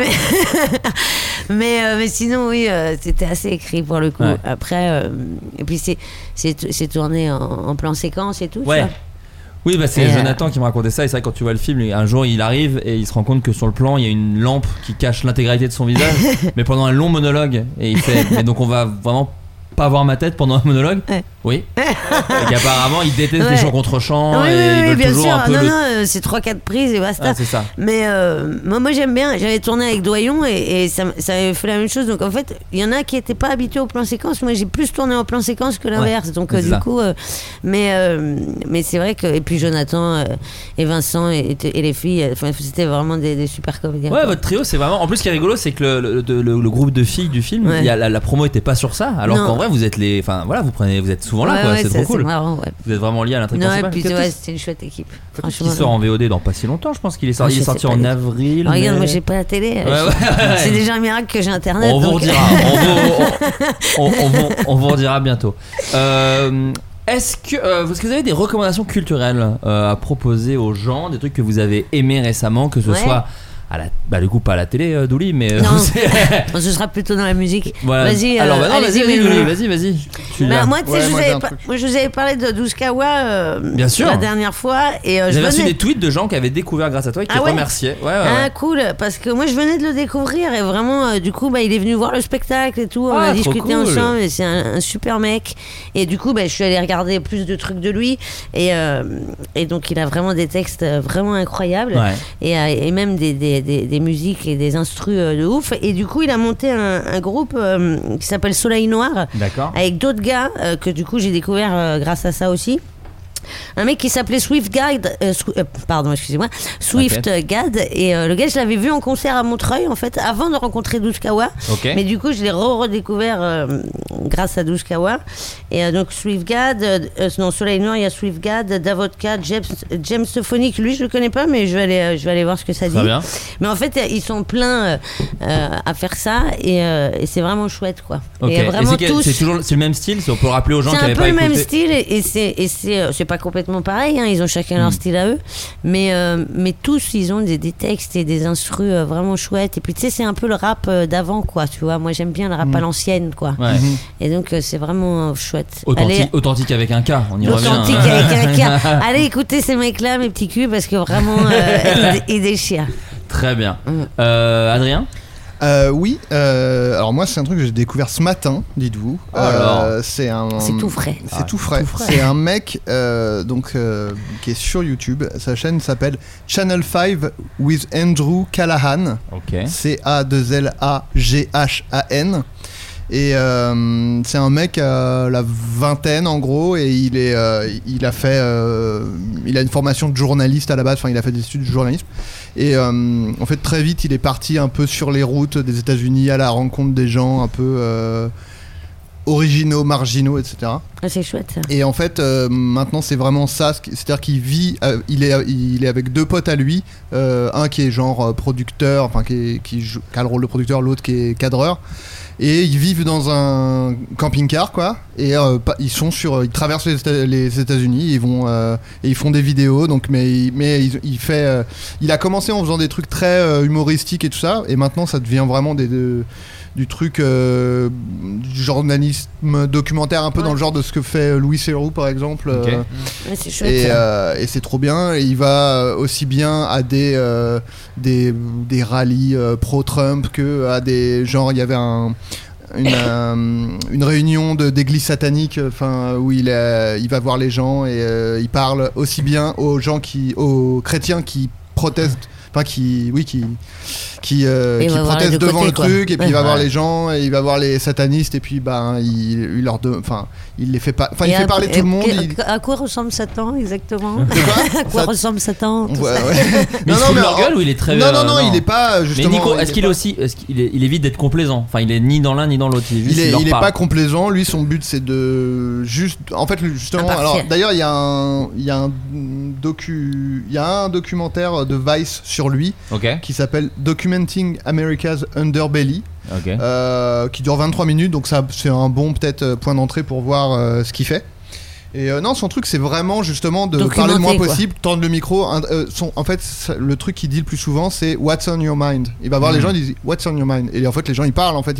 mais sinon oui, c'était assez écrit pour le coup. Après et puis c'est tourné en plan séquence et tout. Ouais. Tu vois. Oui, bah c'est Jonathan qui me racontait ça. Et c'est vrai, quand tu vois le film, un jour il arrive et il se rend compte que sur le plan il y a une lampe qui cache l'intégralité de son visage, mais pendant un long monologue. Et il fait, mais donc on va vraiment pas voir ma tête pendant un monologue. Oui. Et qu'apparemment ils détestent les chants contre chants et ils veulent bien toujours sûr. un peu non, c'est 3-4 prises et basta. C'est ça. Mais moi j'aime bien. J'avais tourné avec Doyon et ça avait fait la même chose. Donc en fait, il y en a qui étaient pas habitués au plan séquence. Moi j'ai plus tourné en plan séquence que l'inverse. Donc du coup, mais c'est vrai que et puis Jonathan et Vincent et les filles, c'était vraiment des super comédiens. Ouais, votre trio, c'est vraiment. En plus, ce qui est rigolo, c'est que le groupe de filles du film, la promo était pas sur ça. Alors qu'en vrai, vous êtes les. Enfin voilà, vous êtes souvent là, quoi. C'est trop cool. Marrant, vous êtes vraiment liés à l'intrigue principale. Puis c'était une chouette équipe. Franchement. Qui sort en VOD dans pas si longtemps, je pense qu'il est sorti. Il est sorti en avril. Alors, regarde, moi j'ai pas la télé. C'est déjà un miracle que j'ai internet. On vous redira. On vous redira bientôt. Est-ce que vous avez des recommandations culturelles à proposer aux gens, des trucs que vous avez aimés récemment, que ce soit du coup pas à la télé, Douli, mais non, ce sera plutôt dans la musique. Voilà. Vas-y. Alors allez-y, Douli, vas-y. Moi, tu sais, je vous avais parlé de Douskawa bien sûr. La dernière fois et j'avais reçu des tweets de gens qui avaient découvert grâce à toi et qui te remerciaient. Ouais. Cool, parce que moi je venais de le découvrir et vraiment du coup il est venu voir le spectacle et tout, on a discuté ensemble et c'est un super mec et du coup je suis allée regarder plus de trucs de lui et donc il a vraiment des textes vraiment incroyables et même des musiques et des instrus de ouf et du coup il a monté un groupe qui s'appelle Soleil Noir. D'accord. Avec d'autres gars que du coup j'ai découvert grâce à ça aussi. Un mec qui s'appelait Swift Gad, Swift Gad et le gars je l'avais vu en concert à Montreuil en fait avant de rencontrer Douskawa. Mais du coup je l'ai redécouvert grâce à Douskawa et donc Swift Gad, Soleil Noir, il y a Swift Gad, Davodka, James Phonic, lui je le connais pas mais je vais aller voir ce que ça dit. Bien. Mais en fait ils sont pleins à faire ça et c'est vraiment chouette quoi. Et vraiment c'est le même style, on peut rappeler aux gens qui n'avaient pas écouté. C'est un peu le même style et c'est pas complètement pareil, hein, ils ont chacun leur style à eux, mais tous ils ont des textes et des instrus vraiment chouettes et puis tu sais c'est un peu le rap d'avant quoi, tu vois, moi j'aime bien le rap à l'ancienne quoi, et donc c'est vraiment chouette. Authentique avec un K, on y revient. Authentique avec un K. Allez écouter ces mecs là mes petits culs parce que vraiment ils déchirent. Très bien. Adrien? Oui, alors moi c'est un truc que j'ai découvert ce matin, dites-vous. C'est tout frais. C'est tout frais. C'est un mec qui est sur YouTube. Sa chaîne s'appelle Channel 5 with Andrew Callahan. C-A-2-L-A-G-H-A-N. Et c'est un mec à la vingtaine en gros et il a une formation de journaliste à la base, il a fait des études de journalisme et en fait très vite il est parti un peu sur les routes des États-Unis à la rencontre des gens un peu originaux, marginaux, etc. Ah, c'est chouette ça. Et en fait, maintenant c'est vraiment ça, c'est-à-dire qu'il vit, il est avec 2 potes à lui, un qui est genre producteur, enfin qui a le rôle de producteur, l'autre qui est cadreur. Et ils vivent dans un camping-car, quoi. Et ils traversent les États-Unis. Ils vont et ils font des vidéos. Donc, il a commencé en faisant des trucs très humoristiques et tout ça. Et maintenant, ça devient vraiment du truc du journalisme documentaire, un peu dans le genre de ce que fait Louis Theroux, par exemple. Ouais, c'est chouette. Et c'est trop bien. Et il va aussi bien à des rallyes pro-Trump que à des genre il y avait une réunion d'église satanique, où il va voir les gens et il parle aussi bien aux chrétiens qui protestent, qui protestent devant le truc, et puis il va voir les gens et il va voir les satanistes, et puis il les fait pas, il fait parler tout le monde. À quoi ressemble Satan exactement? À quoi ressemble Satan? Mais il se fout de leur gueule ou il est très non, il est pas justement. Mais Nico, il évite d'être complaisant? Enfin, il est ni dans l'un ni dans l'autre. Il est pas complaisant. Lui, son but c'est de juste, en fait, justement. Alors d'ailleurs, il y a un documentaire de Vice sur lui, qui s'appelle Documenting America's Underbelly. Qui dure 23 minutes, donc ça c'est un bon peut-être point d'entrée pour voir ce qu'il fait. Et non, son truc c'est vraiment justement de parler le moins possible, tendre le micro. En fait, le truc qu'il dit le plus souvent c'est What's on your mind. Il va voir les gens, il dit What's on your mind. Et en fait, les gens ils parlent. En fait,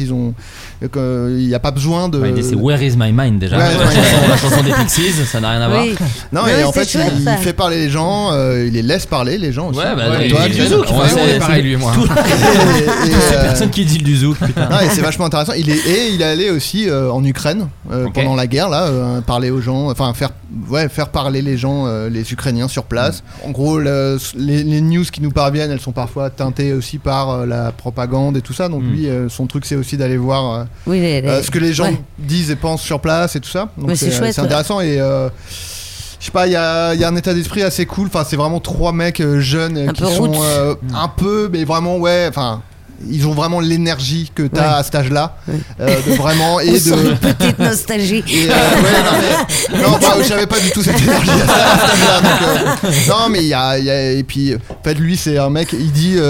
il n'y a pas besoin de. C'est Where is my mind déjà. La chanson des Pixies, ça n'a rien à voir. Non, et en fait, il fait parler les gens, il les laisse parler les gens aussi. Toi, du zouk. On est pareil, lui et moi. Toutes ces personnes qui disent du zouk. Et c'est vachement intéressant. Il est allé aussi en Ukraine pendant la guerre là, parler aux gens. Enfin, faire parler les gens, les Ukrainiens sur place. En gros, les news qui nous parviennent, elles sont parfois teintées aussi par la propagande et tout ça. Donc lui, son truc, c'est aussi d'aller voir ce que les gens disent et pensent sur place et tout ça. Donc c'est intéressant. Et je sais pas, il y a un état d'esprit assez cool. Enfin, c'est vraiment 3 mecs jeunes qui sont un peu, mais vraiment, ils ont vraiment l'énergie que t'as à cet âge-là, de vraiment, et de petite nostalgie. J'avais pas du tout cette énergie à cet âge-là. Non, mais et puis en fait lui c'est un mec, il dit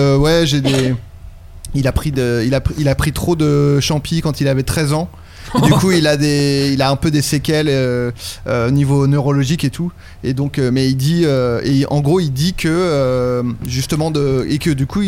il a pris trop de champi quand il avait 13 ans. Du coup, il a un peu des séquelles niveau neurologique et tout. Et donc, mais il dit, et en gros, il dit que justement et que du coup,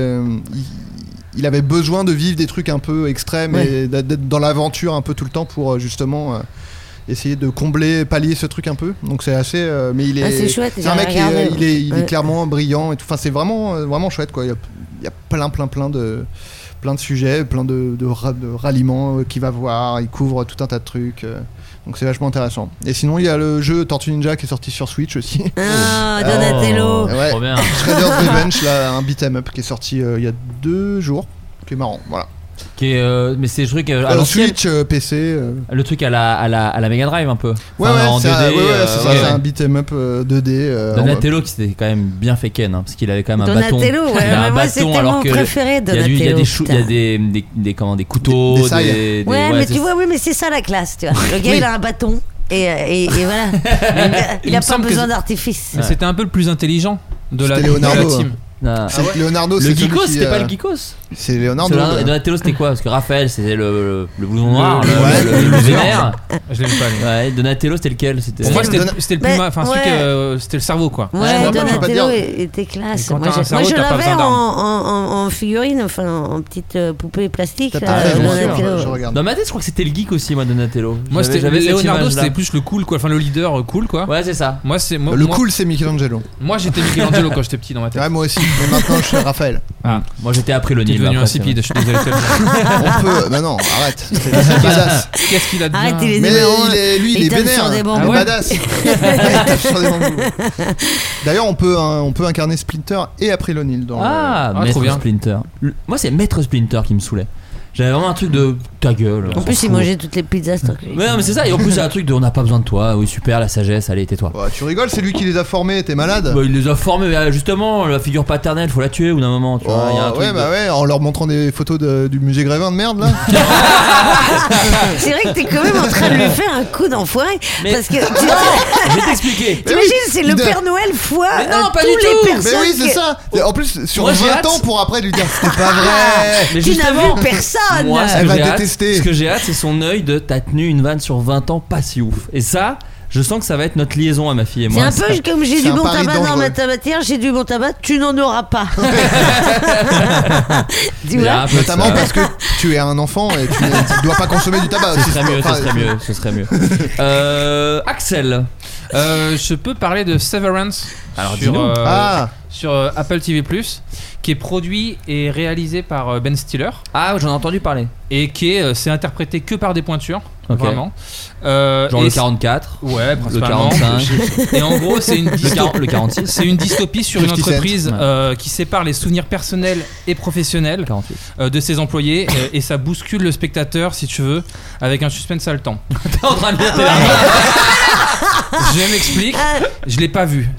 il avait besoin de vivre des trucs un peu extrêmes et d'être dans l'aventure un peu tout le temps pour justement essayer de pallier ce truc un peu. Donc c'est assez, mais c'est chouette. C'est un mec il est clairement brillant et tout. Enfin, c'est vraiment chouette quoi. Il y a plein de sujets, plein de ralliements qu'il va voir. Il couvre tout un tas de trucs. Donc c'est vachement intéressant. Et sinon il y a le jeu Tortue Ninja qui est sorti sur Switch aussi. Donatello. Trop bien. Shredder's Revenge, là, un beat'em up qui est sorti il y a 2 jours, qui est marrant, voilà. Mais c'est le truc à l'ancienne. Switch, PC. Le truc à la Mega Drive un peu. En 2D. C'est un beat'em up 2D. Donatello qui s'était quand même bien fait ken, parce qu'il avait quand même un bâton. Donatello, moi c'était mon préféré, Donatello. Il y a des couteaux. Mais tu vois, mais c'est ça la classe, tu vois. Le gars il a un bâton. Et voilà. Il a pas besoin d'artifice. C'était un peu le plus intelligent de la team. Leonardo, le Geekos, c'était pas le Geekos. C'est Leonardo. Et Donatello, c'était quoi? Parce que Raphaël, c'était le blouson noir, le vénère. Je l'aime pas, lui. Donatello, c'était lequel? C'était le plus enfin, c'était le cerveau, quoi. Donatello était classe. Moi, je l'avais en figurine, enfin, en petite poupée plastique. Dans ma tête, je crois que c'était le geek aussi, moi, Donatello. Moi, Leonardo, c'était plus le cool, quoi. Enfin, le leader cool, quoi. Ouais, c'est ça. Le cool, c'est Michelangelo. Moi, j'étais Michelangelo quand j'étais petit dans ma tête. Ouais, moi aussi. Mais maintenant, je suis Raphaël. Moi, j'étais après le Nil. Devenu insipide, je suis désolé. On peut. Bah non, arrête. C'est badass. Qu'est-ce qu'il a de bien? Arrête, il est mais lui, il est vénère. Il est badass. Il tape sur des bambous. D'ailleurs, on peut incarner Splinter et April O'Neil dans. Maître Splinter. Moi, c'est Maître Splinter qui me saoulait. J'avais vraiment un truc de ta gueule. En plus, il mangeait toutes les pizzas. Mais non, mais c'est ça. Et en plus, il y a un truc de on n'a pas besoin de toi. Oui, super, la sagesse, allez, tais-toi. Ouais, tu rigoles, c'est lui qui les a formés, t'es malade? Il les a formés, mais justement, la figure paternelle, faut la tuer ou d'un moment. Tu vois, y a un truc ouais, en leur montrant des photos du musée Grévin de merde là. C'est vrai que t'es quand même en train de lui faire un coup d'enfoiré. Parce que. Je vais t'expliquer. T'imagines, c'est le Père Noël fois. Mais non, pas tous du tout. les personnes. Mais oui, c'est ça. En plus, sur Moi, 20 ans pour après lui dire c'était pas vrai. Mais Tu n'as vu personne. Moi, Elle va détester. Ce que j'ai hâte, c'est son œil de t'as tenu une vanne sur 20 ans, pas si ouf. Et ça, je sens que ça va être notre liaison à ma fille et moi. C'est un peu comme j'ai du bon tabac dans ma tabatière, j'ai du bon tabac, tu n'en auras pas. Tu vois, notamment parce que tu es un enfant et tu ne dois pas consommer du tabac. Ce serait mieux. Axel. Je peux parler de Severance. Alors, sur Apple TV+, qui est produit et réalisé par Ben Stiller. Ah, j'en ai entendu parler. Et qui c'est interprété que par des pointures, vraiment. Genre le 44, ouais, principalement. Le 45. Et en gros, c'est une le 46. C'est une dystopie sur une entreprise qui sépare les souvenirs personnels et professionnels de ses employés et ça bouscule le spectateur, si tu veux, avec un suspense haletant. T'es en train de dire Je m'explique, je l'ai pas vu.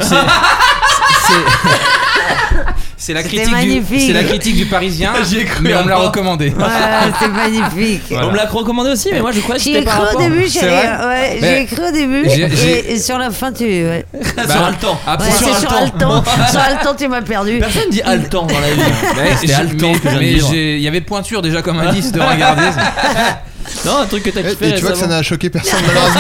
C'est la critique du Parisien, mais on me l'a recommandé. Ouais, c'est magnifique. Voilà. On me l'a recommandé aussi, mais moi je crois que c'était par rapport. J'y ai cru au début, chérie. J'y ai cru au début. Et sur la fin, tu. Ouais. Sur Haletant. C'est sur Haletant. Sur Haletant, tu m'as perdu. Personne dit Haletant dans la vie. C'était Haletant que je viens de dire. Il y avait pointure déjà comme indice de regarder. Non, un truc que t'as kiffé. Et tu vois que ça n'a choqué personne malheureusement.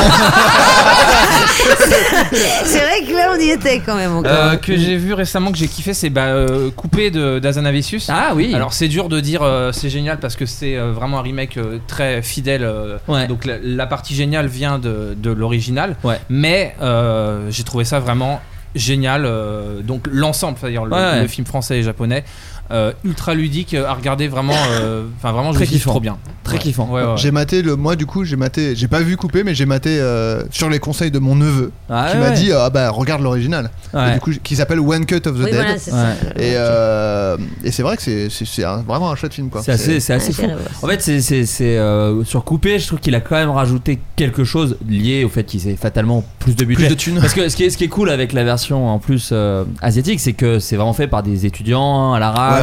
C'est vrai que là on y était quand même encore. Que j'ai vu récemment, que j'ai kiffé, c'est Coupé d'Azanavicius. Ah oui. Alors c'est dur de dire c'est génial parce que c'est vraiment un remake très fidèle. Donc la partie géniale vient de l'original. Ouais. Mais j'ai trouvé ça vraiment génial. Donc l'ensemble, c'est-à-dire le film français et japonais. Ultra ludique à regarder, vraiment vraiment je kiffe trop bien, très kiffant. J'ai maté j'ai pas vu Coupé, mais j'ai maté sur les conseils de mon neveu qui m'a dit regarde l'original, et du coup qui s'appelle One Cut of the Dead. Voilà, c'est ça. Et c'est vrai que c'est vraiment un chouette film quoi. C'est assez fou. En fait c'est sur Coupé, je trouve qu'il a quand même rajouté quelque chose lié au fait qu'il s'est fatalement plus de budget, plus de thunes. Parce que ce qui est cool avec la version en plus asiatique, c'est que c'est vraiment fait par des étudiants à l'arrache.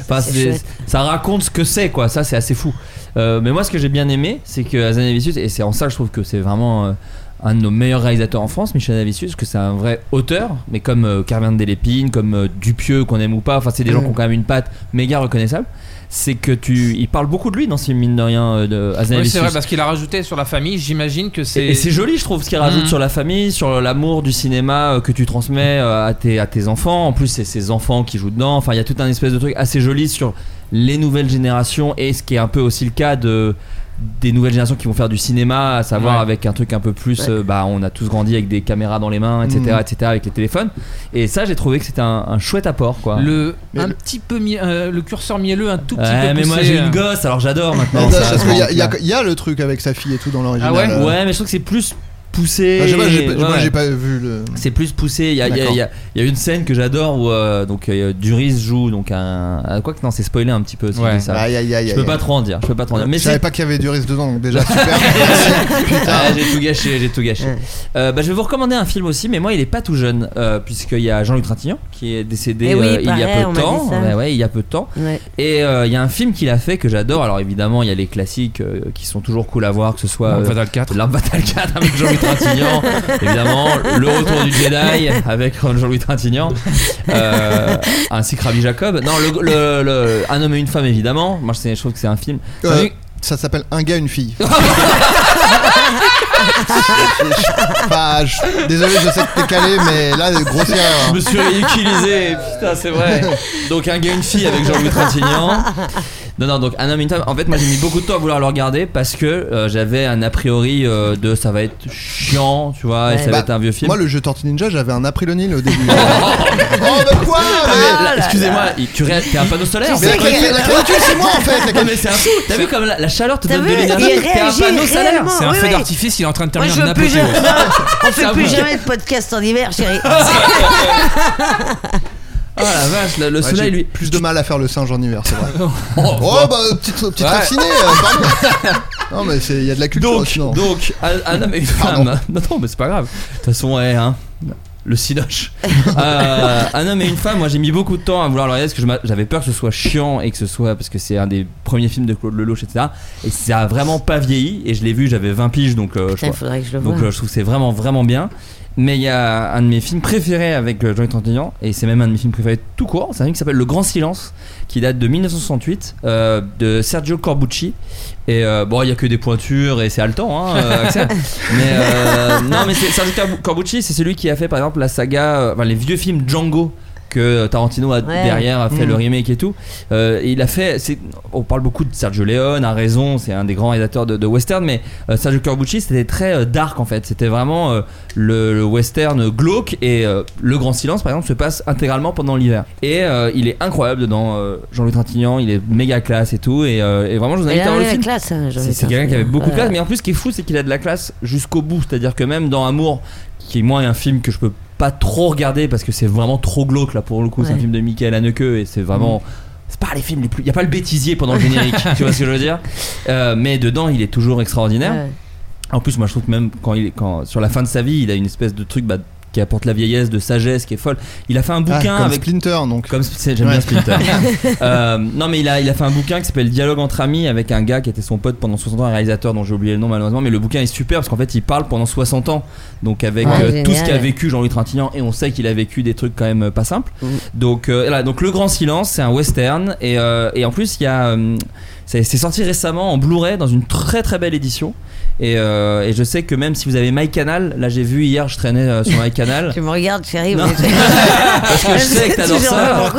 Ça raconte ce que c'est quoi, ça c'est assez fou. Mais moi ce que j'ai bien aimé, c'est que Hazanavicius, et c'est en ça que je trouve que c'est vraiment un de nos meilleurs réalisateurs en France, Michel Hazanavicius, que c'est un vrai auteur, mais comme Carmen Delépine, comme Dupieux qu'on aime ou pas, enfin c'est des gens qui ont quand même une patte méga reconnaissable. C'est que il parle beaucoup de lui dans ce film, mine de rien, de Hazanavicius. Oui, c'est vrai, parce qu'il a rajouté sur la famille, j'imagine que c'est. Et c'est joli, je trouve, ce qu'il rajoute sur la famille, sur l'amour du cinéma que tu transmets à tes enfants. En plus, c'est ses enfants qui jouent dedans. Enfin, il y a tout un espèce de truc assez joli sur les nouvelles générations, et ce qui est un peu aussi le cas des nouvelles générations qui vont faire du cinéma, à savoir avec un truc un peu plus on a tous grandi avec des caméras dans les mains, etc., avec les téléphones, et ça j'ai trouvé que c'était un chouette apport quoi. Petit peu le curseur mielleux un tout petit peu poussé. Mais moi j'ai une gosse, alors j'adore maintenant. Parce qu'il y a le truc avec sa fille et tout dans l'original. Ah ouais, mais je trouve que c'est plus poussé. Moi j'ai pas vu le. C'est plus poussé. Il y a une scène que j'adore où Duris joue donc quoi que non, c'est spoilé un petit peu. Je peux pas trop en dire. Mais je savais pas qu'il y avait Duris dedans, donc déjà super. Putain, j'ai tout gâché. Je vais vous recommander un film aussi, mais moi il est pas tout jeune, puisqu'il y a Jean-Luc Trintignant qui est décédé il y a peu de temps. Il y a peu de temps. Et il y a un film qu'il a fait que j'adore. Alors évidemment il y a les classiques qui sont toujours cool à voir, que ce soit L'Arme Fatale 4 avec Jean-Luc Trintignant, évidemment, Le Retour du Jedi avec Jean-Louis Trintignant, ainsi que Rabbi Jacob. Non, Un homme et une femme, évidemment. Moi, je trouve que c'est un film. Ça s'appelle Un gars, une fille. Désolé, je sais que t'es calé, mais là, grossière. Je me suis réutilisé, putain, c'est vrai. Donc, Un gars, une fille avec Jean-Louis Trintignant. Non, donc Un homme et une femme. En fait, moi j'ai mis beaucoup de temps à vouloir le regarder parce que j'avais un a priori de ça va être chiant, tu vois, et ça va être un vieux film. Moi, le jeu Tortue Ninja, j'avais un April au début. Mais quoi excusez-moi, t'es un panneau solaire. Mais la canicule, c'est moi en fait. Non, mais c'est un fou. T'as vu comme la chaleur te donne de l'énergie. T'es un panneau solaire. C'est un feu d'artifice, il est en train de terminer en apothéose. On fait plus jamais de podcast en hiver, chérie. Ah la vache, le soleil lui. Plus de mal à faire le singe en hiver, c'est vrai. Petite raffinée, pardon. Non, mais il y a de la culture. Donc, un homme et une femme. Non, mais c'est pas grave. De toute façon, le cinoche. Un homme et une femme, moi j'ai mis beaucoup de temps à vouloir le regarder parce que j'avais peur que ce soit chiant et que ce soit parce que c'est un des premiers films de Claude Lelouch, etc. Et ça a vraiment pas vieilli. Et je l'ai vu, j'avais 20 piges, donc faudrait que je le voie. Donc je trouve que c'est vraiment vraiment bien. Mais il y a un de mes films préférés avec Jean-Luc Trintignant, et c'est même un de mes films préférés tout court. C'est un film qui s'appelle Le Grand Silence, qui date de 1968, de Sergio Corbucci. Et bon, il y a que des pointures et c'est haletant, Axel. Mais c'est Sergio Corbucci, c'est celui qui a fait par exemple la saga, les vieux films Django que Tarantino a derrière a fait le remake et tout. Et il a fait, on parle beaucoup de Sergio Leone, a raison, c'est un des grands réalisateurs de western, mais Sergio Corbucci c'était très dark en fait. C'était vraiment le western glauque, et Le Grand Silence par exemple se passe intégralement pendant l'hiver. Et il est incroyable dedans, Jean-Luc Trintignant, il est méga classe et tout. Et vraiment je vous invite à voir le film. Classe, c'est quelqu'un qui avait beaucoup de classe, mais en plus ce qui est fou c'est qu'il a de la classe jusqu'au bout. C'est-à-dire que même dans Amour, qui est moi un film que je peux pas trop regarder parce que c'est vraiment trop glauque là pour le coup, c'est un film de Michael Haneke et c'est vraiment c'est pas les films les plus, y a pas le bêtisier pendant le générique, tu vois ce que je veux dire, mais dedans il est toujours extraordinaire. En plus moi je trouve que même quand sur la fin de sa vie il a une espèce de truc qui apporte la vieillesse, de sagesse, qui est folle. Il a fait un bouquin comme avec Splinter, donc. J'aime bien Splinter. Non mais il a fait un bouquin qui s'appelle Dialogue entre amis avec un gars qui était son pote pendant 60 ans, un réalisateur dont j'ai oublié le nom malheureusement, mais le bouquin est super parce qu'en fait il parle pendant 60 ans, donc avec tout ce qu'a vécu Jean-Louis Trintignant, et on sait qu'il a vécu des trucs quand même pas simples. Donc donc Le Grand Silence, c'est un western, et en plus il y a c'est sorti récemment en Blu-ray dans une très très belle édition. Et je sais que même si vous avez MyCanal, là j'ai vu hier, je traînais sur MyCanal. Tu me regardes, chérie. Parce que je sais que t'adores ça.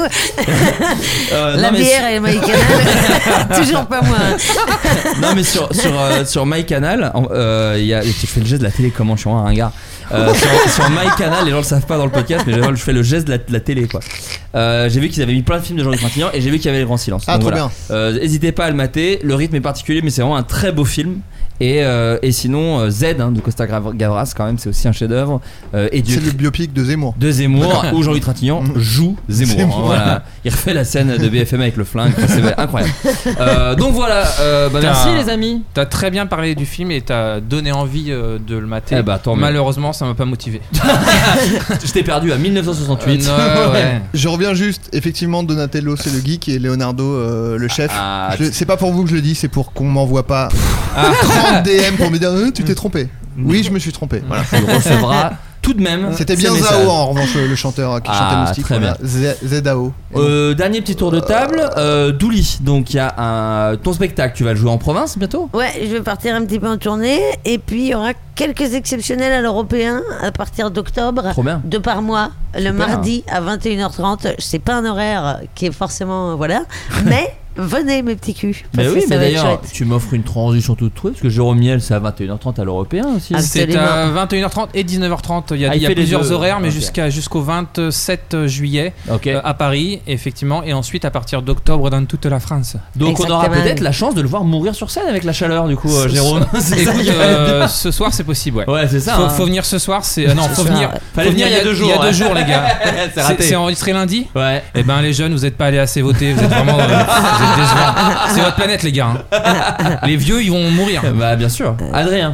La bière et MyCanal, toujours pas moi. Non mais sur MyCanal, je fais le geste de la télé, comment je suis un ringard. Sur MyCanal, les gens le savent pas dans le podcast, mais je fais le geste de la télé quoi. J'ai vu qu'ils avaient mis plein de films de Jean-Luc Trintignant, et j'ai vu qu'il y avait Le Grand Silence. Ah, trop bien. N'hésitez pas à le mater, le rythme est particulier, mais c'est vraiment un très beau film. Et sinon Z de Costa Gavras quand même, c'est aussi un chef-d'œuvre. C'est le biopic de Zemmour. Où Jean-Luc Trintignant joue Zemmour. Voilà. Il refait la scène de BFM avec le flingue, c'est incroyable. Donc voilà, merci les amis. T'as très bien parlé du film et t'as donné envie de le mater. Malheureusement ça m'a pas motivé. Je t'ai perdu à 1968. Je reviens juste, effectivement Donatello c'est le geek et Leonardo le chef. C'est pas pour vous que je le dis, c'est pour qu'on m'envoie pas 30 DM pour me dire tu t'es trompé. Oui, je me suis trompé. Voilà. Tu recevras tout de même. C'était bien Zao en revanche, le chanteur qui chantait Moustique. Très bien. Zao. Dernier petit tour de table. Douli, donc il y a ton spectacle, tu vas le jouer en province bientôt. Ouais, je vais partir un petit peu en tournée, et puis il y aura quelques exceptionnels à l'Européen à partir d'octobre. Trop bien. 2 par mois, le mardi à 21h30. C'est pas un horaire qui est forcément mais venez mes petits culs. Mais oui, mais d'ailleurs tu m'offres une transition toute trouvée parce que Jérôme Miel c'est à 21h30 à l'Européen aussi. C'est à 21h30 et 19h30. Il y a plusieurs horaires, mais jusqu'au 27 juillet à Paris effectivement, et ensuite à partir d'octobre dans toute la France. Donc exactement. On aura peut-être la chance de le voir mourir sur scène avec la chaleur du coup, Jérôme. Écoute, ce soir c'est possible. Ouais, c'est ça. Faut venir ce soir. Faut venir. Fallait venir il y a 2 jours. Il y a 2 jours les gars. C'est enregistré lundi. Ouais. Et ben les jeunes, vous êtes pas allés assez voter. Vous êtes vraiment décevants. C'est votre planète les gars. Les vieux ils vont mourir. Bah bien sûr. Adrien.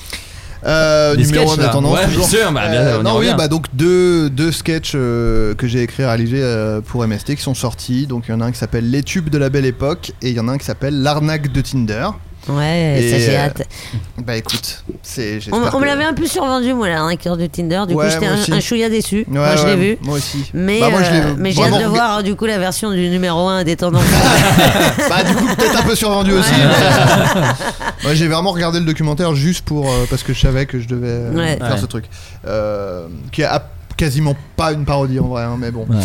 Numéro 1 de la tendance. Ouais, bien sûr. Donc deux sketchs que j'ai écrits et réalisés pour MST qui sont sortis. Donc il y en a un qui s'appelle Les tubes de la belle époque, et il y en a un qui s'appelle L'arnaque de Tinder. Ouais, ça j'ai hâte. Bah écoute, on me l'avait un peu survendu moi, l'arnaqueur de Tinder. Du coup j'étais un chouïa déçu. Moi je l'ai vu. Moi aussi. Mais j'ai hâte de voir du coup la version du numéro 1 des tendances. Bah du coup peut-être un peu survendu aussi. Moi j'ai vraiment regardé le documentaire juste pour parce que je savais que je devais faire ce truc qui a quasiment pas une parodie en vrai, mais bon.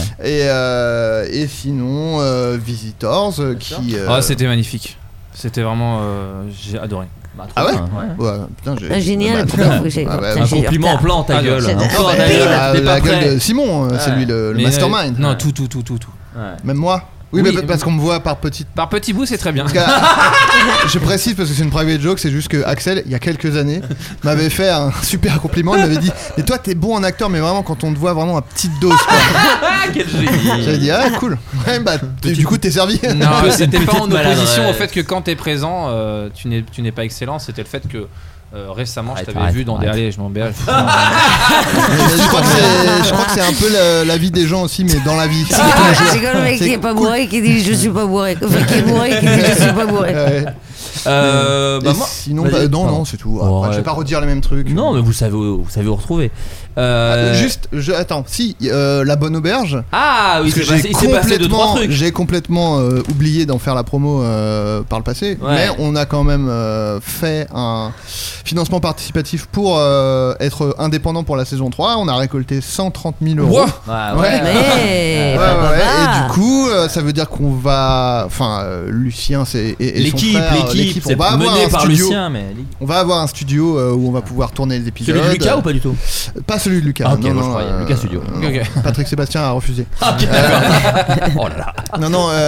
Et sinon Visitors qui c'était magnifique. C'était vraiment j'ai adoré. Ah ouais, putain, génial. Un compliment en plein ta gueule. La gueule de Simon, c'est lui le mastermind. Non, tout. Même moi. Oui, mais parce qu'on me voit par petits bouts, c'est très bien. Je précise parce que c'est une private joke, c'est juste que Axel, il y a quelques années, m'avait fait un super compliment. Il m'avait dit, mais toi, t'es bon en acteur, mais vraiment quand on te voit vraiment à petite dose. Quel génie. J'avais dit, cool. Ouais, du coup, t'es servi. Non, c'était pas en opposition au fait que quand t'es présent, tu n'es pas excellent. C'était le fait que récemment, je t'avais vu dans des allées, je m'embête. Je crois que c'est un peu la vie des gens aussi, mais dans la vie. C'est comme le mec qui est pas bourré qui dit je suis pas bourré. Enfin, qui est bourré qui dit je suis pas bourré. Moi, sinon, non, c'est tout. Après, je vais pas redire les mêmes trucs. Non, mais vous savez où retrouver. Attends, si la bonne auberge. Ah oui, il s'est passé 2-3 trucs. J'ai complètement oublié d'en faire la promo par le passé, mais on a quand même fait un financement participatif pour être indépendant pour la saison 3. On a récolté 130 000 €. Et du coup, ça veut dire qu'on va, Lucien, et l'équipe, on va avoir mené un par studio. Lucien, mais on va avoir un studio où on va pouvoir tourner les épisodes. Celui de Lucas ou pas du tout? Pas celui de Lucas. Ah, ok, non, je croyais. Lucas Studio. Okay. Patrick Sébastien a refusé. Ok, d'accord. Oh là là.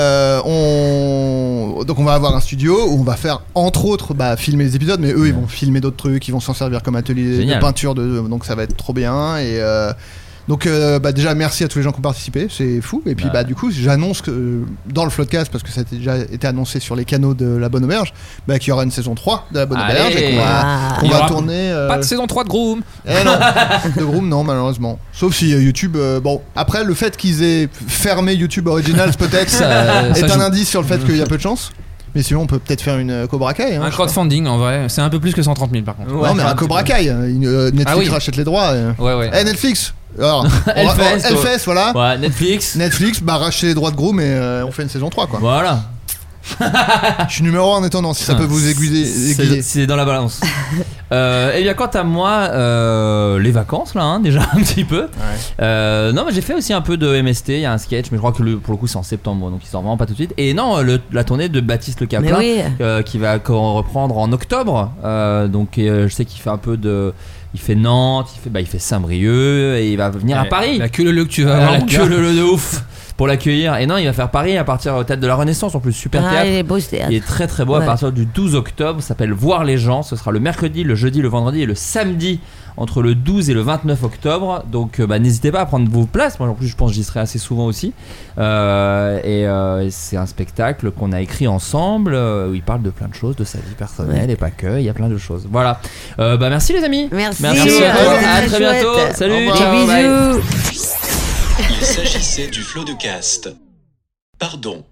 Donc on va avoir un studio où on va faire entre autres filmer les épisodes, mais eux ils vont filmer d'autres trucs, ils vont s'en servir comme atelier de peinture, donc ça va être trop bien. Et donc déjà merci à tous les gens qui ont participé, c'est fou. Et puis du coup j'annonce que dans le Floodcast, parce que ça a déjà été annoncé sur les canaux de La Bonne Auberge, qu'il y aura une saison 3 de La Bonne Auberge et qu'on va tourner pas de saison 3 de Groom. Non, de Groom non, malheureusement. Sauf si YouTube après le fait qu'ils aient fermé YouTube Originals peut-être est un indice sur le fait qu'il y a peu de chance. Mais sinon on peut peut-être faire une Cobra Kai, un crowdfunding en vrai, c'est un peu plus que 130 000 par contre. Non mais un Cobra Kai, Netflix rachète les droits. Netflix. Alors, Hellfest, voilà. Ouais, Netflix, racheter les droits de Groom et on fait une saison 3 quoi. Voilà. Je suis numéro 1 en étendant, si ça peut vous aiguiller. C'est dans la balance. Et bien quant à moi, les vacances là, déjà un petit peu. Non, mais j'ai fait aussi un peu de MST. Il y a un sketch, mais je crois que pour le coup c'est en septembre, donc il sort vraiment pas tout de suite. Et non, la tournée de Baptiste Le Caplin, qui va reprendre en octobre. Donc je sais qu'il fait un peu de. Il fait Nantes, il fait Saint-Brieuc et il va venir à Paris. La queue leu que tu vas avoir. La queue leu de ouf pour l'accueillir. Et non, il va faire Paris à partir au Théâtre de la Renaissance, en plus super théâtre. Il est beau ce théâtre. Il est très très beau à partir du 12 octobre. Ça s'appelle Voir les gens. Ce sera le mercredi, le jeudi, le vendredi et le samedi entre le 12 et le 29 octobre. Donc n'hésitez pas à prendre vos places. Moi en plus je pense que j'y serai assez souvent aussi. Et c'est un spectacle qu'on a écrit ensemble où il parle de plein de choses, de sa vie personnelle et pas que. Il y a plein de choses. Voilà. Merci les amis. Merci beaucoup. À très bientôt. Salut. Ciao. Bisous. Il s'agissait du Floodcast. Pardon.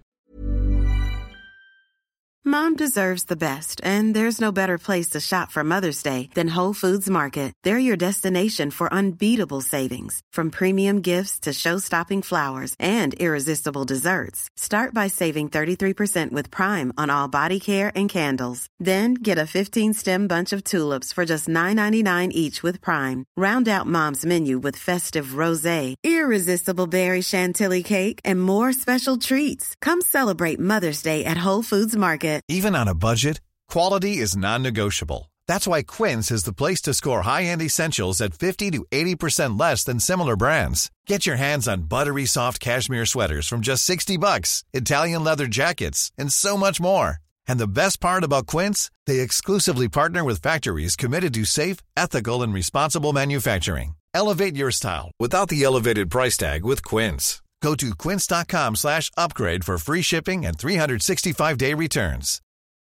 Mom deserves the best, and there's no better place to shop for Mother's Day than Whole Foods Market. They're your destination for unbeatable savings, from premium gifts to show-stopping flowers and irresistible desserts. Start by saving 33% with Prime on all body care and candles. Then get a 15-stem bunch of tulips for just $9.99 each with Prime. Round out Mom's menu with festive rosé, irresistible berry chantilly cake, and more special treats. Come celebrate Mother's Day at Whole Foods Market. Even on a budget, quality is non-negotiable. That's why Quince is the place to score high-end essentials at 50 to 80% less than similar brands. Get your hands on buttery soft cashmere sweaters from just $60, Italian leather jackets, and so much more. And the best part about Quince, they exclusively partner with factories committed to safe, ethical, and responsible manufacturing. Elevate your style without the elevated price tag with Quince. Go to quince.com/upgrade for free shipping and 365-day returns.